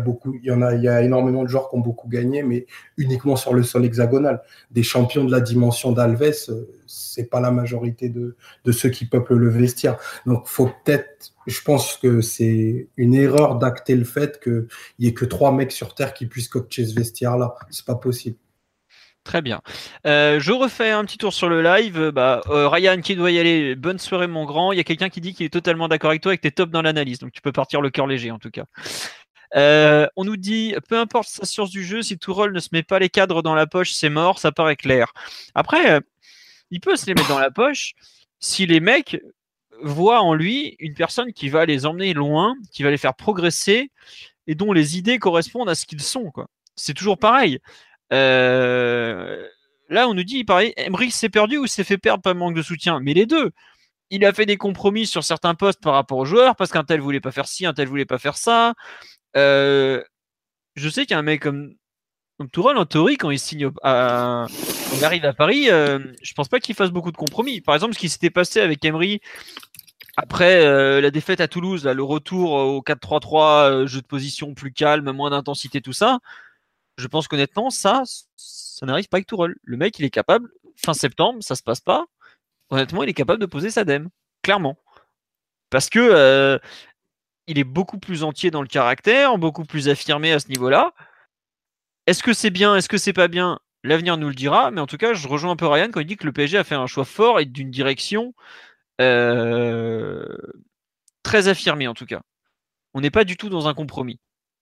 y a énormément de joueurs qui ont beaucoup gagné, mais uniquement sur le sol hexagonal. Des champions de la dimension d'Alves, c'est pas la majorité de ceux qui peuplent le vestiaire. Donc, je pense que c'est une erreur d'acter le fait qu'il n'y ait que 3 mecs sur Terre qui puissent coacher ce vestiaire-là. C'est pas possible. Très bien. Je refais un petit tour sur le live. Ryan qui doit y aller. Bonne soirée, mon grand. Il y a quelqu'un qui dit qu'il est totalement d'accord avec toi et que tu es top dans l'analyse. Donc, tu peux partir le cœur léger, en tout cas. On nous dit, peu importe sa source du jeu, si Tourelle ne se met pas les cadres dans la poche, c'est mort, ça paraît clair. Après, il peut se les mettre dans la poche si les mecs voient en lui une personne qui va les emmener loin, qui va les faire progresser et dont les idées correspondent à ce qu'ils sont, quoi. C'est toujours pareil. Là, on nous dit, pareil, Emery s'est perdu ou s'est fait perdre par manque de soutien. Mais les deux. il a fait des compromis sur certains postes par rapport aux joueurs parce qu'un tel voulait pas faire ci, un tel voulait pas faire ça. Je sais qu'il y a un mec comme Tourelle, en théorie, quand quand il arrive à Paris, je pense pas qu'il fasse beaucoup de compromis. Par exemple, ce qui s'était passé avec Emery après la défaite à Toulouse, là, le retour au 4-3-3, jeu de position plus calme, moins d'intensité, tout ça, je pense qu'honnêtement, ça n'arrive pas avec Tourelle. Le mec, il est capable, fin septembre, ça se passe pas. Honnêtement, il est capable de poser sa dème, clairement. Parce que il est beaucoup plus entier dans le caractère, beaucoup plus affirmé à ce niveau-là. Est-ce que c'est bien, est-ce que c'est pas bien? L'avenir nous le dira, mais en tout cas, je rejoins un peu Ryan quand il dit que le PSG a fait un choix fort et d'une direction très affirmée, en tout cas. On n'est pas du tout dans un compromis.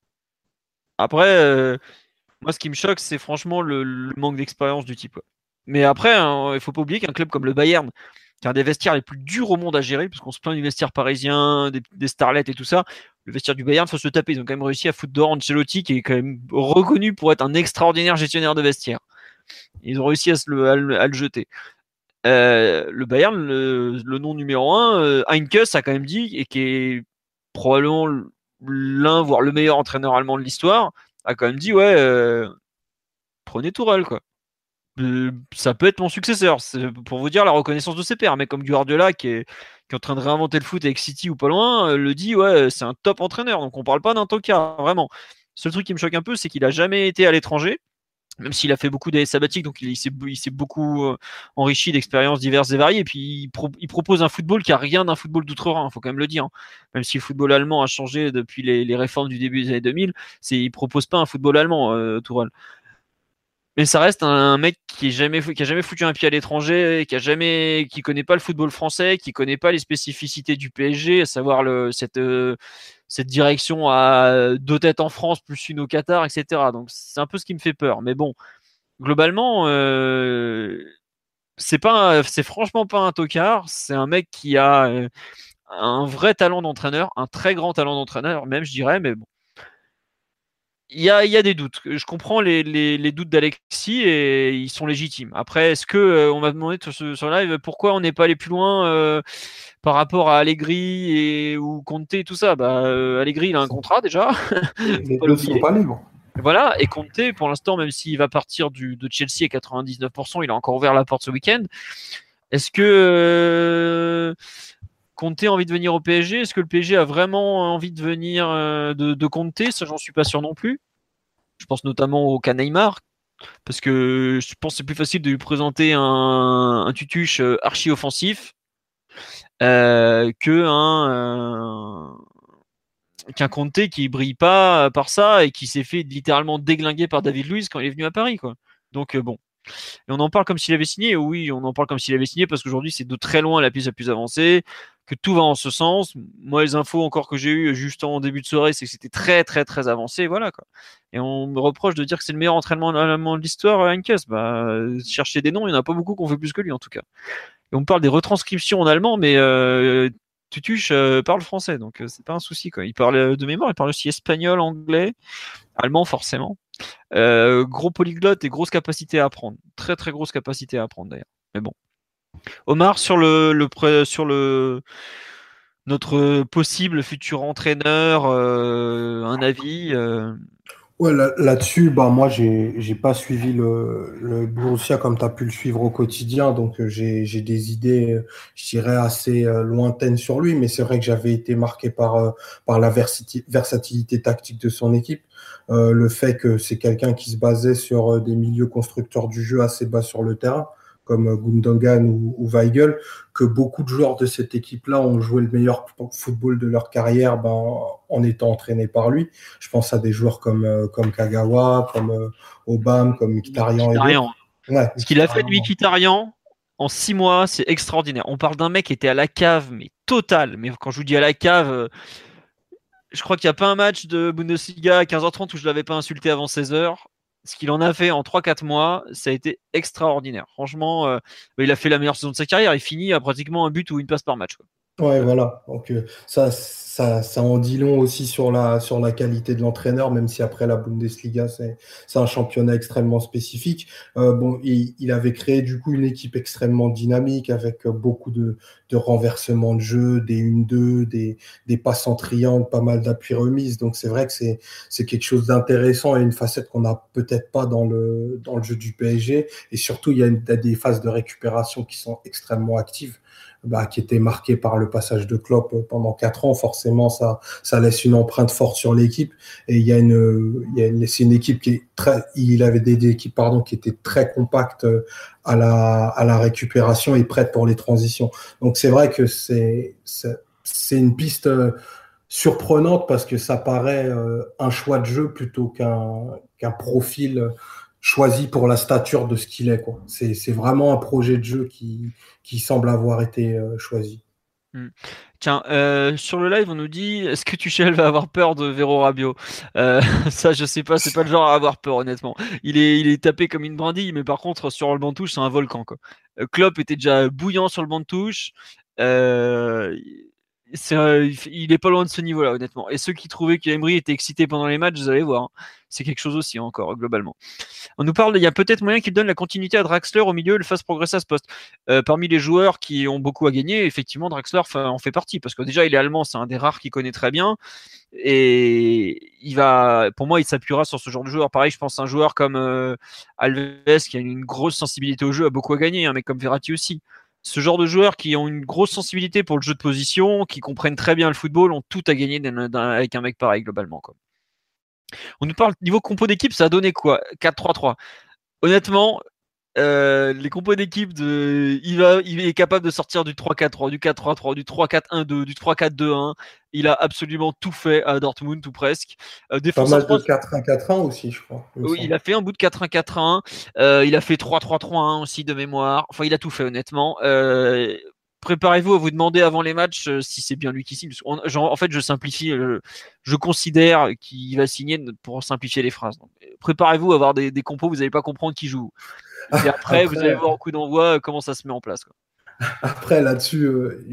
Après, moi, ce qui me choque, c'est franchement le manque d'expérience du type. Mais après, il faut pas oublier qu'un club comme le Bayern, qui a un des vestiaires les plus durs au monde à gérer, parce qu'on se plaint du vestiaire parisien, des starlets et tout ça, le vestiaire du Bayern, faut se le taper. Ils ont quand même réussi à foutre dehors Ancelotti, qui est quand même reconnu pour être un extraordinaire gestionnaire de vestiaire. Ils ont réussi à le jeter. Le Bayern, le nom numéro 1, Heinkes a quand même dit, et qui est probablement l'un, voire le meilleur entraîneur allemand de l'histoire, a quand même dit, ouais, prenez Tourelle, quoi. Ça peut être mon successeur. C'est pour vous dire la reconnaissance de ses pairs. Mais comme Guardiola, qui est en train de réinventer le foot avec City ou pas loin, le dit, ouais, c'est un top entraîneur. Donc on parle pas d'un tocard, vraiment. Le seul truc qui me choque un peu, c'est qu'il a jamais été à l'étranger, même s'il a fait beaucoup d'années sabbatiques, donc il s'est beaucoup enrichi d'expériences diverses et variées. Et puis il propose un football qui a rien d'un football d'outre-Rhin, faut quand même le dire. Hein. Même si le football allemand a changé depuis les réformes du début des années 2000, il propose pas un football allemand, Tourelle. Mais ça reste un mec qui a jamais foutu un pied à l'étranger, qui connaît pas le football français, qui connaît pas les spécificités du PSG, à savoir cette direction à 2 têtes en France plus une au Qatar, etc. Donc c'est un peu ce qui me fait peur. Mais bon, globalement, c'est franchement pas un tocard. C'est un mec qui a un vrai talent d'entraîneur, un très grand talent d'entraîneur, même je dirais. Mais bon. Il y a des doutes. Je comprends les doutes d'Alexis et ils sont légitimes. Après, est-ce que on m'a demandé sur live pourquoi on n'est pas allé plus loin par rapport à Allegri ou Conte et tout ça? Allegri, il a un contrat déjà. Les deux ne sont pas libres. Voilà, et Conte, pour l'instant, même s'il va partir de Chelsea à 99%, il a encore ouvert la porte ce week-end. Est-ce que Conte a envie de venir au PSG? Est-ce que le PSG a vraiment envie de venir de Conte? Ça, j'en suis pas sûr non plus. Je pense notamment au cas Neymar, parce que je pense que c'est plus facile de lui présenter un tutuche archi-offensif qu'un Conte qui brille pas par ça et qui s'est fait littéralement déglinguer par David Luiz quand il est venu à Paris, quoi. Donc bon. Et on en parle comme s'il avait signé. Oui, on en parle comme s'il avait signé parce qu'aujourd'hui, c'est de très loin la piste la plus avancée, que tout va en ce sens. Moi, les infos encore que j'ai eues juste en début de soirée, c'est que c'était très, très, très avancé. Voilà, quoi. Et on me reproche de dire que c'est le meilleur entraînement allemand de l'histoire, Heinkes. Chercher des noms, il n'y en a pas beaucoup qui ont fait plus que lui, en tout cas. Et on me parle des retranscriptions en allemand, mais Tutuche parle français, donc c'est pas un souci, quoi. Il parle de mémoire, il parle aussi espagnol, anglais, allemand, forcément. Gros polyglotte et grosse capacité à apprendre. Très très grosse capacité à apprendre d'ailleurs. Mais bon. Omar, sur notre possible futur entraîneur, un avis Ouais, là-dessus, moi, j'ai pas suivi le Borussia comme tu as pu le suivre au quotidien, donc j'ai des idées, je dirais, assez lointaines sur lui, mais c'est vrai que j'avais été marqué par la versatilité tactique de son équipe, le fait que c'est quelqu'un qui se basait sur des milieux constructeurs du jeu assez bas sur le terrain, comme Gundogan ou Weigl, que beaucoup de joueurs de cette équipe-là ont joué le meilleur football de leur carrière en étant entraînés par lui. Je pense à des joueurs comme Kagawa, comme Obama, comme Mkhitaryan. Ouais, ce qu'il a fait de Mkhitaryan en 6 mois, c'est extraordinaire. On parle d'un mec qui était à la cave, mais total. Mais quand je vous dis à la cave, je crois qu'il n'y a pas un match de Bundesliga à 15h30 où je ne l'avais pas insulté avant 16h. Ce qu'il en a fait en 3-4 mois, ça a été extraordinaire. Franchement, il a fait la meilleure saison de sa carrière. Il finit à pratiquement un but ou une passe par match, quoi. Ouais, voilà. Donc ça en dit long aussi sur la qualité de l'entraîneur, même si après la Bundesliga, c'est un championnat extrêmement spécifique. Bon, il avait créé du coup une équipe extrêmement dynamique avec beaucoup de renversements de jeu, des 1-2, des passes en triangle, pas mal d'appui remise. Donc c'est vrai que c'est quelque chose d'intéressant et une facette qu'on n'a peut-être pas dans le jeu du PSG. Et surtout, il y a des phases de récupération qui sont extrêmement actives, qui était marqué par le passage de Klopp pendant 4 ans. Forcément, ça laisse une empreinte forte sur l'équipe. Et c'est une équipe il avait des équipes, pardon, qui étaient très compactes à la récupération et prêtes pour les transitions. Donc, c'est vrai que c'est une piste surprenante parce que ça paraît un choix de jeu plutôt qu'un profil choisi pour la stature de ce qu'il est, quoi. C'est vraiment un projet de jeu qui semble avoir été choisi. Tiens, sur le live, on nous dit est-ce que Tuchel va avoir peur de Vero Rabiot? Ça, je sais pas, c'est pas le genre à avoir peur, honnêtement. Il est tapé comme une brindille, mais par contre, sur le banc de touche, c'est un volcan, quoi. Klopp était déjà bouillant sur le banc de touche. Euh, il est pas loin de ce niveau-là, honnêtement. Et ceux qui trouvaient qu'Emery était excité pendant les matchs, vous allez voir, hein. C'est quelque chose aussi, encore, globalement. On nous parle, il y a peut-être moyen qu'il donne la continuité à Draxler au milieu et le fasse progresser à ce poste. Parmi les joueurs qui ont beaucoup à gagner, effectivement, Draxler en fait partie, parce que déjà, il est allemand, c'est un des rares qu'il connaît très bien, et pour moi, il s'appuiera sur ce genre de joueur. Pareil, je pense à un joueur comme Alves, qui a une grosse sensibilité au jeu, a beaucoup à gagner, un mec comme Verratti aussi. Ce genre de joueurs qui ont une grosse sensibilité pour le jeu de position, qui comprennent très bien le football, ont tout à gagner avec un mec pareil, globalement, quoi. On nous parle niveau compo d'équipe, ça a donné quoi? 4-3-3. Honnêtement, les compos d'équipe il est capable de sortir du 3-4-3, du 4-3-3, du 3-4-1-2, du 3-4-2-1. Il a absolument tout fait à Dortmund, ou presque. Pas Défense en mal de France, 4-1-4-1 aussi, je crois. oui, il a fait un bout de 4-1-4-1. Il a fait 3-3-3-1 aussi de mémoire. Enfin, il a tout fait, honnêtement. Préparez-vous à vous demander avant les matchs si c'est bien lui qui signe. En fait, je simplifie. Je considère qu'il va signer pour simplifier les phrases. Donc, préparez-vous à avoir des compos, vous n'allez pas comprendre qui joue. Et après, vous allez voir au coup d'envoi comment ça se met en place, quoi. Après, là-dessus,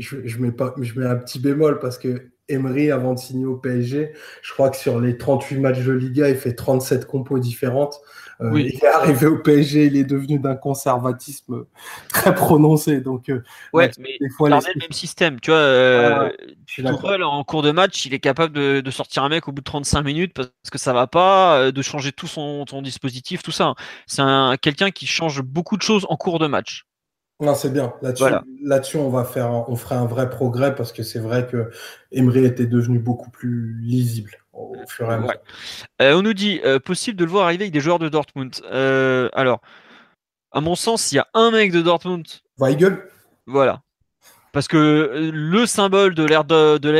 je mets un petit bémol parce que Emery, avant de signer au PSG, je crois que sur les 38 matchs de Liga, il fait 37 compos différentes. Oui. Il est arrivé au PSG, il est devenu d'un conservatisme très prononcé. Donc, ouais, mais des fois, il gardait le même système. Tu vois, Tuchel, en cours de match, il est capable de sortir un mec au bout de 35 minutes parce que ça va pas, de changer tout son dispositif, tout ça. C'est quelqu'un qui change beaucoup de choses en cours de match. Non, c'est bien. Voilà. Là-dessus, on ferait un vrai progrès parce que c'est vrai que Emery était devenu beaucoup plus lisible au fur et à mesure. Ouais. On nous dit possible de le voir arriver avec des joueurs de Dortmund. Alors, à mon sens, il y a un mec de Dortmund. Weigl? Voilà. Parce que le symbole de l'ère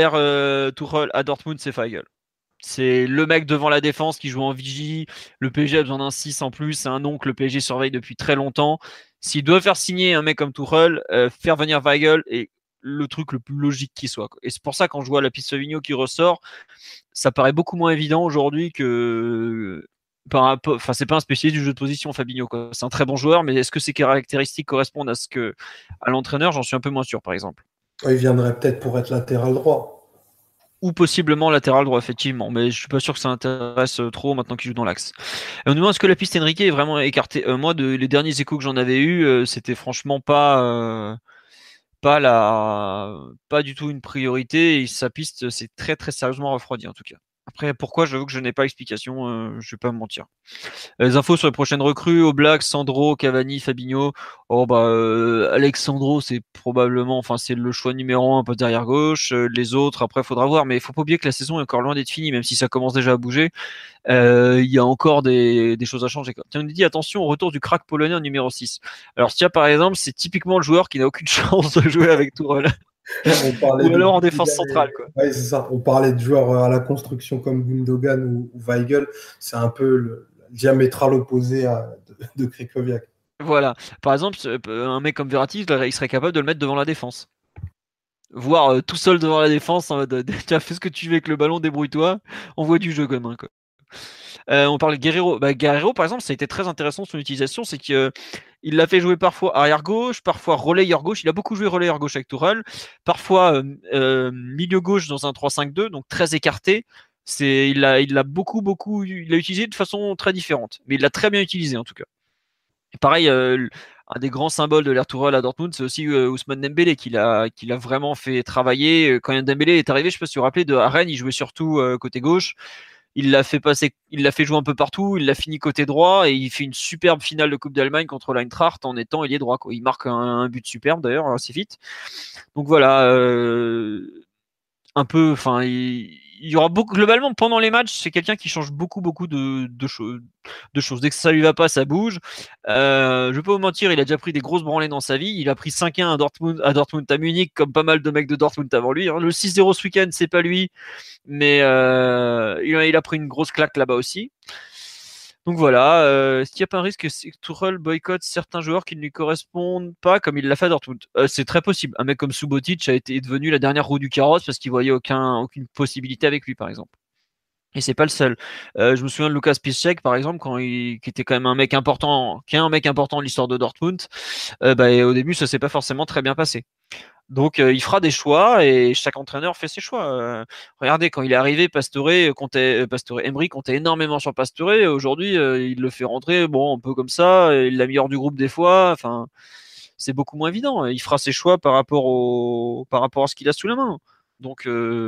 Tuchel à Dortmund, c'est Weigl. C'est le mec devant la défense qui joue en vigie. Le PSG a besoin d'un 6 en plus. C'est un nom que le PSG surveille depuis très longtemps. S'il doit faire signer un mec comme Tuchel, faire venir Weigl est le truc le plus logique qui soit. Et c'est pour ça, quand je vois la piste Savigno qui ressort, ça paraît beaucoup moins évident aujourd'hui que. Enfin, c'est pas un spécialiste du jeu de position, Fabinho, quoi. C'est un très bon joueur, mais est-ce que ses caractéristiques correspondent à l'entraîneur? J'en suis un peu moins sûr, par exemple. Il viendrait peut-être pour être latéral droit. Ou possiblement latéral droit, effectivement, mais je suis pas sûr que ça intéresse trop maintenant qu'il joue dans l'axe. Et on nous demande est-ce que la piste Enrique est vraiment écartée. Moi, les derniers échos que j'en avais eu, c'était franchement pas du tout une priorité, et sa piste s'est très très sérieusement refroidie, en tout cas. Après, pourquoi, j'avoue que je n'ai pas l'explication, je vais pas me mentir. Les infos sur les prochaines recrues: Oblak, Sandro, Cavani, Fabinho. Oh bah Alexandro, c'est probablement, enfin c'est le choix numéro 1 un peu derrière gauche. Les autres, après, faudra voir, mais il faut pas oublier que la saison est encore loin d'être finie, même si ça commence déjà à bouger. Il y a encore des choses à changer, quoi. Tiens, on nous dit attention au retour du crack polonais en numéro 6. Alors tiens, par exemple, c'est typiquement le joueur qui n'a aucune chance de jouer avec Tourelle. Ou alors en défense centrale, quoi. Ouais, c'est ça. On parlait de joueurs à la construction comme Gundogan ou Weigl. C'est un peu le diamétral opposé de Krychowiak. Voilà. Par exemple, un mec comme Verratti, il serait capable de le mettre devant la défense. Voire tout seul devant la défense, en mode tu as fait ce que tu veux avec le ballon, débrouille-toi, on voit du jeu commun, quoi. On parle de Guerrero. Guerrero, par exemple, ça a été très intéressant son utilisation, c'est qu'il l'a fait jouer parfois arrière gauche, parfois relayeur gauche. Il a beaucoup joué relayeur gauche avec Tourelle, parfois milieu gauche dans un 3-5-2, donc très écarté. Il l'a beaucoup, il l'a utilisé de façon très différente, mais il l'a très bien utilisé en tout cas. Et pareil, un des grands symboles de l'ère Tourelle à Dortmund, c'est aussi Ousmane Dembélé qui l'a vraiment fait travailler. Quand Dembélé est arrivé, je ne sais pas si vous vous rappelez, à Rennes, il jouait surtout côté gauche. Il l'a fait jouer un peu partout, il l'a fini côté droit et il fait une superbe finale de Coupe d'Allemagne contre l'Eintracht en étant ailier droit, quoi. Il marque un but superbe d'ailleurs, assez vite. Donc voilà, un peu, enfin, il y aura beaucoup, globalement, pendant les matchs, c'est quelqu'un qui change beaucoup de choses. Dès que ça lui va pas, ça bouge. Je vais pas vous mentir, il a déjà pris des grosses branlées dans sa vie. Il a pris 5-1 à Munich, comme pas mal de mecs de Dortmund avant lui. Le 6-0 ce week-end, c'est pas lui, mais il a pris une grosse claque là-bas aussi. Donc voilà, est-ce qu'il n'y a pas un risque que Tuchel boycotte certains joueurs qui ne lui correspondent pas comme il l'a fait à Dortmund? C'est très possible. Un mec comme Subotic a été devenu la dernière roue du carrosse parce qu'il voyait aucune possibilité avec lui, par exemple. Et c'est pas le seul. Je me souviens de Lukas Piszczek, par exemple, qui était quand même un mec important, qui est un mec important de l'histoire de Dortmund. Et au début, ça s'est pas forcément très bien passé. Donc il fera des choix et chaque entraîneur fait ses choix. Regardez, quand il est arrivé, Emery comptait énormément sur Pastore. Aujourd'hui, il le fait rentrer, bon, un peu comme ça. Il l'a mis hors du groupe des fois. Enfin, c'est beaucoup moins évident. Il fera ses choix par rapport à ce qu'il a sous la main. Donc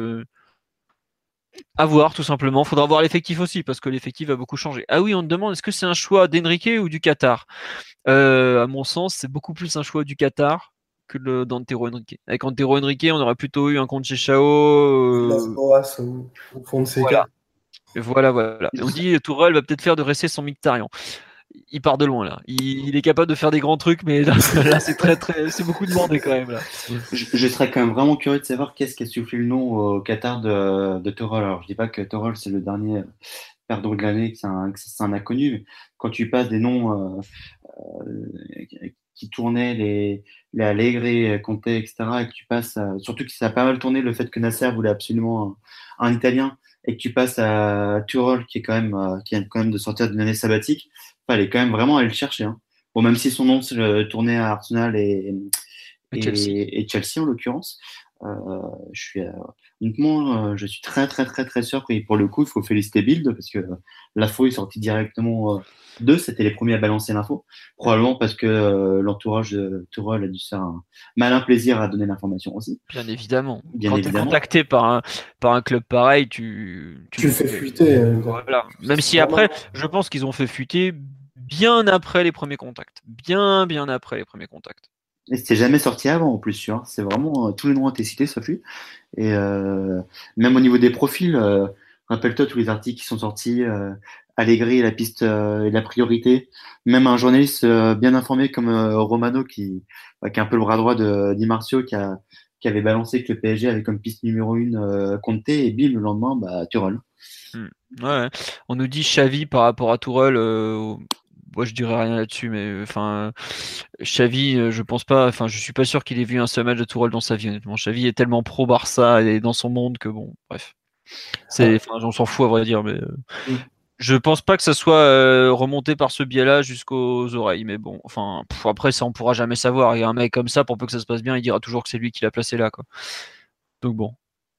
à voir tout simplement. Faudra voir l'effectif aussi parce que l'effectif va beaucoup changer. Ah oui, on te demande est-ce que c'est un choix d'Enrique ou du Qatar? À mon sens, c'est beaucoup plus un choix du Qatar que d'Antero Henrique. Avec Antero Henrique, on aurait plutôt eu un Conceição. Villas-Boas ou Fonseca. Voilà. On dit Tourelle va peut-être faire de rester son Mkhitaryan. Il part de loin là. Il est capable de faire des grands trucs, mais là c'est beaucoup demandé quand même là. Je serais quand même vraiment curieux de savoir qu'est-ce qui a soufflé le nom au Qatar de Tourelle. Alors je dis pas que Tourelle c'est le dernier perdant de l'année, que c'est un inconnu. Mais quand tu passes des noms qui tournaient, les Allegri, Conte, etc., et que tu passes, surtout que ça a pas mal tourné le fait que Nasser voulait absolument un Italien, et que tu passes à Tourelle qui vient quand même de sortir d'une année sabbatique, fallait quand même vraiment aller le chercher. Hein. Bon, même si son nom tournait à Arsenal et Chelsea en l'occurrence. Je suis très très très très surpris. Pour le coup, il faut féliciter Bild parce que l'info est sortie directement d'eux. C'était les premiers à balancer l'info. Probablement parce que l'entourage de Tourelle a dû se faire un malin plaisir à donner l'information aussi. Bien évidemment. Quand tu es contacté par un club pareil, tu le fais fuiter. Voilà. Même si après, je pense qu'ils ont fait fuiter bien après les premiers contacts. Bien après les premiers contacts. Et c'était jamais sorti avant en plus, tu vois. C'est vraiment tous les noms ont été cités, sauf lui. Et même au niveau des profils, rappelle-toi tous les articles qui sont sortis, Allegri et la piste et la priorité. Même un journaliste bien informé comme Romano qui est un peu le bras droit de Di Marzio qui avait balancé que le PSG avait comme piste numéro 1 Conte et bim le lendemain Tourelle. Ouais. On nous dit Xavi par rapport à Tourelle. Moi, je dirais rien là-dessus, mais enfin, Xavi, je pense pas. Enfin, je suis pas sûr qu'il ait vu un seul match de Tourelle dans sa vie. Honnêtement, Xavi est tellement pro Barça et dans son monde que bon, bref. On s'en fout à vrai dire, mais je pense pas que ça soit remonté par ce biais-là jusqu'aux oreilles. Mais bon, enfin, après ça, on pourra jamais savoir. Il y a un mec comme ça, pour peu que ça se passe bien, il dira toujours que c'est lui qui l'a placé là, quoi. Donc bon.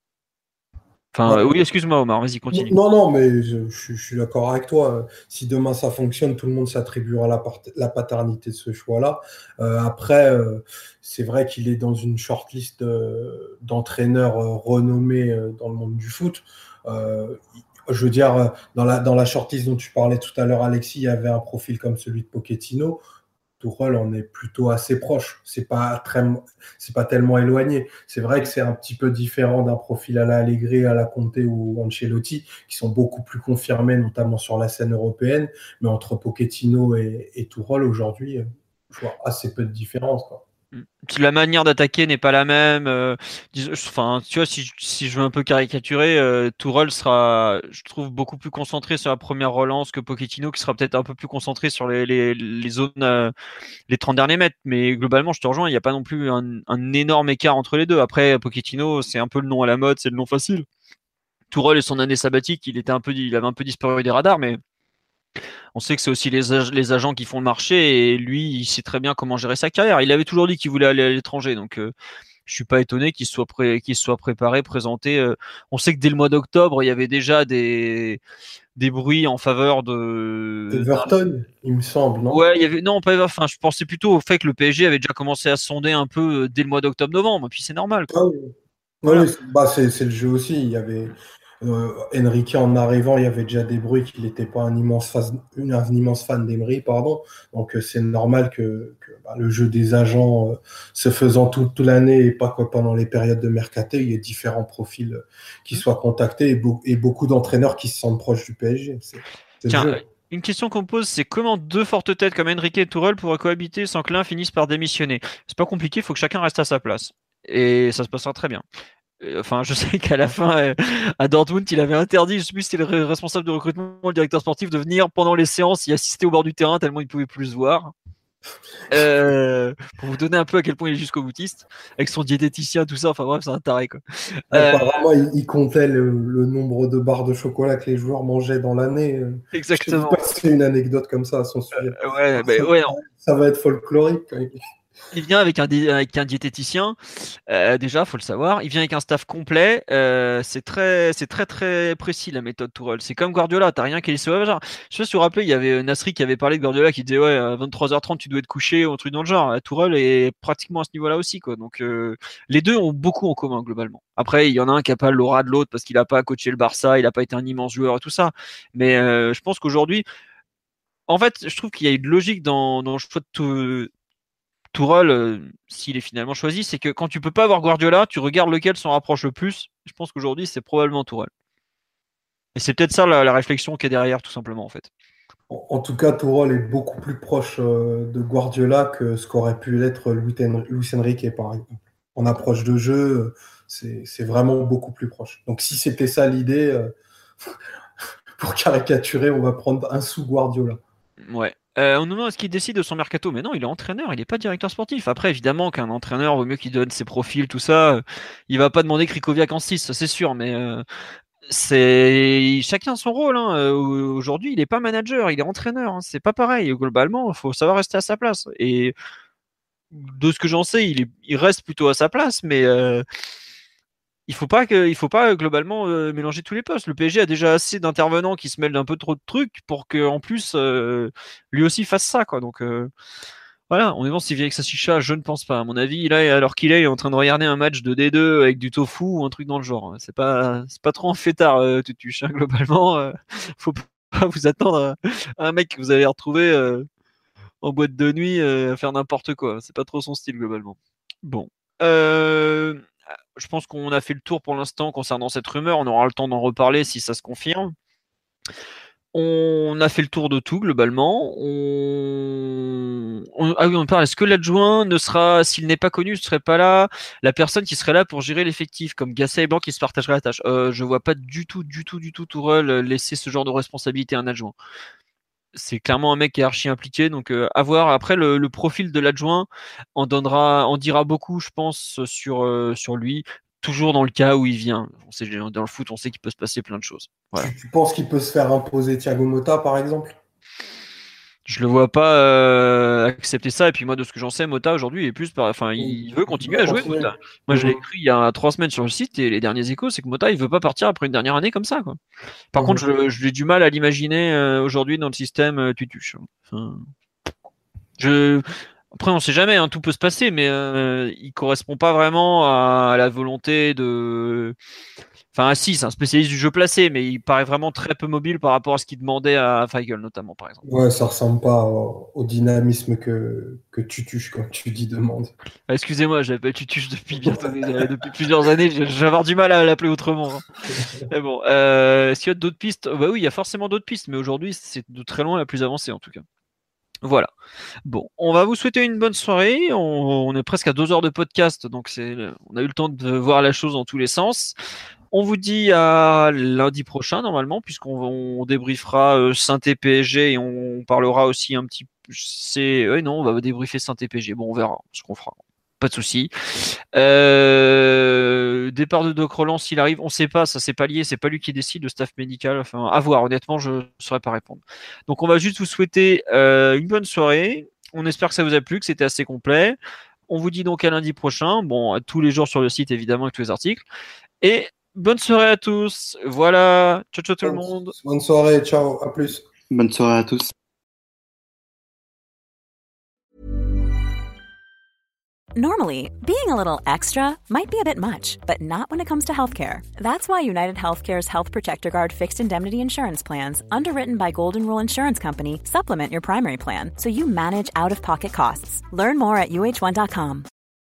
Enfin, oui, excuse-moi Omar, vas-y, continue. Non, mais je suis d'accord avec toi. Si demain ça fonctionne, tout le monde s'attribuera la paternité de ce choix-là. Après, c'est vrai qu'il est dans une shortlist d'entraîneurs renommés dans le monde du foot. Je veux dire, dans la shortlist dont tu parlais tout à l'heure, Alexis, il y avait un profil comme celui de Pochettino. Tourelle en est plutôt assez proche. C'est pas tellement éloigné. C'est vrai que c'est un petit peu différent d'un profil à la Allegri, à la Conte ou Ancelotti, qui sont beaucoup plus confirmés, notamment sur la scène européenne. Mais entre Pochettino et Tourelle, aujourd'hui, je vois assez peu de différence, quoi. La manière d'attaquer n'est pas la même. Enfin, tu vois, si je veux un peu caricaturer, Tourelle sera, je trouve, beaucoup plus concentré sur la première relance que Pochettino, qui sera peut-être un peu plus concentré sur les zones, les 30 derniers mètres. Mais globalement, je te rejoins, il n'y a pas non plus un énorme écart entre les deux. Après, Pochettino, c'est un peu le nom à la mode, c'est le nom facile. Tourelle et son année sabbatique, il avait un peu disparu des radars, mais on sait que c'est aussi les agents qui font le marché et lui, il sait très bien comment gérer sa carrière. Il avait toujours dit qu'il voulait aller à l'étranger, donc je suis pas étonné qu'il soit préparé, présenté. On sait que dès le mois d'octobre, il y avait déjà des bruits en faveur de Everton, il me semble, non? Ouais, il y avait non pas enfin je pensais plutôt au fait que le PSG avait déjà commencé à sonder un peu dès le mois d'octobre-novembre, et puis c'est normal quoi. Ah oui, Voilà. oui, c'est le jeu aussi. Il y avait Enrique en arrivant, il y avait déjà des bruits qu'il n'était pas un immense fan d'Emery, pardon. Donc c'est normal que le jeu des agents se faisant toute l'année et pas que pendant les périodes de mercato, il y ait différents profils qui soient contactés et beaucoup d'entraîneurs qui se sentent proches du PSG. C'est le Tiens, jeu. une question qu'on me pose, c'est comment deux fortes têtes comme Enrique et Tourelle pourraient cohabiter sans que l'un finisse par démissionner? C'est pas compliqué, il faut que chacun reste à sa place. Et ça se passera très bien. Enfin, je sais qu'à la fin, à Dortmund, il avait interdit, je sais plus si c'était le responsable de recrutement, le directeur sportif, de venir pendant les séances y assister au bord du terrain tellement il pouvait plus se voir. Pour vous donner un peu à quel point il est jusqu'au boutiste, avec son diététicien, tout ça, enfin bref, c'est un taré quoi. Euh, Apparemment, il comptait le nombre de barres de chocolat que les joueurs mangeaient dans l'année. Je te dis exactement. pas que c'est une anecdote comme ça à son sujet. Ouais, Ça, ouais, non. ça va être folklorique quand même. Il vient avec un diététicien, déjà, faut le savoir. Il vient avec un staff complet. C'est très très précis la méthode Tourelle. C'est comme Guardiola, t'as rien qui est laissé au hasard. Je sais pas si vous vous rappelez, il y avait Nasri qui avait parlé de Guardiola qui disait ouais, à 23h30 tu dois être couché ou un truc dans le genre. Tourelle est pratiquement à ce niveau-là aussi quoi. Donc les deux ont beaucoup en commun globalement. Après, il y en a un qui a pas l'aura de l'autre parce qu'il a pas coaché le Barça, il a pas été un immense joueur et tout ça. Mais je pense qu'aujourd'hui, en fait, je trouve qu'il y a une logique dans le choix de Tourelle, s'il est finalement choisi, c'est que quand tu peux pas avoir Guardiola, tu regardes lequel s'en rapproche le plus. Je pense qu'aujourd'hui, c'est probablement Tourelle. Et c'est peut-être ça la réflexion qui est derrière, tout simplement, en fait. En tout cas, Tourelle est beaucoup plus proche de Guardiola que ce qu'aurait pu l'être Luis Enrique, par exemple. En approche de jeu, c'est vraiment beaucoup plus proche. Donc, si c'était ça l'idée, pour caricaturer, on va prendre un sous Guardiola. Ouais. On nous demande est-ce qu'il décide de son mercato, mais non, il est entraîneur, il n'est pas directeur sportif. Après, évidemment, qu'un entraîneur vaut mieux qu'il donne ses profils, tout ça. Il va pas demander Krikoviak en 6, ça c'est sûr, mais c'est chacun son rôle. Hein. Aujourd'hui, il n'est pas manager, il est entraîneur. Hein. C'est pas pareil. Globalement, il faut savoir rester à sa place. Et de ce que j'en sais, il reste plutôt à sa place, mais il faut pas globalement mélanger tous les postes. Le PSG a déjà assez d'intervenants qui se mêlent d'un peu trop de trucs pour que en plus lui aussi fasse ça quoi. Donc voilà, on est bon s'il vient avec sa chicha, je ne pense pas. À mon avis, là alors qu'il est en train de regarder un match de D2 avec du tofu ou un truc dans le genre. C'est pas trop un fêtard Tutuche, hein, globalement. Faut pas vous attendre à un mec que vous allez retrouver en boîte de nuit à faire n'importe quoi. C'est pas trop son style globalement. Bon. Euh, je pense qu'on a fait le tour pour l'instant concernant cette rumeur. On aura le temps d'en reparler si ça se confirme. On a fait le tour de tout globalement. Ah oui, on parle. Est-ce que l'adjoint ne sera, s'il n'est pas connu, ne serait pas là, la personne qui serait là pour gérer l'effectif, comme Gasset et Blanc qui se partageraient la tâche. Je vois pas du tout Tourelle laisser ce genre de responsabilité à un adjoint. C'est clairement un mec qui est archi impliqué, donc à voir. Après, le profil de l'adjoint en dira beaucoup, je pense, sur lui. Toujours dans le cas où il vient. Dans le foot, on sait qu'il peut se passer plein de choses. Voilà. Tu penses qu'il peut se faire imposer Thiago Motta, par exemple? Je le vois pas accepter ça. Et puis moi, de ce que j'en sais, Mota aujourd'hui il est plus, enfin, il veut continuer à jouer. Mota. Moi, je l'ai écrit il y a 3 semaines sur le site et les derniers échos, c'est que Mota il veut pas partir après une dernière année comme ça, quoi. Par contre, j'ai du mal à l'imaginer aujourd'hui dans le système Tutuche. Enfin, après, on sait jamais, hein, tout peut se passer, mais il correspond pas vraiment à la volonté de. Enfin, si, c'est un spécialiste du jeu placé, mais il paraît vraiment très peu mobile par rapport à ce qu'il demandait à Feigl, notamment, par exemple. Ouais, ça ressemble pas au dynamisme que Tutuche, comme tu dis, demande. Excusez-moi, j'appelle Tutuche depuis plusieurs années, je vais avoir du mal à l'appeler autrement. Hein. Mais bon, s'il y a d'autres pistes, bah oui, il y a forcément d'autres pistes, mais aujourd'hui, c'est de très loin la plus avancée, en tout cas. Voilà. Bon, on va vous souhaiter une bonne soirée. On est presque à 2 heures de podcast, donc on a eu le temps de voir la chose dans tous les sens. On vous dit à lundi prochain, normalement, puisqu'on débriefera Saint-Étienne PSG et on parlera aussi un petit. Non, on va débriefer Saint-Étienne PSG. Bon, on verra ce qu'on fera. Pas de souci. Départ de Doc Roland, s'il arrive, on ne sait pas, ça c'est pas lié, c'est pas lui qui décide, le staff médical. Enfin, à voir. Honnêtement, je ne saurais pas répondre. Donc, on va juste vous souhaiter une bonne soirée. On espère que ça vous a plu, que c'était assez complet. On vous dit donc à lundi prochain. Bon, tous les jours sur le site évidemment avec tous les articles. Et bonne soirée à tous. Voilà. Ciao, ciao tout le monde. Bonne soirée. Ciao. À plus. Bonne soirée à tous. Normally, being a little extra might be a bit much, but not when it comes to healthcare. That's why United Healthcare's Health Protector Guard fixed indemnity insurance plans, underwritten by Golden Rule Insurance Company, supplement your primary plan so you manage out-of-pocket costs. Learn more at uh1.com.